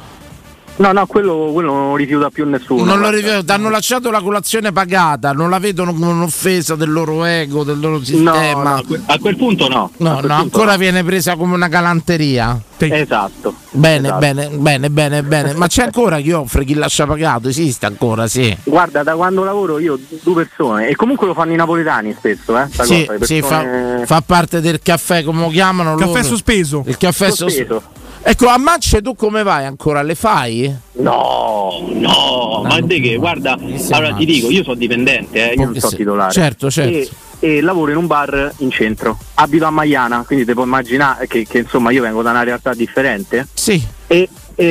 No, no, quello, quello non lo rifiuta più nessuno. Non lo guarda. rifiutano, ti hanno lasciato la colazione pagata, non la vedono come un'offesa del loro ego, del loro sistema. No, no, a quel punto no. No, A quel no, punto ancora no. viene presa come una galanteria. Esatto. Bene, esatto. bene, bene, bene, bene. Ma c'è ancora chi offre, chi lascia pagato? Esiste ancora, sì. Guarda, da quando lavoro io due persone, e comunque lo fanno i napoletani spesso, eh? sta Sì, cosa, le sì, persone- fa, fa parte del caffè, come lo chiamano Caffè loro? sospeso. Il caffè Sospeso. sospeso. Ecco, a Macce tu come vai ancora? Le fai? No, no, ma di che? Guarda, allora ti dico, io sono dipendente, eh, io non sono titolare. Certo, certo. E, e lavoro in un bar in centro. Abito a Maiana, quindi ti puoi immaginare che, che insomma io vengo da una realtà differente. Sì. E,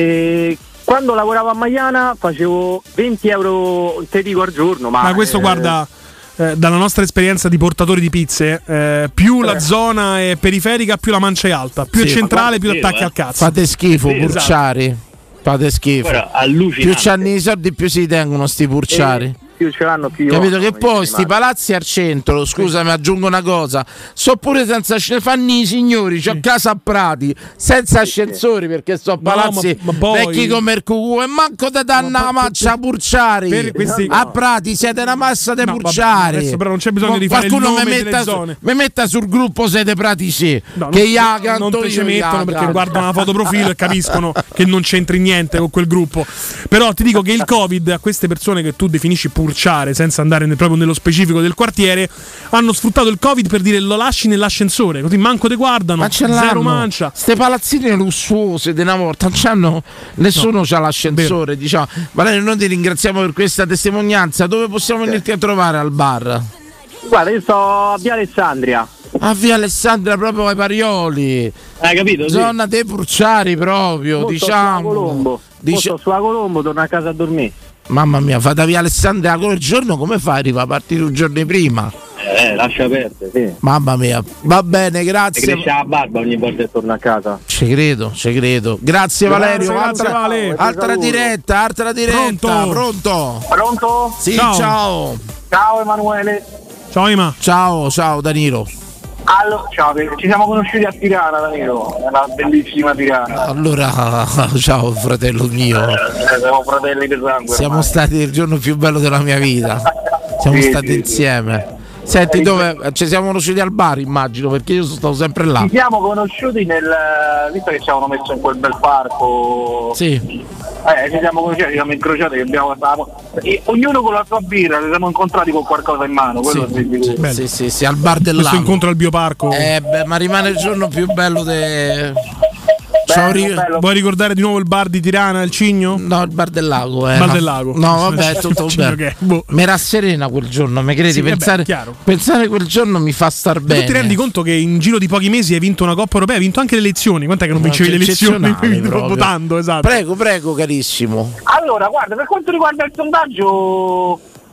e quando lavoravo a Maiana facevo venti euro, te dico, al giorno. Ma, Ma questo eh, guarda, eh, dalla nostra esperienza di portatori di pizze, eh, più la Eh. zona è periferica, più la mancia è alta, più Sì. è centrale, più Ma guarda, attacchi eh. al cazzo. Fate schifo, Sì, esatto. purciari. Fate schifo. Guarda, allucinante. Più c'hanno i soldi, più si tengono sti purciari. E più ce l'hanno più. Capito? io, Che come poi dice sti Marco. palazzi al centro, scusami, aggiungo una cosa, so pure senza ascensori, fanno i signori, c'ho casa a Prati, senza ascensori perché so palazzi ma- ma poi- vecchi come il cucù e manco te danno Ma la poi- maccia purciari. per questi- A Prati siete una massa di No, vabbè, purciari. adesso però non c'è bisogno Mo- di fare il qualcuno nome mi delle metta, su- zone. mi metta sul gruppo siete Prati sì, No, che non, ia non canto te ci io, mettono ia perché canto. guardano la foto profilo e capiscono che non c'entri niente con quel gruppo. Però ti dico che il Covid a queste persone che tu definisci purciare senza andare nel- proprio nello specifico del quartiere hanno sfruttato il Covid per dire lo lasci nell'ascensore, così manco te guardano, Ma ce zero l'hanno mancia. ste palazzine lussuose di una volta, non c'hanno, nessuno c'ha l'ascensore, diciamo. Valerio, noi ti ringraziamo per questa testimonianza. Dove possiamo venirti a trovare al bar? Guarda, io sto a Via Alessandria. A Via Alessandria, proprio ai Parioli. Hai capito? Sì. Zona dei Purciari proprio, Mo sto diciamo. sulla Colombo. Mo Dice- sto sulla Colombo, torno a casa a dormire. Mamma mia, fate Via Alessandria quel giorno, come fai? Arriva a partire un giorno prima. Eh, lascia perdere, sì. Mamma mia, va bene, Mi grazie. cresce la barba ogni volta che torno a casa. Ci credo, ci credo. Grazie, Grazie, Valerio. grazie, altra, Vale. altra Saluto. diretta, altra diretta. Pronto? Pronto? Pronto? Sì, Ciao. ciao. Ciao Emanuele. Ciao Ima. Ciao, ciao Danilo. Allora, ciao, ci siamo conosciuti a Tirana, Danilo, nella bellissima Tirana. Allora, ciao fratello mio. Eh, siamo fratelli di sangue. Siamo ormai. stati il giorno più bello della mia vita. Siamo Sì, stati sì, insieme. Senti, dove ci siamo conosciuti al bar, immagino, perché io sono stato sempre là. Ci siamo conosciuti nel. Visto che ci avevano messo in quel bel parco. Sì. Eh, ci siamo conosciuti, ci siamo incrociati, che abbiamo e ognuno con la sua birra, ci siamo incontrati con qualcosa in mano, quello Sì. sì, sicuro. Sì, sì, sì, al bar del Questo lago. incontro al bioparco. Eh, beh, ma rimane il giorno più bello de... Ciao, Bello, ri- bello. Vuoi ricordare di nuovo il bar di Tirana, il Cigno? No, il bar del lago. Eh. Bar no. del lago. No, vabbè, è tutto Il Cigno bene. che- boh. Mi rasserena quel giorno, mi credi? Sì, vabbè, pensare, chiaro. pensare quel giorno mi fa star Tu bene. ti rendi conto che in giro di pochi mesi hai vinto una Coppa Europea, hai vinto anche le elezioni? Quant'è che non No, vincevi le elezioni? eccezionale proprio. Votando, esatto. Prego, prego, carissimo. Allora, guarda, per quanto riguarda il sondaggio,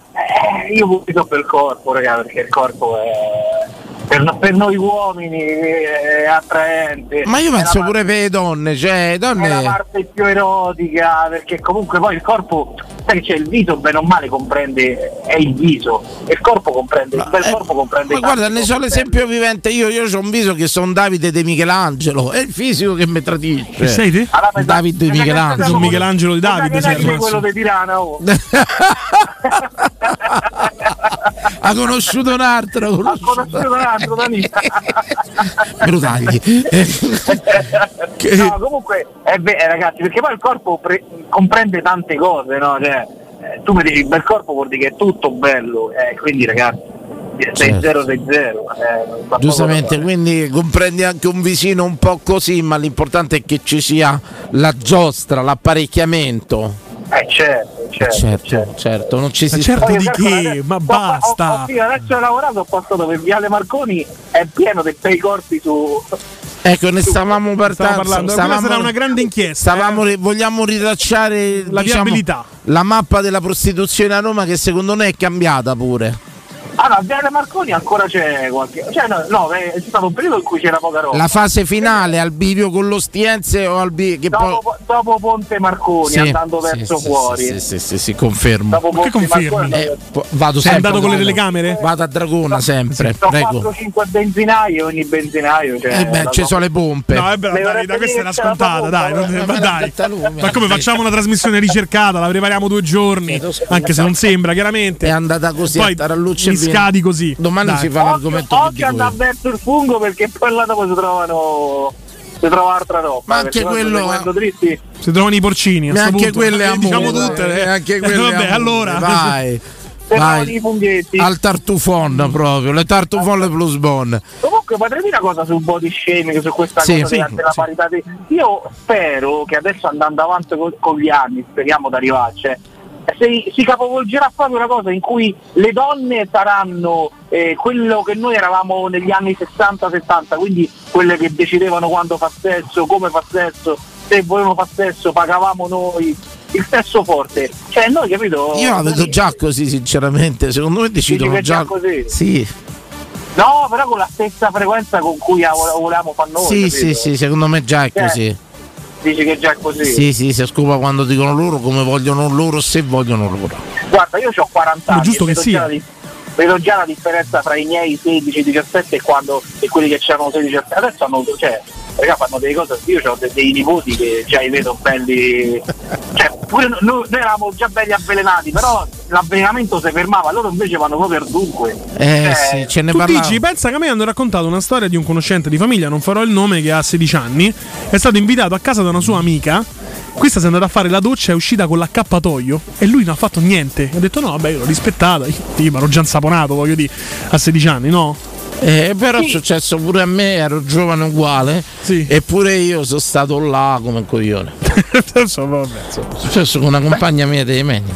Eh, io vomito per il corpo, ragazzi, perché il corpo è per, per noi uomini è attraente. Ma io penso è pure per le donne, cioè donne... è la parte più erotica, perché comunque poi il corpo, sai che c'è il viso, bene o male comprende, è il viso, e il corpo comprende, il bel eh, corpo comprende. Ma guarda, ne so l'esempio vivente, io io ho un viso che sono Davide De Michelangelo, è il fisico che mi tradisce. Che sei te? Allora, Davide De Michelangelo. Sono Michelangelo di Davide, sei sei quello di Tirana, oh. Ha conosciuto un altro, ha conosciuto, ha conosciuto un altro, Danilo. Me lo tagli. Che... No, comunque è vero, ragazzi, perché poi il corpo pre- comprende tante cose, no? Cioè, eh, tu mi dici bel corpo vuol dire che è tutto bello, eh, quindi ragazzi sei zero sei zero. Eh, giustamente, quindi comprendi anche un visino un po' così, ma l'importante è che ci sia la giostra, l'apparecchiamento. Eh certo, certo, certo, certo. certo, non ci si Ma certo sta- di che, ma basta. Ho, ho, ho, adesso ho lavorato, ho passato per Viale Marconi, è pieno dei bei corpi su. Ecco, ne stavamo parlando. parlando. Stavamo, sarà una grande inchiesta. Stavamo, eh? Vogliamo ritracciare la diciamo, viabilità. La mappa della prostituzione a Roma, che secondo me è cambiata pure. Ah no, a Viale Marconi ancora c'è qualche. Cioè no, no, c'è stato un periodo in cui c'era poca roba. La fase finale al bivio con l'Ostiense o al bivio che dopo, poi... dopo Ponte Marconi, sì, andando sì, verso sì, fuori. Sì, sì, sì, sì, confermo. Dopo che confermi? Eh, vado Sei sempre. andato con le vado, telecamere? Vado a Dragona sempre. Sono Prego. quattro cinque benzinaie, ogni benzinaio. Cioè, Eh beh, ci sono le pompe. No, è bello, dai, dai, questa è una scontata, dai, non, Eh, ma dai. lume, Ma come facciamo una trasmissione ricercata, la prepariamo due giorni, anche se non sembra, chiaramente. È andata così, poi a tarallucce e mi via. scadi così. Domani dai. si fa l'argomento occhio, che occhio dico andare io. verso il fungo, perché poi là dopo si trovano si trova altra roba. Ma anche quello quando dritti si trovano i porcini, a sto anche punto. quelle a diciamo muro, tutte, eh, eh. anche quelle Eh, vabbè, a muro. allora vai. Vai. I funghetti. Al tartufon proprio, le tartufon le plus bon. Comunque potrei dire una cosa sul body shaming, su questa sì, cosa sì, della sì. parità di... Io spero che adesso, andando avanti con, con gli anni, speriamo di arrivarci, se si capovolgerà proprio una cosa in cui le donne saranno eh, quello che noi eravamo negli anni sessanta settanta, quindi quelle che decidevano quando fa sesso, come fa sesso, se volevano fa sesso pagavamo noi, il sesso forte, cioè noi, capito? Io la vedo già così, sinceramente, secondo me decidono Dici che già già così? Sì. No, però con la stessa frequenza con cui volevamo fare noi. Sì, capito? sì, sì, secondo me già è Cioè, così. Dici che già è così? Sì, sì, si scopa quando dicono loro, come vogliono loro, se vogliono loro. Guarda, io ho quaranta anni. Ma giusto che vedo sia. già la, vedo già la differenza tra i miei sedici diciassette e, quando, e quelli che c'erano sedici diciassette. Adesso hanno, cioè, raga, fanno delle cose. Io ho dei, dei nipoti che già li vedo belli. Cioè, pure noi, noi eravamo già belli avvelenati, però l'avvelenamento si fermava, loro invece vanno proprio per dunque. Eh cioè, sì, ce ne Tu parlavo. dici, pensa che a me hanno raccontato una storia di un conoscente di famiglia, non farò il nome, che ha sedici anni, è stato invitato a casa da una sua amica. Questa si è andata a fare la doccia, è uscita con l'accappatoio e lui non ha fatto niente. Ha detto no, vabbè, io l'ho rispettata, io mi ero già insaponato, voglio dire, a sedici anni, no? Eh, però Sì. è successo pure a me, ero giovane uguale, Sì. eppure io sono stato là come un coglione. Adesso, vabbè, insomma. È successo con una compagna mia dei meni.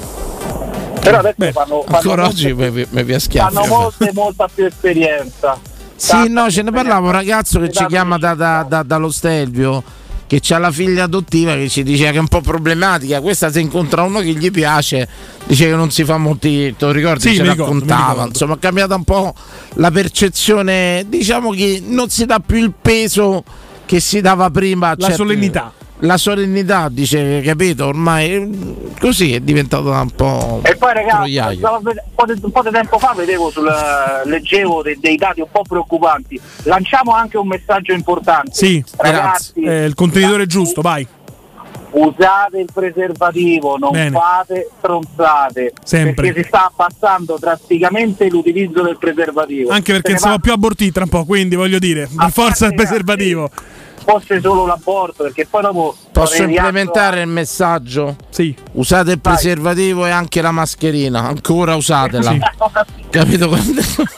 Però adesso fanno, fanno Ancora molte, oggi mi, mi, mi schiaffi. fanno molte, molta più esperienza. Sì, no, ce ne parlava un ragazzo che ci chiama da, da, da, dallo Stelvio, che c'ha la figlia adottiva, che ci diceva che è un po' problematica. Questa, se incontra uno che gli piace, dice che non si fa molti, te lo ricordi? Sì, ci mi ricordo, mi raccontava, ricordo. insomma, è cambiata un po' la percezione, diciamo che non si dà più il peso che si dava prima a La certe- solennità. la solennità, dice, capito? Ormai eh, così è diventato un po' E poi ragazzi, troiaio. stavo a vedere- un po' di- un po' di tempo fa vedevo sul, leggevo dei, dei dati un po' preoccupanti. Lanciamo anche un messaggio importante. Sì, ragazzi, Eh, il contenitore giusto, vai. usate il preservativo, non Bene. fate stronzate, Sempre. perché si sta abbassando drasticamente l'utilizzo del preservativo. Anche perché Se non ne siamo va- più abortiti tra un po', quindi voglio dire, per forza il preservativo. fosse solo l'aborto, perché poi dopo Posso riatto- implementare il messaggio? Sì. Usate il preservativo e anche la mascherina, ancora usatela. Sì. Capito? Quando-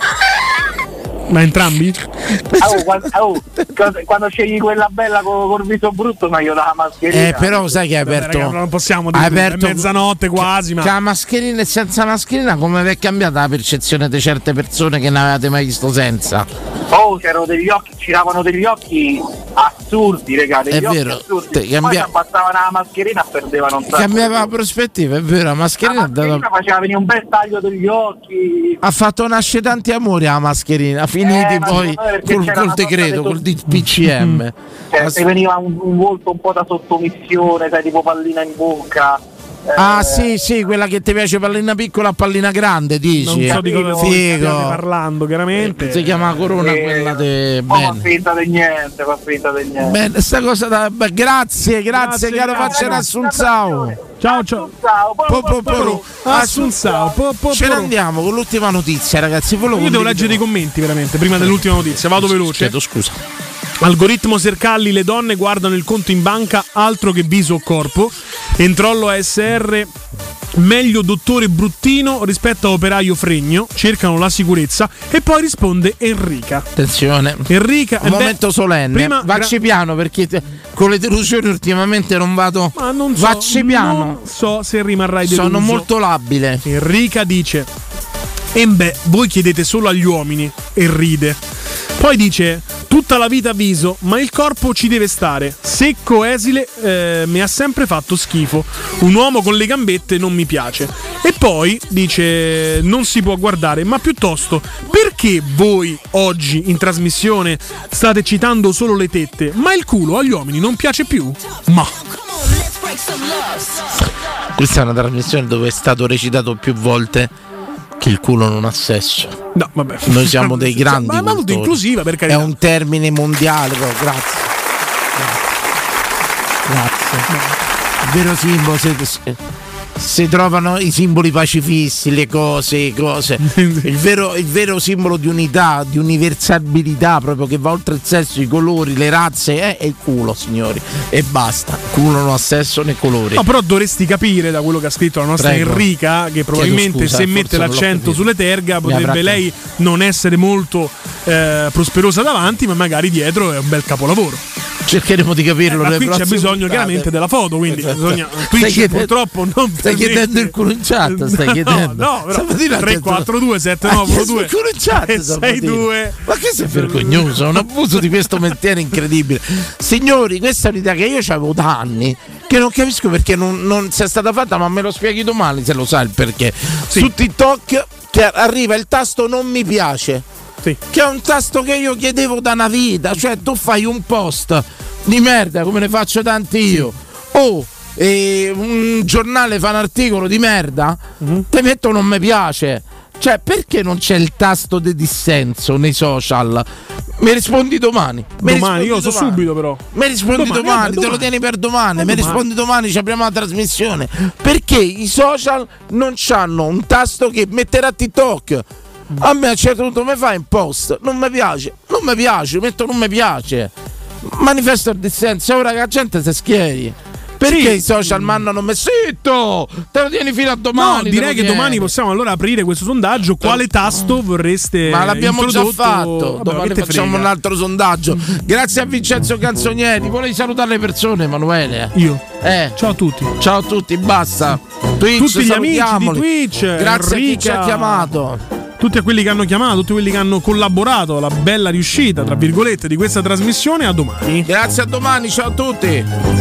Ma entrambi? Oh, quando, oh, quando- quando scegli quella bella con col viso brutto, ma io la mascherina. Eh, però sai che hai Vabbè, aperto. raga, non possiamo hai dire, aperto è mezzanotte quasi, ma Che la mascherina e senza mascherina, come vi è cambiata la percezione di certe persone che non avevate mai visto senza? Oh, c'erano degli occhi, giravano degli occhi assurdi, ragazzi. È vero, assurdi. cambia... Poi si abbassavano la mascherina e perdevano un sacco. Cambiava la prospettiva, è vero, la mascherina, la mascherina dava... faceva venire un bel taglio degli occhi. Ha fatto nascere tanti amori la mascherina, finiti eh, poi col, col decreto, col D C M. Cioè, As... se veniva un, un volto un po' da sottomissione, sai, tipo pallina in bocca. Ah, eh, sì, sì, quella che ti piace pallina piccola a pallina grande, dici? Non so di cosa stiate parlando, chiaramente. Eh, si chiama Corona eh, quella de... Ma fa finta di niente, fa finta di niente. Bene, sta cosa da... Beh, grazie, grazie, grazie, caro Faccia Assunzao. Ciao, ciao. Assunzao. Ce ne andiamo con l'ultima notizia, ragazzi. Io devo leggere i commenti, veramente, prima dell'ultima notizia. Vado veloce. Chiedo scusa. Algoritmo Sercalli, le donne guardano il conto in banca, altro che viso o corpo. Entrollo A S R, meglio dottore Bruttino rispetto a operaio Fregno, cercano la sicurezza. E poi risponde Enrica. Attenzione, Enrica, un momento beh, solenne. Prima, Vacci gra- piano perché te, con le delusioni ultimamente non vado. Ma non so, Vacci piano. Non so se rimarrai deluso. Sono molto labile. Enrica dice: e beh, voi chiedete solo agli uomini. E ride. Poi dice: tutta la vita a viso, ma il corpo ci deve stare. Secco, esile, eh, mi ha sempre fatto schifo. Un uomo con le gambette non mi piace. E poi dice: non si può guardare, ma piuttosto, perché voi oggi in trasmissione state citando solo le tette, ma il culo agli uomini non piace più? Ma questa è una trasmissione dove è stato recitato più volte che il culo non ha sesso. No, vabbè. Noi siamo dei grandi. Ma è molto inclusiva, per carità. È un termine mondiale, però. Grazie. Grazie. Grazie. Il vero simbolo, se, se, si trovano i simboli pacifisti, le cose, cose. Il vero, il vero simbolo di unità, di universabilità, proprio che va oltre il sesso, i colori, le razze, è, è il culo, signori. E basta. Il culo non ha sesso né colori. No, però dovresti capire da quello che ha scritto la nostra Prego. Enrica, che probabilmente scusa, se mette l'accento sulle terga potrebbe lei non essere molto eh, prosperosa davanti, ma magari dietro è un bel capolavoro. Cercheremo di capirlo. Eh, ma qui c'è bisogno puntate. chiaramente della foto, quindi esatto. bisogna Twitch purtroppo non stai chiedendo il culo in chat, stai chiedendo. No, no, però tre quattro due sette nove uno due il culo in chat sei due. Ma che sei vergognoso, è un abuso di questo mestiere incredibile. Signori, questa è un'idea che io avevo da anni, che non capisco perché non, non sia stata fatta, ma me lo spieghi domani se lo sai il perché. Sì. Su TikTok che arriva il tasto non mi piace. Sì. Che è un tasto che io chiedevo da una vita, cioè tu fai un post di merda come ne faccio tanti io, o oh, eh, un giornale fa un articolo di merda, mm-hmm. te metto non mi piace, cioè perché non c'è il tasto di dissenso nei social? Mi rispondi domani. Mi domani, rispondi io so domani. subito però. Mi rispondi domani, domani, domani, te lo tieni per domani. Eh, mi domani. rispondi domani, ci apriamo la trasmissione. Perché i social non hanno un tasto che metterà TikTok? A me a un certo punto mi fai un post, non mi piace, non mi piace, metto non mi piace, manifesto il dissenso, ora che la gente si schieri. Perché sì. i social mandano me zitto, te lo tieni fino a domani. No, direi che tieni. domani possiamo allora aprire questo sondaggio. Quale tasto vorreste? Ma l'abbiamo introdotto? già fatto. Vabbè, domani facciamo frega. un altro sondaggio. Grazie a Vincenzo Canzonieri. Volevi salutare le persone, Emanuele? Io. Eh. Ciao a tutti. Ciao a tutti, basta. Twitch, tutti gli amici di Twitch. Grazie Enrica. a chi ci ha chiamato. Tutti a quelli che hanno chiamato, tutti quelli che hanno collaborato alla bella riuscita, tra virgolette, di questa trasmissione. A domani. Grazie, a domani, ciao a tutti.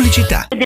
pubblicità.